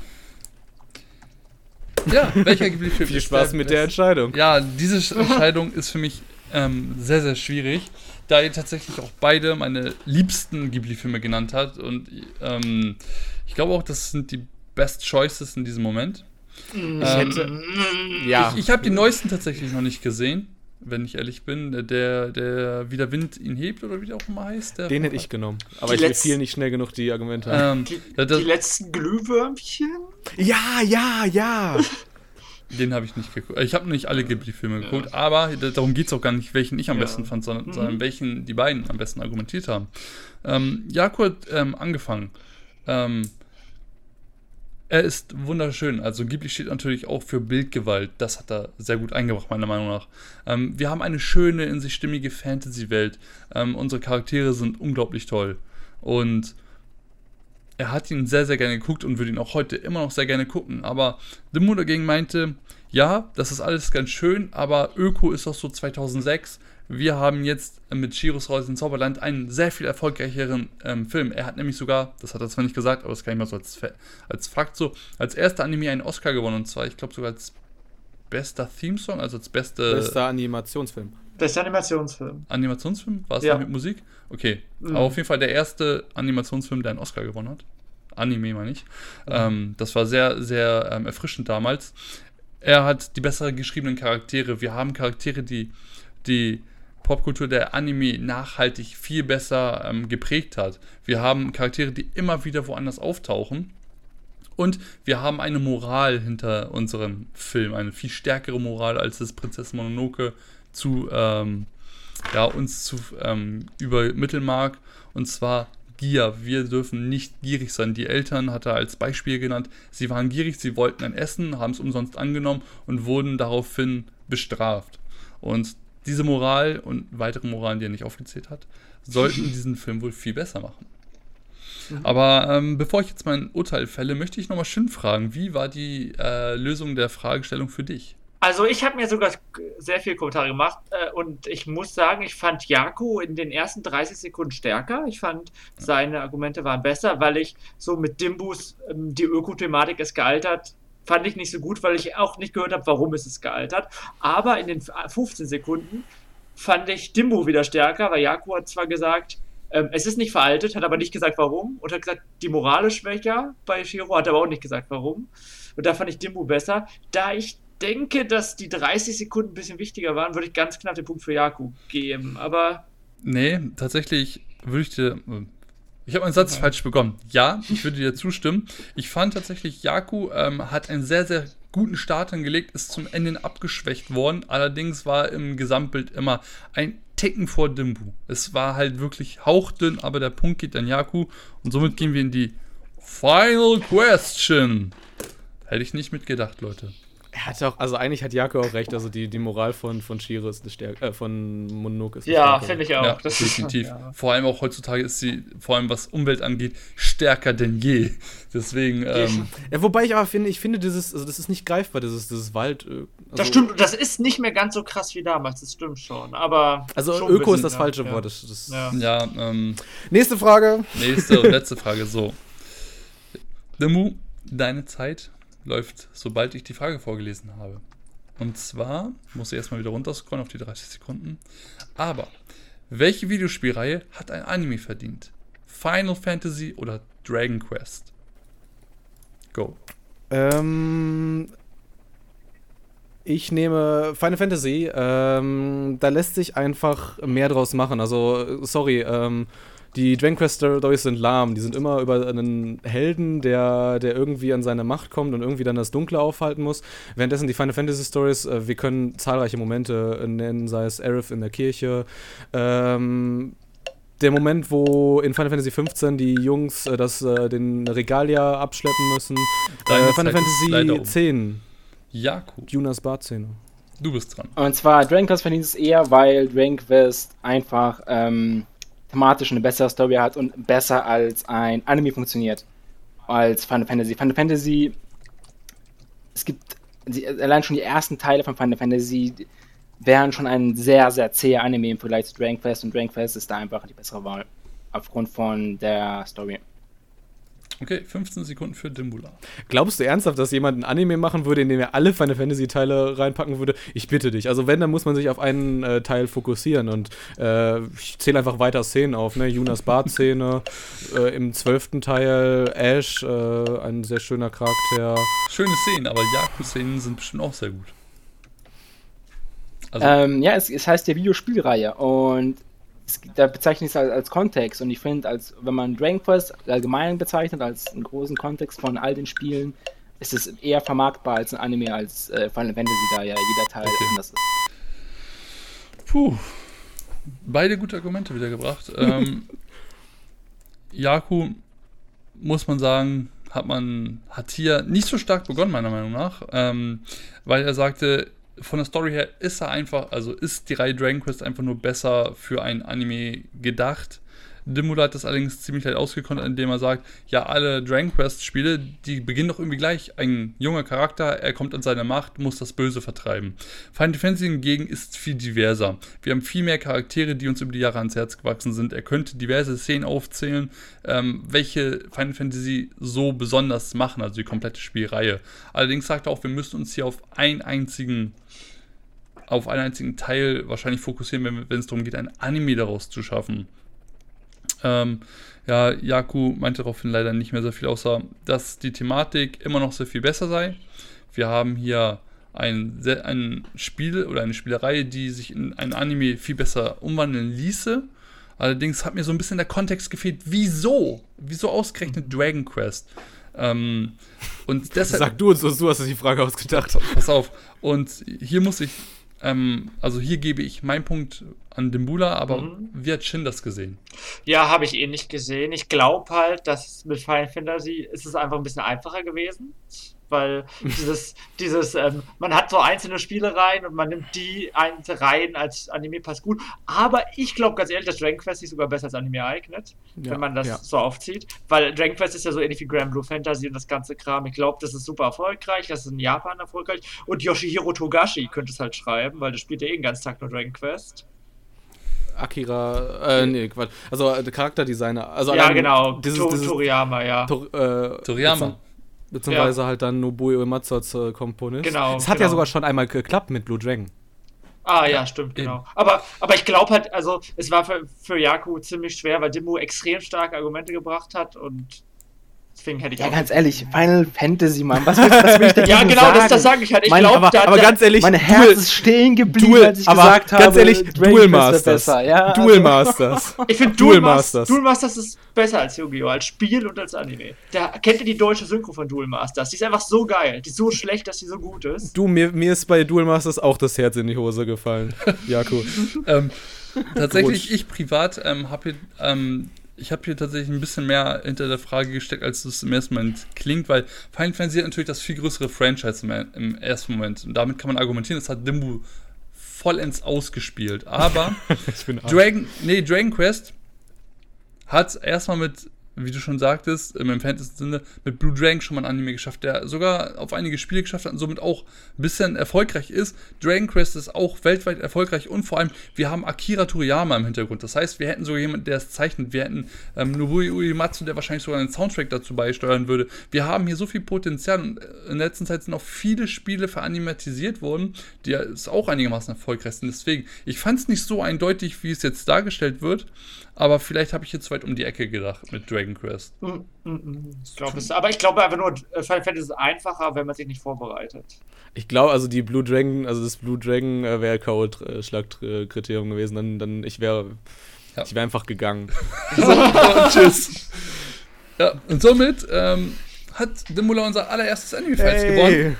Ja, welcher Ghibli-Film Viel ist Spaß mit der Entscheidung. Ja, diese Entscheidung ist für mich sehr, sehr schwierig, da ihr tatsächlich auch beide meine liebsten Ghibli-Filme genannt habt. Und ich glaube auch, das sind die Best Choices in diesem Moment. Ja. Ich habe die neuesten tatsächlich noch nicht gesehen, wenn ich ehrlich bin. Der Wie der Wind ihn hebt oder wie der auch immer heißt. Der Den hätte ich genommen. Aber Die mir Äh, fielen nicht schnell genug die Argumente ein. Die letzten Glühwürmchen? Ja. Den habe ich nicht geguckt. Ich habe nicht alle Ghibli-Filme geguckt, aber darum geht es auch gar nicht, welchen ich am besten fand, sondern welchen die beiden am besten argumentiert haben. Jakob hat angefangen. Er ist wunderschön. Also Ghibli steht natürlich auch für Bildgewalt. Das hat er sehr gut eingebracht, meiner Meinung nach. Wir haben eine schöne, in sich stimmige Fantasy-Welt. Unsere Charaktere sind unglaublich toll. Und er hat ihn sehr, sehr gerne geguckt und würde ihn auch heute immer noch sehr gerne gucken. Aber Dimmu dagegen meinte, ja, das ist alles ganz schön, aber Öko ist doch so 2006. Wir haben jetzt mit Chihiros Reise ins Zauberland einen sehr viel erfolgreicheren Film. Er hat nämlich sogar, das hat er zwar nicht gesagt, aber das kann ich mal so als Fakt so, als erster Anime einen Oscar gewonnen. Und zwar, ich glaube sogar als bester Theme-Song, also als Bester Animationsfilm. Bester Animationsfilm. Animationsfilm? War es Ja. noch mit Musik? Okay. Aber auf jeden Fall der erste Animationsfilm, der einen Oscar gewonnen hat. Anime, meine ich. Das war sehr, sehr erfrischend damals. Er hat die bessere geschriebenen Charaktere. Wir haben Charaktere, die Popkultur der Anime nachhaltig viel besser geprägt hat. Wir haben Charaktere, die immer wieder woanders auftauchen. Und wir haben eine Moral hinter unserem Film. Eine viel stärkere Moral, als es Prinzessin Mononoke uns übermitteln mag. Und zwar Gier. Wir dürfen nicht gierig sein. Die Eltern hat er als Beispiel genannt. Sie waren gierig, sie wollten ein Essen, haben es umsonst angenommen und wurden daraufhin bestraft. Und diese Moral und weitere Moralen, die er nicht aufgezählt hat, sollten diesen Film wohl viel besser machen. Aber bevor ich jetzt mein Urteil fälle, möchte ich nochmal Shin fragen, wie war die Lösung der Fragestellung für dich? Also ich habe mir sogar sehr viele Kommentare gemacht und ich muss sagen, ich fand Jaku in den ersten 30 Sekunden stärker. Ich fand, seine Argumente waren besser, weil ich so mit Dimbus, die Öko-Thematik ist gealtert, fand ich nicht so gut, weil ich auch nicht gehört habe, warum ist es gealtert. Aber in den 15 Sekunden fand ich Dimbu wieder stärker, weil Jaku hat zwar gesagt, es ist nicht veraltet, hat aber nicht gesagt, warum. Und hat gesagt, die Moral ist schwächer bei Shiro, hat aber auch nicht gesagt, warum. Und da fand ich Dimbu besser. Da ich denke, dass die 30 Sekunden ein bisschen wichtiger waren, würde ich ganz knapp den Punkt für Jaku geben. Aber Nee, tatsächlich würde ich dir. Ich habe meinen Satz falsch begonnen. Ja, ich würde dir zustimmen. Ich fand tatsächlich, Jaku hat einen sehr, sehr guten Start hingelegt, ist zum Ende abgeschwächt worden. Allerdings war im Gesamtbild immer ein Ticken vor Dimbu. Es war halt wirklich hauchdünn, aber der Punkt geht an Jaku. Und somit gehen wir in die Final Question. Hätte ich nicht mitgedacht, Leute. Er hat auch, also eigentlich hat Jakob auch recht, also die Moral von Shiro ist eine Stärke, von Mononoke ist eine ja, Stärke. finde ich auch. Ja, Das definitiv. Ja. Vor allem auch heutzutage ist sie, vor allem was Umwelt angeht, stärker denn je. Deswegen, Ja, wobei ich aber finde, das ist nicht greifbar, dieses Wald. Also, Das stimmt, und das ist nicht mehr ganz so krass wie damals, das stimmt schon. Aber Also schon ein Öko ist bisschen, das falsche ja. Wort. Ja. Nächste Frage. Nächste und letzte Frage. So. Dimmu, deine Zeit läuft, sobald ich die Frage vorgelesen habe. Und zwar muss ich erstmal wieder runterscrollen auf die 30 Sekunden. Aber welche Videospielreihe hat ein Anime verdient? Final Fantasy oder Dragon Quest? Go. Ich nehme Final Fantasy. Da lässt sich einfach mehr draus machen. Also, sorry, die Dragon Quest Stories sind lahm. Die sind immer über einen Helden, der irgendwie an seine Macht kommt und irgendwie dann das Dunkle aufhalten muss. Währenddessen die Final Fantasy Stories, wir können zahlreiche Momente nennen, sei es Aerith in der Kirche, der Moment, wo in Final Fantasy 15 die Jungs den Regalia abschleppen müssen. Deine Final Zeit ist leider Fantasy um. 10. Jaku, Yunas Bartszene. du bist dran. Und zwar Dragon Quest verdient es eher, weil Dragon Quest einfach thematisch eine bessere Story hat und besser als ein Anime funktioniert als Final Fantasy. Final Fantasy, allein schon die ersten Teile von Final Fantasy wären schon ein sehr, sehr zäher Anime im Vergleich zu Dragon Quest, und Dragon Quest ist da einfach die bessere Wahl aufgrund von der Story. Okay, 15 Sekunden für Dimbula. Glaubst du ernsthaft, dass jemand ein Anime machen würde, in dem er alle Final Fantasy Teile reinpacken würde? Ich bitte dich. Also wenn, dann muss man sich auf einen Teil fokussieren, und ich zähle einfach weiter Szenen auf, ne? Yunas Bartszene, im 12. Teil Ash, ein sehr schöner Charakter. Schöne Szenen, aber Jaku-Szenen sind bestimmt auch sehr gut. Also, Ja, es heißt ja Videospielreihe, und da bezeichne ich es als Kontext, und ich finde, wenn man Dragon Quest allgemein bezeichnet, als einen großen Kontext von all den Spielen, ist es eher vermarktbar als ein Anime, als Final Fantasy, da ja jeder Teil anders ist. Puh. Beide gute Argumente wieder gebracht. Jaku, muss man sagen, hat hier nicht so stark begonnen, meiner Meinung nach, weil er sagte, von der Story her ist die Reihe Dragon Quest einfach nur besser für ein Anime gedacht. Dimbula hat das allerdings ziemlich leicht ausgekontert, indem er sagt, ja, alle Dragon Quest Spiele, die beginnen doch irgendwie gleich. Ein junger Charakter, er kommt an seine Macht, muss das Böse vertreiben. Final Fantasy hingegen ist viel diverser. Wir haben viel mehr Charaktere, die uns über die Jahre ans Herz gewachsen sind. Er könnte diverse Szenen aufzählen, welche Final Fantasy so besonders machen, also die komplette Spielreihe. Allerdings sagt er auch, wir müssen uns hier auf einen einzigen Teil wahrscheinlich fokussieren, wenn es darum geht, ein Anime daraus zu schaffen. Jaku meinte daraufhin leider nicht mehr sehr viel, außer dass die Thematik immer noch sehr viel besser sei. Wir haben hier ein Spiel oder eine Spielerei, die sich in ein Anime viel besser umwandeln ließe. Allerdings hat mir so ein bisschen der Kontext gefehlt, wieso ausgerechnet Dragon Quest? Und deshalb, Sag du uns, du hast die Frage ausgedacht. Pass auf. Und hier hier gebe ich meinen Punkt an Dimbula, aber wie hat Shin das gesehen? Ja, habe ich nicht gesehen. Ich glaube halt, dass mit Final Fantasy ist es einfach ein bisschen einfacher gewesen, weil man hat so einzelne Spielereien und man nimmt die Reihen als Anime passt gut. Aber ich glaube ganz ehrlich, dass Dragon Quest sich sogar besser als Anime eignet, wenn man das so aufzieht. Weil Dragon Quest ist ja so ähnlich wie Grand Blue Fantasy und das ganze Kram. Ich glaube, das ist super erfolgreich, das ist in Japan erfolgreich. Und Yoshihiro Togashi könnte es halt schreiben, weil das spielt ja den ganzen Tag nur Dragon Quest. Akira, nee, Quatsch. Also Charakterdesigner. Also ja, genau. Dieses Toriyama, ja. Toriyama. Beziehungsweise halt dann Nobuo Uematsu als Komponist. Genau. Es hat ja sogar schon einmal geklappt mit Blue Dragon. Ah, ja, stimmt, genau. Aber ich glaube halt, also es war für Yaku ziemlich schwer, weil Dimmu extrem starke Argumente gebracht hat und deswegen hätte ich ja, ganz ehrlich, Final Fantasy, Mann, was will ich dagegen ja, genau, sagen? das sage ich halt. Ich glaube, aber ganz ehrlich, mein Herz ist stehen geblieben, als ich gesagt habe, ganz ehrlich, Duel Masters. Ja, Duel Masters. Ich finde Duel Masters ist besser als Yu-Gi-Oh! Als Spiel und als Anime. Kennt ihr die deutsche Synchro von Duel Masters? Die ist einfach so geil. Die ist so schlecht, dass sie so gut ist. Mir ist bei Duel Masters auch das Herz in die Hose gefallen. Jakob. Tatsächlich, ich privat ich habe hier tatsächlich ein bisschen mehr hinter der Frage gesteckt, als es im ersten Moment klingt, weil Final Fantasy hat natürlich das viel größere Franchise im ersten Moment. Und damit kann man argumentieren, das hat Dimmu vollends ausgespielt. Aber Dragon Quest hat erstmal mit, wie du schon sagtest, im Fantasy-Sinne, mit Blue Dragon schon mal ein Anime geschafft, der sogar auf einige Spiele geschafft hat und somit auch ein bisschen erfolgreich ist. Dragon Quest ist auch weltweit erfolgreich und vor allem, wir haben Akira Toriyama im Hintergrund. Das heißt, wir hätten sogar jemanden, der es zeichnet. Wir hätten Nobuo Uematsu, der wahrscheinlich sogar einen Soundtrack dazu beisteuern würde. Wir haben hier so viel Potenzial und in der letzten Zeit sind auch viele Spiele veranimatisiert worden, die ja auch einigermaßen erfolgreich sind. Deswegen, ich fand es nicht so eindeutig, wie es jetzt dargestellt wird, aber vielleicht habe ich jetzt weit um die Ecke gedacht mit Dragon Quest. Aber ich glaube einfach nur, Final Fantasy ist einfacher, wenn man sich nicht vorbereitet. Ich glaube, also das Blue Dragon wäre K.O.-Schlagkriterium gewesen, dann ich wäre einfach gegangen. Tschüss. Ja, und somit hat Dimula unser allererstes Anime-Fights gewonnen.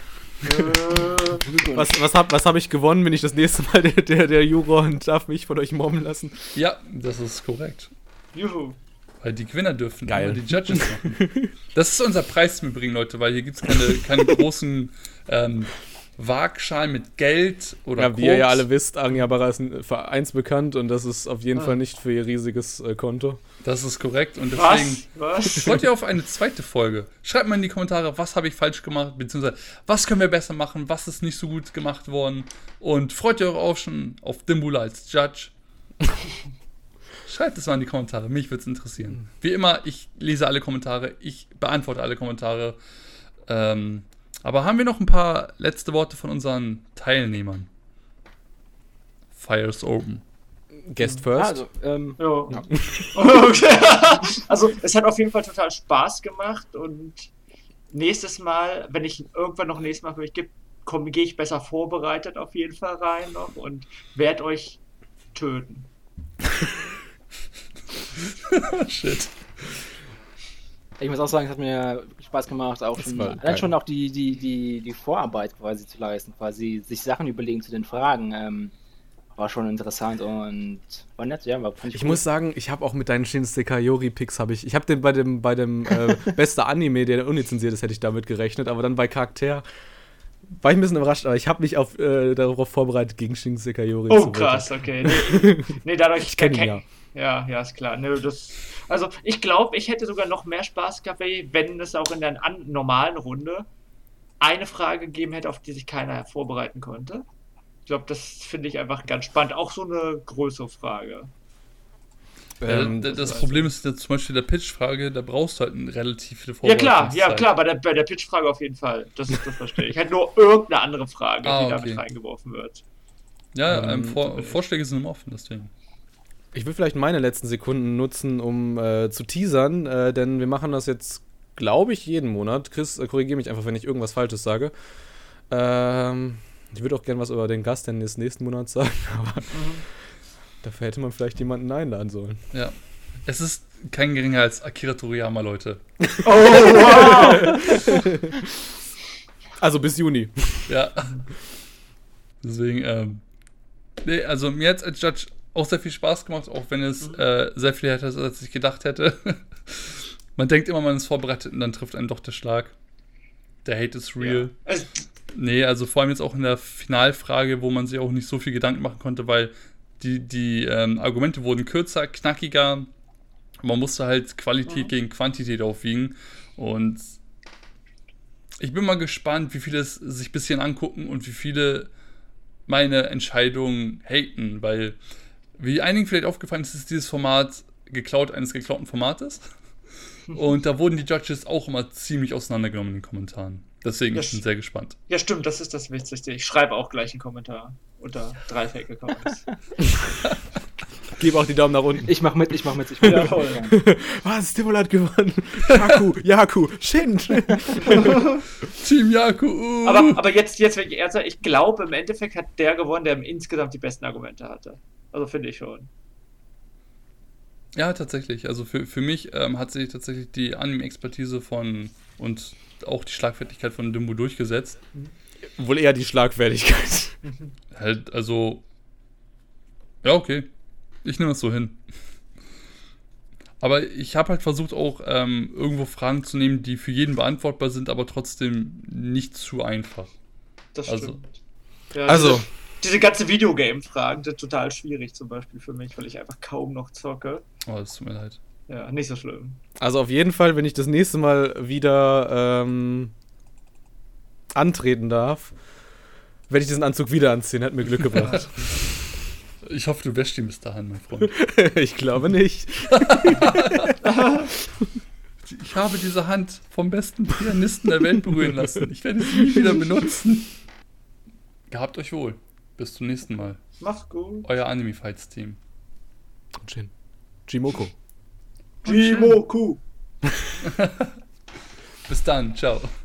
Was hab ich gewonnen? Bin ich das nächste Mal der Juror und darf mich von euch mobben lassen? Ja, das ist korrekt. Juhu. Weil die Gewinner dürfen Geil. die Judges machen. Das ist unser Preis, den wir bringen, Leute, weil hier gibt es keine großen Waagschalen mit Geld oder Ja, wie ihr ja alle wisst, Angjabara ist ein vereinsbekannt und das ist auf jeden Fall nicht für ihr riesiges Konto. Das ist korrekt und deswegen Was? freut ihr auf eine zweite Folge. Schreibt mal in die Kommentare, was habe ich falsch gemacht, beziehungsweise was können wir besser machen, was ist nicht so gut gemacht worden und freut ihr euch auch schon auf Dimbula als Judge. Schreibt es mal in die Kommentare, mich würde es interessieren. Wie immer, ich lese alle Kommentare, ich beantworte alle Kommentare. Aber haben wir noch ein paar letzte Worte von unseren Teilnehmern? Fire's open. Guest first. Also, Ja. Okay. Also, es hat auf jeden Fall total Spaß gemacht und nächstes Mal, wenn ich irgendwann noch nächstes Mal für mich gibt, gehe ich besser vorbereitet auf jeden Fall rein noch und werde euch töten. Shit. ich muss auch sagen, es hat mir Spaß gemacht, auch Das schon, war allein geil. schon auch die Vorarbeit quasi zu leisten, quasi sich Sachen überlegen zu den Fragen. War schon interessant und war nett, ja. Fand Ich cool. muss sagen, ich habe auch mit deinen Shinsekai Yori-Picks ich habe den bei dem beste Anime, der unlizenziert ist, hätte ich damit gerechnet, aber dann bei Charakter war ich ein bisschen überrascht, aber ich habe mich darauf vorbereitet, gegen Shinsekai Yori zu Oh, voten. krass, okay. Nee, dadurch. Ich kenn ihn ja. Ja, ist klar. Nee, also, ich glaube, ich hätte sogar noch mehr Spaß gehabt, wenn es auch in der normalen Runde eine Frage gegeben hätte, auf die sich keiner vorbereiten konnte. Ich glaube, das finde ich einfach ganz spannend. Auch so eine größere Frage. Das Problem ist jetzt zum Beispiel der Pitch-Frage, da brauchst du halt relativ viele Ja klar, Vorbereitungszeit. bei der Pitch-Frage auf jeden Fall. Das verstehe ich. Halt nur irgendeine andere Frage, die okay. damit reingeworfen wird. Ja, Vorschläge sind immer offen, deswegen. Ich will vielleicht meine letzten Sekunden nutzen, um zu teasern, denn wir machen das jetzt, glaube ich, jeden Monat. Chris, korrigiere mich einfach, wenn ich irgendwas Falsches sage. Ich würde auch gerne was über den Gast des nächsten Monats sagen, aber dafür hätte man vielleicht jemanden einladen sollen. Ja. Es ist kein geringer als Akira Toriyama, Leute. Oh, wow! Also bis Juni. Ja. Deswegen, nee, also mir hat es als Judge auch sehr viel Spaß gemacht, auch wenn es sehr viel härter ist, als ich gedacht hätte. Man denkt immer, man ist vorbereitet und dann trifft einen doch der Schlag. der Hate is real. Ja. Nee, also vor allem jetzt auch in der Finalfrage, wo man sich auch nicht so viel Gedanken machen konnte, weil die Argumente wurden kürzer, knackiger. Man musste halt Qualität gegen Quantität aufwiegen. Und ich bin mal gespannt, wie viele es sich ein bisschen angucken und wie viele meine Entscheidungen haten, weil, wie einigen vielleicht aufgefallen ist, ist dieses Format eines geklauten Formates. Und da wurden die Judges auch immer ziemlich auseinandergenommen in den Kommentaren. Deswegen, ich bin sehr gespannt. Ja, stimmt, das ist das Wichtigste. Ich schreibe auch gleich einen Kommentar unter 3 Fake-Accounts. Gib auch die Daumen nach unten. Ich mach mit. Ja, toll. Was? Stimmel hat gewonnen. Yaku, Shin. Team Yaku. Aber jetzt wirklich ernsthaft, ich glaube, im Endeffekt hat der gewonnen, der insgesamt die besten Argumente hatte. Also finde ich schon. Ja, tatsächlich. Also für mich hat sich tatsächlich die Anime-Expertise und auch die Schlagfertigkeit von Dimbo durchgesetzt. Wohl eher die Schlagfertigkeit. Halt, also. Ja, okay. Ich nehme das so hin. Aber ich habe halt versucht, auch irgendwo Fragen zu nehmen, die für jeden beantwortbar sind, aber trotzdem nicht zu einfach. Das Also- stimmt. Ja, Also, diese ganze Videogame-Fragen sind total schwierig, zum Beispiel für mich, weil ich einfach kaum noch zocke. Oh, das tut mir leid. Ja, nicht so schlimm. also auf jeden Fall, wenn ich das nächste Mal wieder antreten darf, werde ich diesen Anzug wieder anziehen. Hat mir Glück gebracht. Ich hoffe, du wäschst ihn bis dahin, mein Freund. Ich glaube nicht. Ich habe diese Hand vom besten Pianisten der Welt berühren lassen. Ich werde sie nie wieder benutzen. Gehabt euch wohl. Bis zum nächsten Mal. Mach's gut. Euer Anime Fights Team. Und Shin. Jimoko. Jimoku. Bis dann. Ciao.